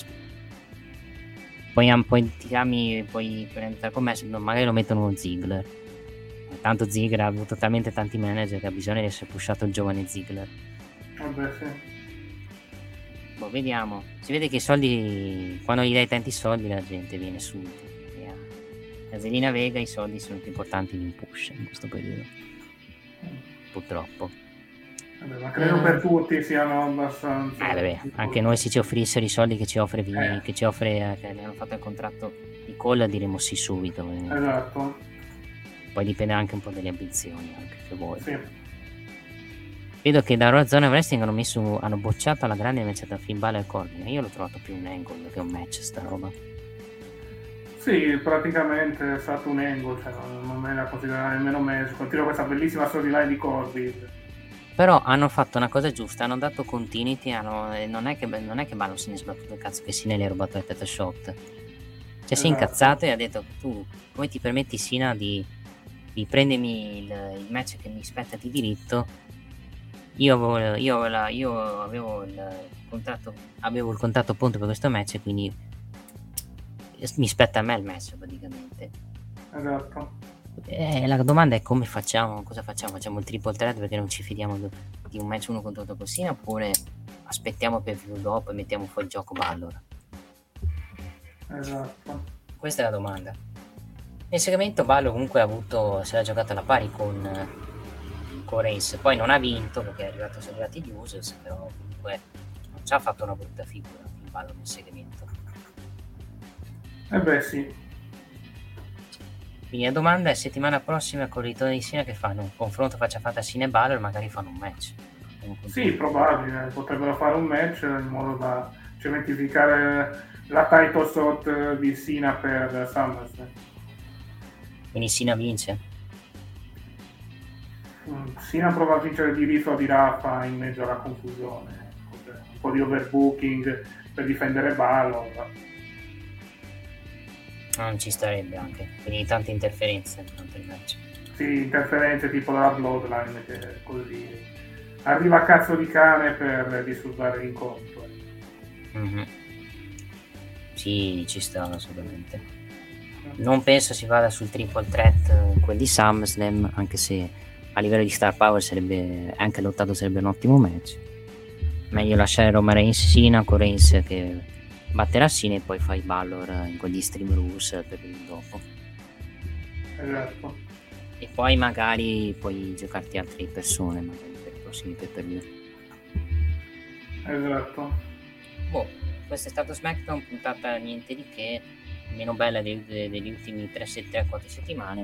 Poi tirami, poi per entrare con me, magari lo mettono uno Ziggler. Tanto Ziggler ha avuto talmente tanti manager che ha bisogno di essere pushato il giovane Ziggler. Vabbè, sì. Boh, vediamo. Si vede che i soldi, quando gli dai tanti soldi, la gente viene subito. A Zelina Vega i soldi sono più importanti di un push in questo periodo. Purtroppo. Vabbè, ma credo per tutti siano abbastanza. Vabbè, anche noi se ci offrissero i soldi che ci offre che ne hanno fatto il contratto di Cole, diremo sì subito. Esatto. Poi dipende anche un po' dalle ambizioni, anche che vuoi. Sì. Vedo che da Raw Zone Wrestling hanno bocciato alla grande il match da Finn Balor e Corbin. Io l'ho trovato più un angle che un match sta roba. Sì, praticamente è stato un angle, cioè non me la considerare nemmeno match. Continua questa bellissima storyline di Corbin. Però hanno fatto una cosa giusta, hanno dato continuity, non è che Balor se ne è sbattuto il cazzo che Sina le ha rubato il pet shot. Cioè si è incazzato e ha detto: tu come ti permetti, Sina, di prendermi il match che mi spetta di diritto? Io avevo il contratto pronto per questo match e quindi mi spetta a me il match praticamente. Esatto. La domanda è come facciamo, cosa facciamo? Facciamo il triple threat perché non ci fidiamo di un match uno contro uno con Sina, oppure aspettiamo per più dopo e mettiamo fuori gioco Balor? Esatto. Questa è la domanda. Nel segmento Balor comunque se l'ha giocato alla pari con Reigns, poi non ha vinto perché sono arrivati gli Usos, però comunque non ci ha fatto una brutta figura il Balor nel segmento. Beh sì. Quindi la domanda è: settimana prossima con il ritorno di Sina che fanno? Un confronto faccia fatta Sina e Balor, magari fanno un match. Sì, probabile, potrebbero fare un match in modo da cementificare la title shot di Sina per SummerSlam. Quindi Sina vince? Sina prova a vincere di riffa o di raffa in mezzo alla confusione, un po' di overbooking per difendere Balor. Non ci starebbe anche, quindi tante interferenze durante il match. Sì, interferenze tipo la Bloodline, che così arriva a cazzo di cane per disturbare l'incontro. Mm-hmm. Sì, ci sta assolutamente. Non penso si vada sul triple threat quel di SummerSlam, anche se a livello di star power anche lottato sarebbe un ottimo match. Meglio lasciare Roman Reigns Sina con Reigns che batterà Sina e poi fai Balor in quegli Stream Rules per il dopo. Esatto. E poi magari puoi giocarti altre persone magari per i prossimi pay-per-view. Esatto. Boh, questo è stato SmackDown, puntata niente di che, meno bella degli ultimi 3-4 settimane.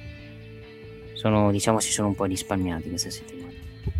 Si sono un po' risparmiati questa settimana.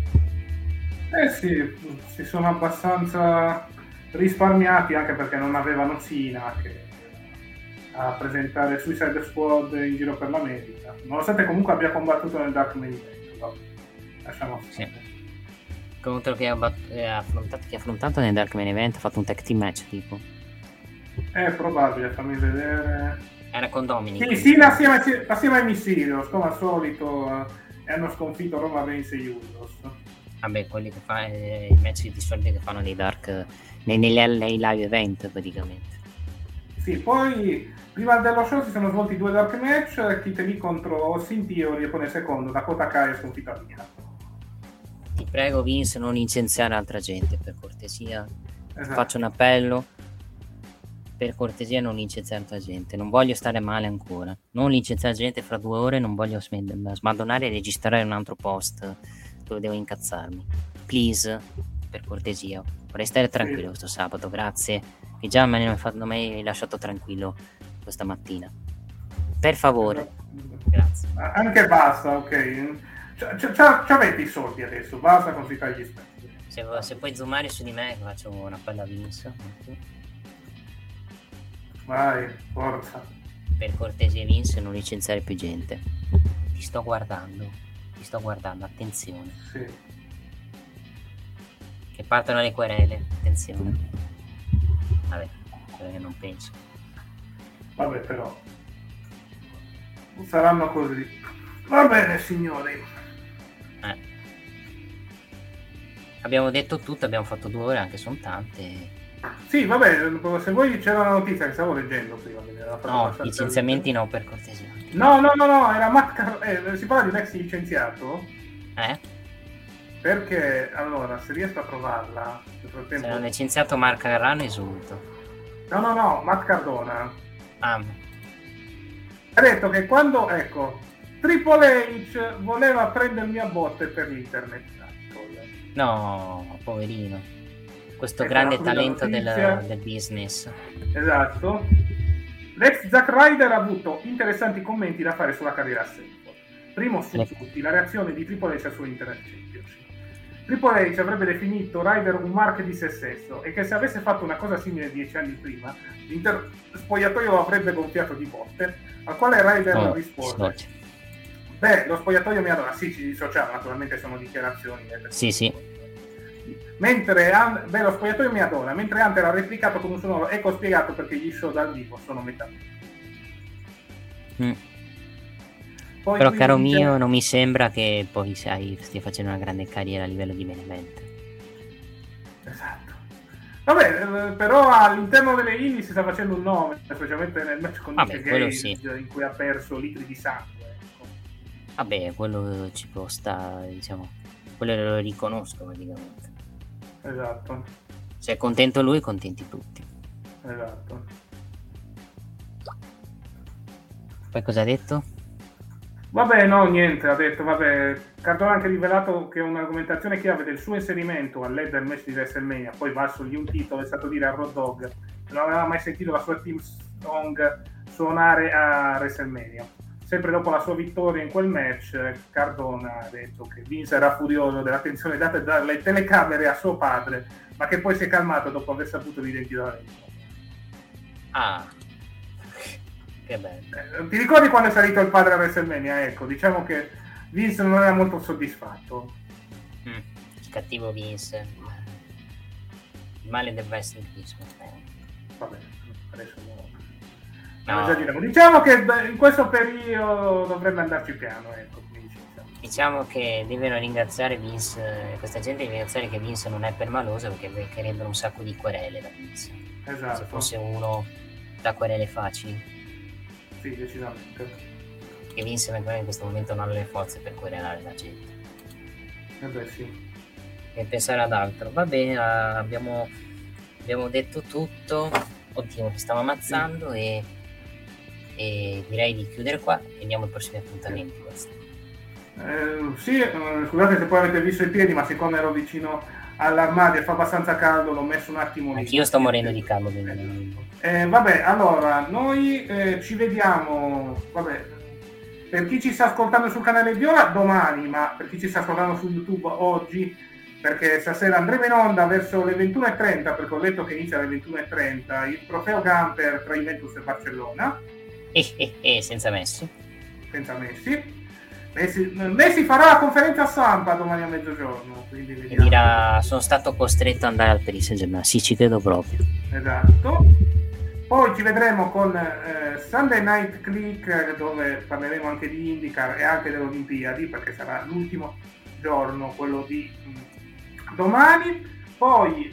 Sì, si sono abbastanza risparmiati anche perché non avevano Sina che a presentare Suicide Squad in giro per l'America, nonostante comunque abbia combattuto nel Dark Main Event. Lasciamo sì. Contro che ha affrontato nel Dark Main Event, ha fatto un tag team match tipo. È probabile, fammi vedere. Era con Dominic. Sì, assieme ai Mysterios, come al solito, hanno sconfitto Roman Reigns e Usos. Vabbè, quelli che fa i match di solito che fanno nei Dark nei live event praticamente. Sì, poi prima dello show si sono svolti 2 dark match, Keith Lee contro Austin Theory e poi nel secondo Dakota Kai ha sconfitto Mia. Ti prego Vince, non licenziare altra gente per cortesia. Esatto. Faccio un appello, per cortesia non licenziare altra gente, non voglio stare male ancora, non licenziare gente fra 2 ore, non voglio smadonnare e registrare un altro post dove devo incazzarmi, please, per cortesia, vorrei stare tranquillo questo sabato, grazie, che già me ne hanno mai lasciato tranquillo questa mattina, per favore, grazie. Anche basta, ok, c'avete i soldi adesso, basta con questi tagli spenti. Se puoi zoomare su di me faccio un appello a Vince. Vai, forza. Per cortesia Vince, non licenziare più gente. Ti sto guardando, attenzione. Sì. Che partono le querele, attenzione. Vabbè, non penso. Vabbè, però saranno così. Va bene, signori. Abbiamo detto tutto, abbiamo fatto 2 ore, anche sono tante. Sì, vabbè, se vuoi c'era una notizia che stavo leggendo prima. No, licenziamenti no, per cortesia. No, era Matt si parla di un ex licenziato? Perché, allora, se riesco a trovarla... Se hanno licenziato Mark Carrano esulto. No, Matt Cardona. Ha detto che quando, ecco, Triple H voleva prendermi a botte per l'internet. No, poverino. Questo grande talento del business. Esatto. L'ex Zack Ryder ha avuto interessanti commenti da fare sulla carriera Sample. Primo su tutti, la reazione di Triple H al suo Internet Championship. Triple H avrebbe definito Ryder un mark di se stesso e che se avesse fatto una cosa simile 10 anni prima, l'intero spogliatoio lo avrebbe gonfiato di botte, al quale Ryder risponde: beh, lo spogliatoio mi adora. Sì, ci dissociamo, naturalmente sono dichiarazioni. Sì. Mentre lo spogliatoio mi adora, mentre Hunter ha replicato con un sonoro ecco spiegato perché gli show dal vivo sono metà. Però caro mio, non mi sembra che poi stia facendo una grande carriera a livello di main event. Esatto. Vabbè, però all'interno delle indie si sta facendo un nome, specialmente nel match con Nick Gage, in cui ha perso litri di sangue. Ecco. Vabbè, quello ci può stare, diciamo. Quello lo riconosco praticamente. Esatto. Se è contento lui, contenti tutti. Esatto. Poi cosa ha detto? Vabbè, no, niente, ha detto, Cardona ha anche rivelato che un'argomentazione chiave del suo inserimento al leader match di WrestleMania, poi valsogli un titolo, è stato dire a Road Dogg che non aveva mai sentito la sua team song suonare a WrestleMania. Sempre dopo la sua vittoria in quel match, Cardona ha detto che Vince era furioso dell'attenzione data dalle telecamere a suo padre, ma che poi si è calmato dopo aver saputo l'identità del Ah, che bello. Ti ricordi quando è salito il padre a WrestleMania? Ecco, diciamo che Vince non era molto soddisfatto. Il cattivo Vince. Il male del wrestling. Vabbè, adesso no. Diciamo che in questo periodo dovrebbe andarci piano, ecco. Diciamo che devono ringraziare Vince, questa gente deve ringraziare che Vince non è permaloso, perché beccherebbero un sacco di querele da Vince. Esatto. Se fosse uno da querele facili. Sì, decisamente. Che Vince in questo momento non ha le forze per querelare la gente. Sì. E pensare ad altro. Va bene, abbiamo detto tutto. Oddio, mi stavo ammazzando e direi di chiudere qua e andiamo ai prossimi appuntamenti. Scusate se poi avete visto i piedi, ma siccome ero vicino all'armadio e fa abbastanza caldo l'ho messo un attimo lì. Anch'io sto morendo di caldo. Vabbè, allora noi ci vediamo, per chi ci sta ascoltando sul canale Viola domani, ma per chi ci sta ascoltando su YouTube oggi, perché stasera andremo in onda verso le 21:30, perché ho letto che inizia alle 21:30 il trofeo Gamper tra Juventus e Barcellona. Senza Messi. Messi farà la conferenza stampa domani a mezzogiorno, quindi e dirà sono stato costretto ad andare al Paris Saint-Germain. Sì, ci credo proprio. Esatto. Poi ci vedremo con Sunday Night Click, dove parleremo anche di IndyCar e anche delle Olimpiadi, perché sarà l'ultimo giorno, quello di domani. Poi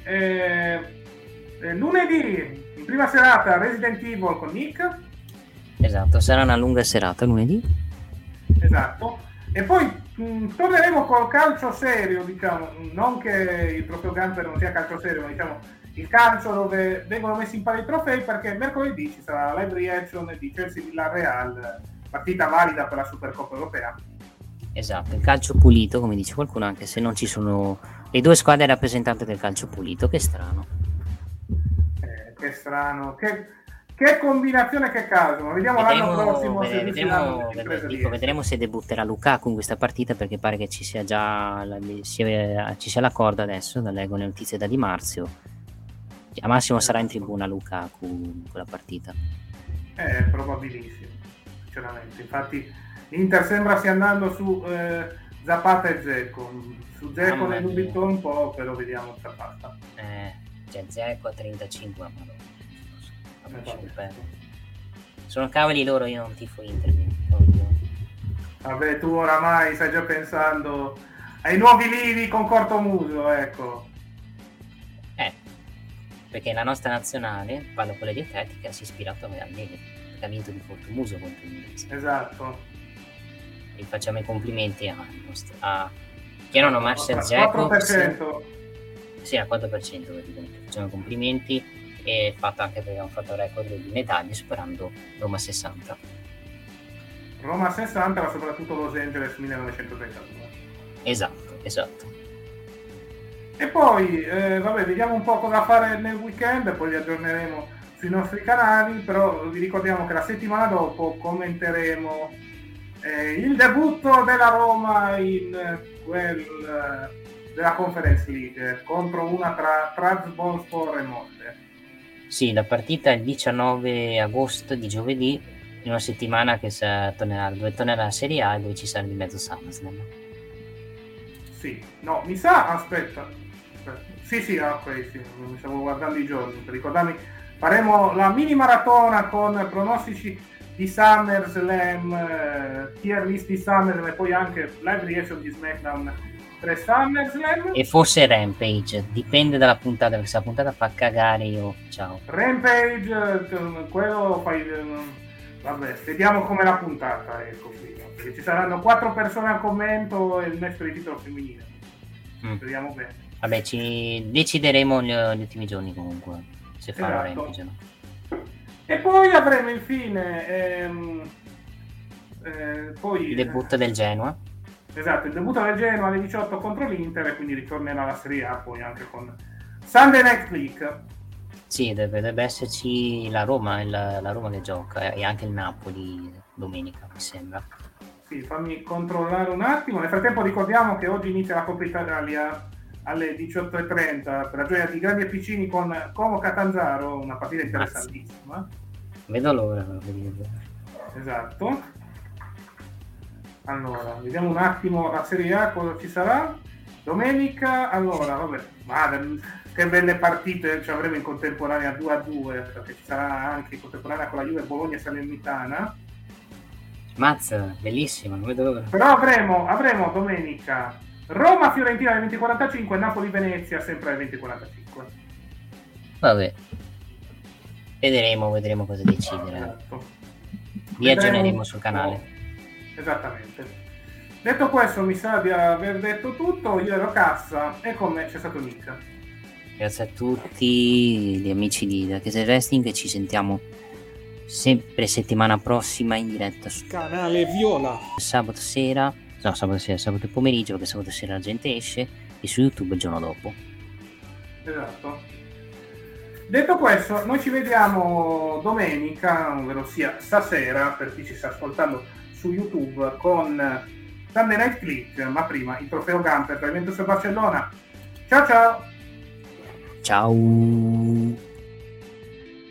lunedì in prima serata Resident Evil con Nick. Esatto, sarà una lunga serata lunedì. Esatto. E poi torneremo col calcio serio, diciamo, non che il trofeo Gamper non sia calcio serio, ma diciamo il calcio dove vengono messi in palio i trofei, perché mercoledì ci sarà la live reaction di Chelsea-Villarreal, partita valida per la Supercoppa Europea. Esatto, il calcio pulito, come dice qualcuno, anche se non ci sono le due squadre rappresentate del calcio pulito. Che strano. Che strano, che combinazione, che caso. Vediamo l'anno prossimo vedremo se debutterà Lukaku in questa partita, perché pare che ci sia già ci sia la corda adesso, leggo le notizie da Di Marzio. Al massimo sarà in tribuna Lukaku in quella partita. Probabilissimo, sinceramente. Infatti l'Inter sembra stia andando su Zapata e Dzeko. Su Dzeko ne dubito un po', però vediamo Zapata. Dzeko a 35, sono cavoli loro, io non tifo Inter. Vabbè, tu oramai stai già pensando ai nuovi lidi con corto muso, ecco. perché la nostra nazionale, parlo con la dietetica, si è ispirato a Allegri, perché ha vinto di Fortumuso contro l'Inglese. Esatto. E facciamo i complimenti che erano Marcel Jacobs. 4%. Sì, al 4% praticamente. Facciamo i complimenti e fatto anche perché abbiamo fatto il record di medaglie superando Roma 60. Roma 60, ma soprattutto Los Angeles 1932. Esatto. E poi, vediamo un po' cosa fare nel weekend, poi vi aggiorneremo sui nostri canali, però vi ricordiamo che la settimana dopo commenteremo il debutto della Roma in della Conference League contro una tra Trabzonspor e Molde. Sì, la partita è il 19 agosto di giovedì, in una settimana che dove tornerà la Serie A e dove ci sarà di mezzo SummerSlam. Sì, no, mi sa, aspetta. Sì, ok, sì, mi stavo guardando i giorni, per ricordarmi, faremo la mini maratona con pronostici di SummerSlam, tier list di SummerSlam e poi anche live reaction di SmackDown 3 SummerSlam. E forse Rampage, dipende dalla puntata, perché se la puntata fa cagare io, ciao. Rampage, quello fai... Vabbè, vediamo com'è la puntata, ecco, perché ci saranno 4 persone al commento e il match per il titolo femminile. Speriamo bene. Vabbè, ci decideremo negli ultimi giorni comunque, se farò Rampage o no. E poi avremo infine il debutto del Genoa. Esatto, il debutto del Genoa alle 18 contro l'Inter e quindi ritornerà la Serie A poi anche con Sunday Night Click. Sì, dovrebbe esserci la Roma, la Roma che gioca e anche il Napoli domenica, mi sembra. Sì, fammi controllare un attimo. Nel frattempo ricordiamo che oggi inizia la Coppa Italia alle 18:30 per la gioia di grandi e piccini con Como Catanzaro, una partita interessantissima. Vedo l'ora. Esatto. Allora, vediamo un attimo la Serie A, cosa ci sarà. Domenica, allora, che belle partite ci avremo in contemporanea 2-2, perché ci sarà anche in contemporanea con la Juve Bologna e Salernitana. Mazza, bellissima, non vedo l'ora. Però avremo domenica Roma-Fiorentina alle 20:45 e Napoli-Venezia sempre alle 20:45. Vabbè, vedremo cosa decidere. Esatto. Vi aggiorneremo sul canale. Esattamente. Detto questo, mi sa di aver detto tutto. Io ero Cassa e con me c'è stato Nick. Grazie a tutti gli amici di Darkest Wrestling, ci sentiamo sempre settimana prossima in diretta su canale Viola sabato pomeriggio, perché sabato sera la gente esce, e su YouTube il giorno dopo. Esatto. Detto questo, noi ci vediamo domenica, ovvero sia stasera per chi ci sta ascoltando su YouTube, con Sunday Night Click, ma prima il trofeo Gamper per l'evento su Barcellona. Ciao! Ciao!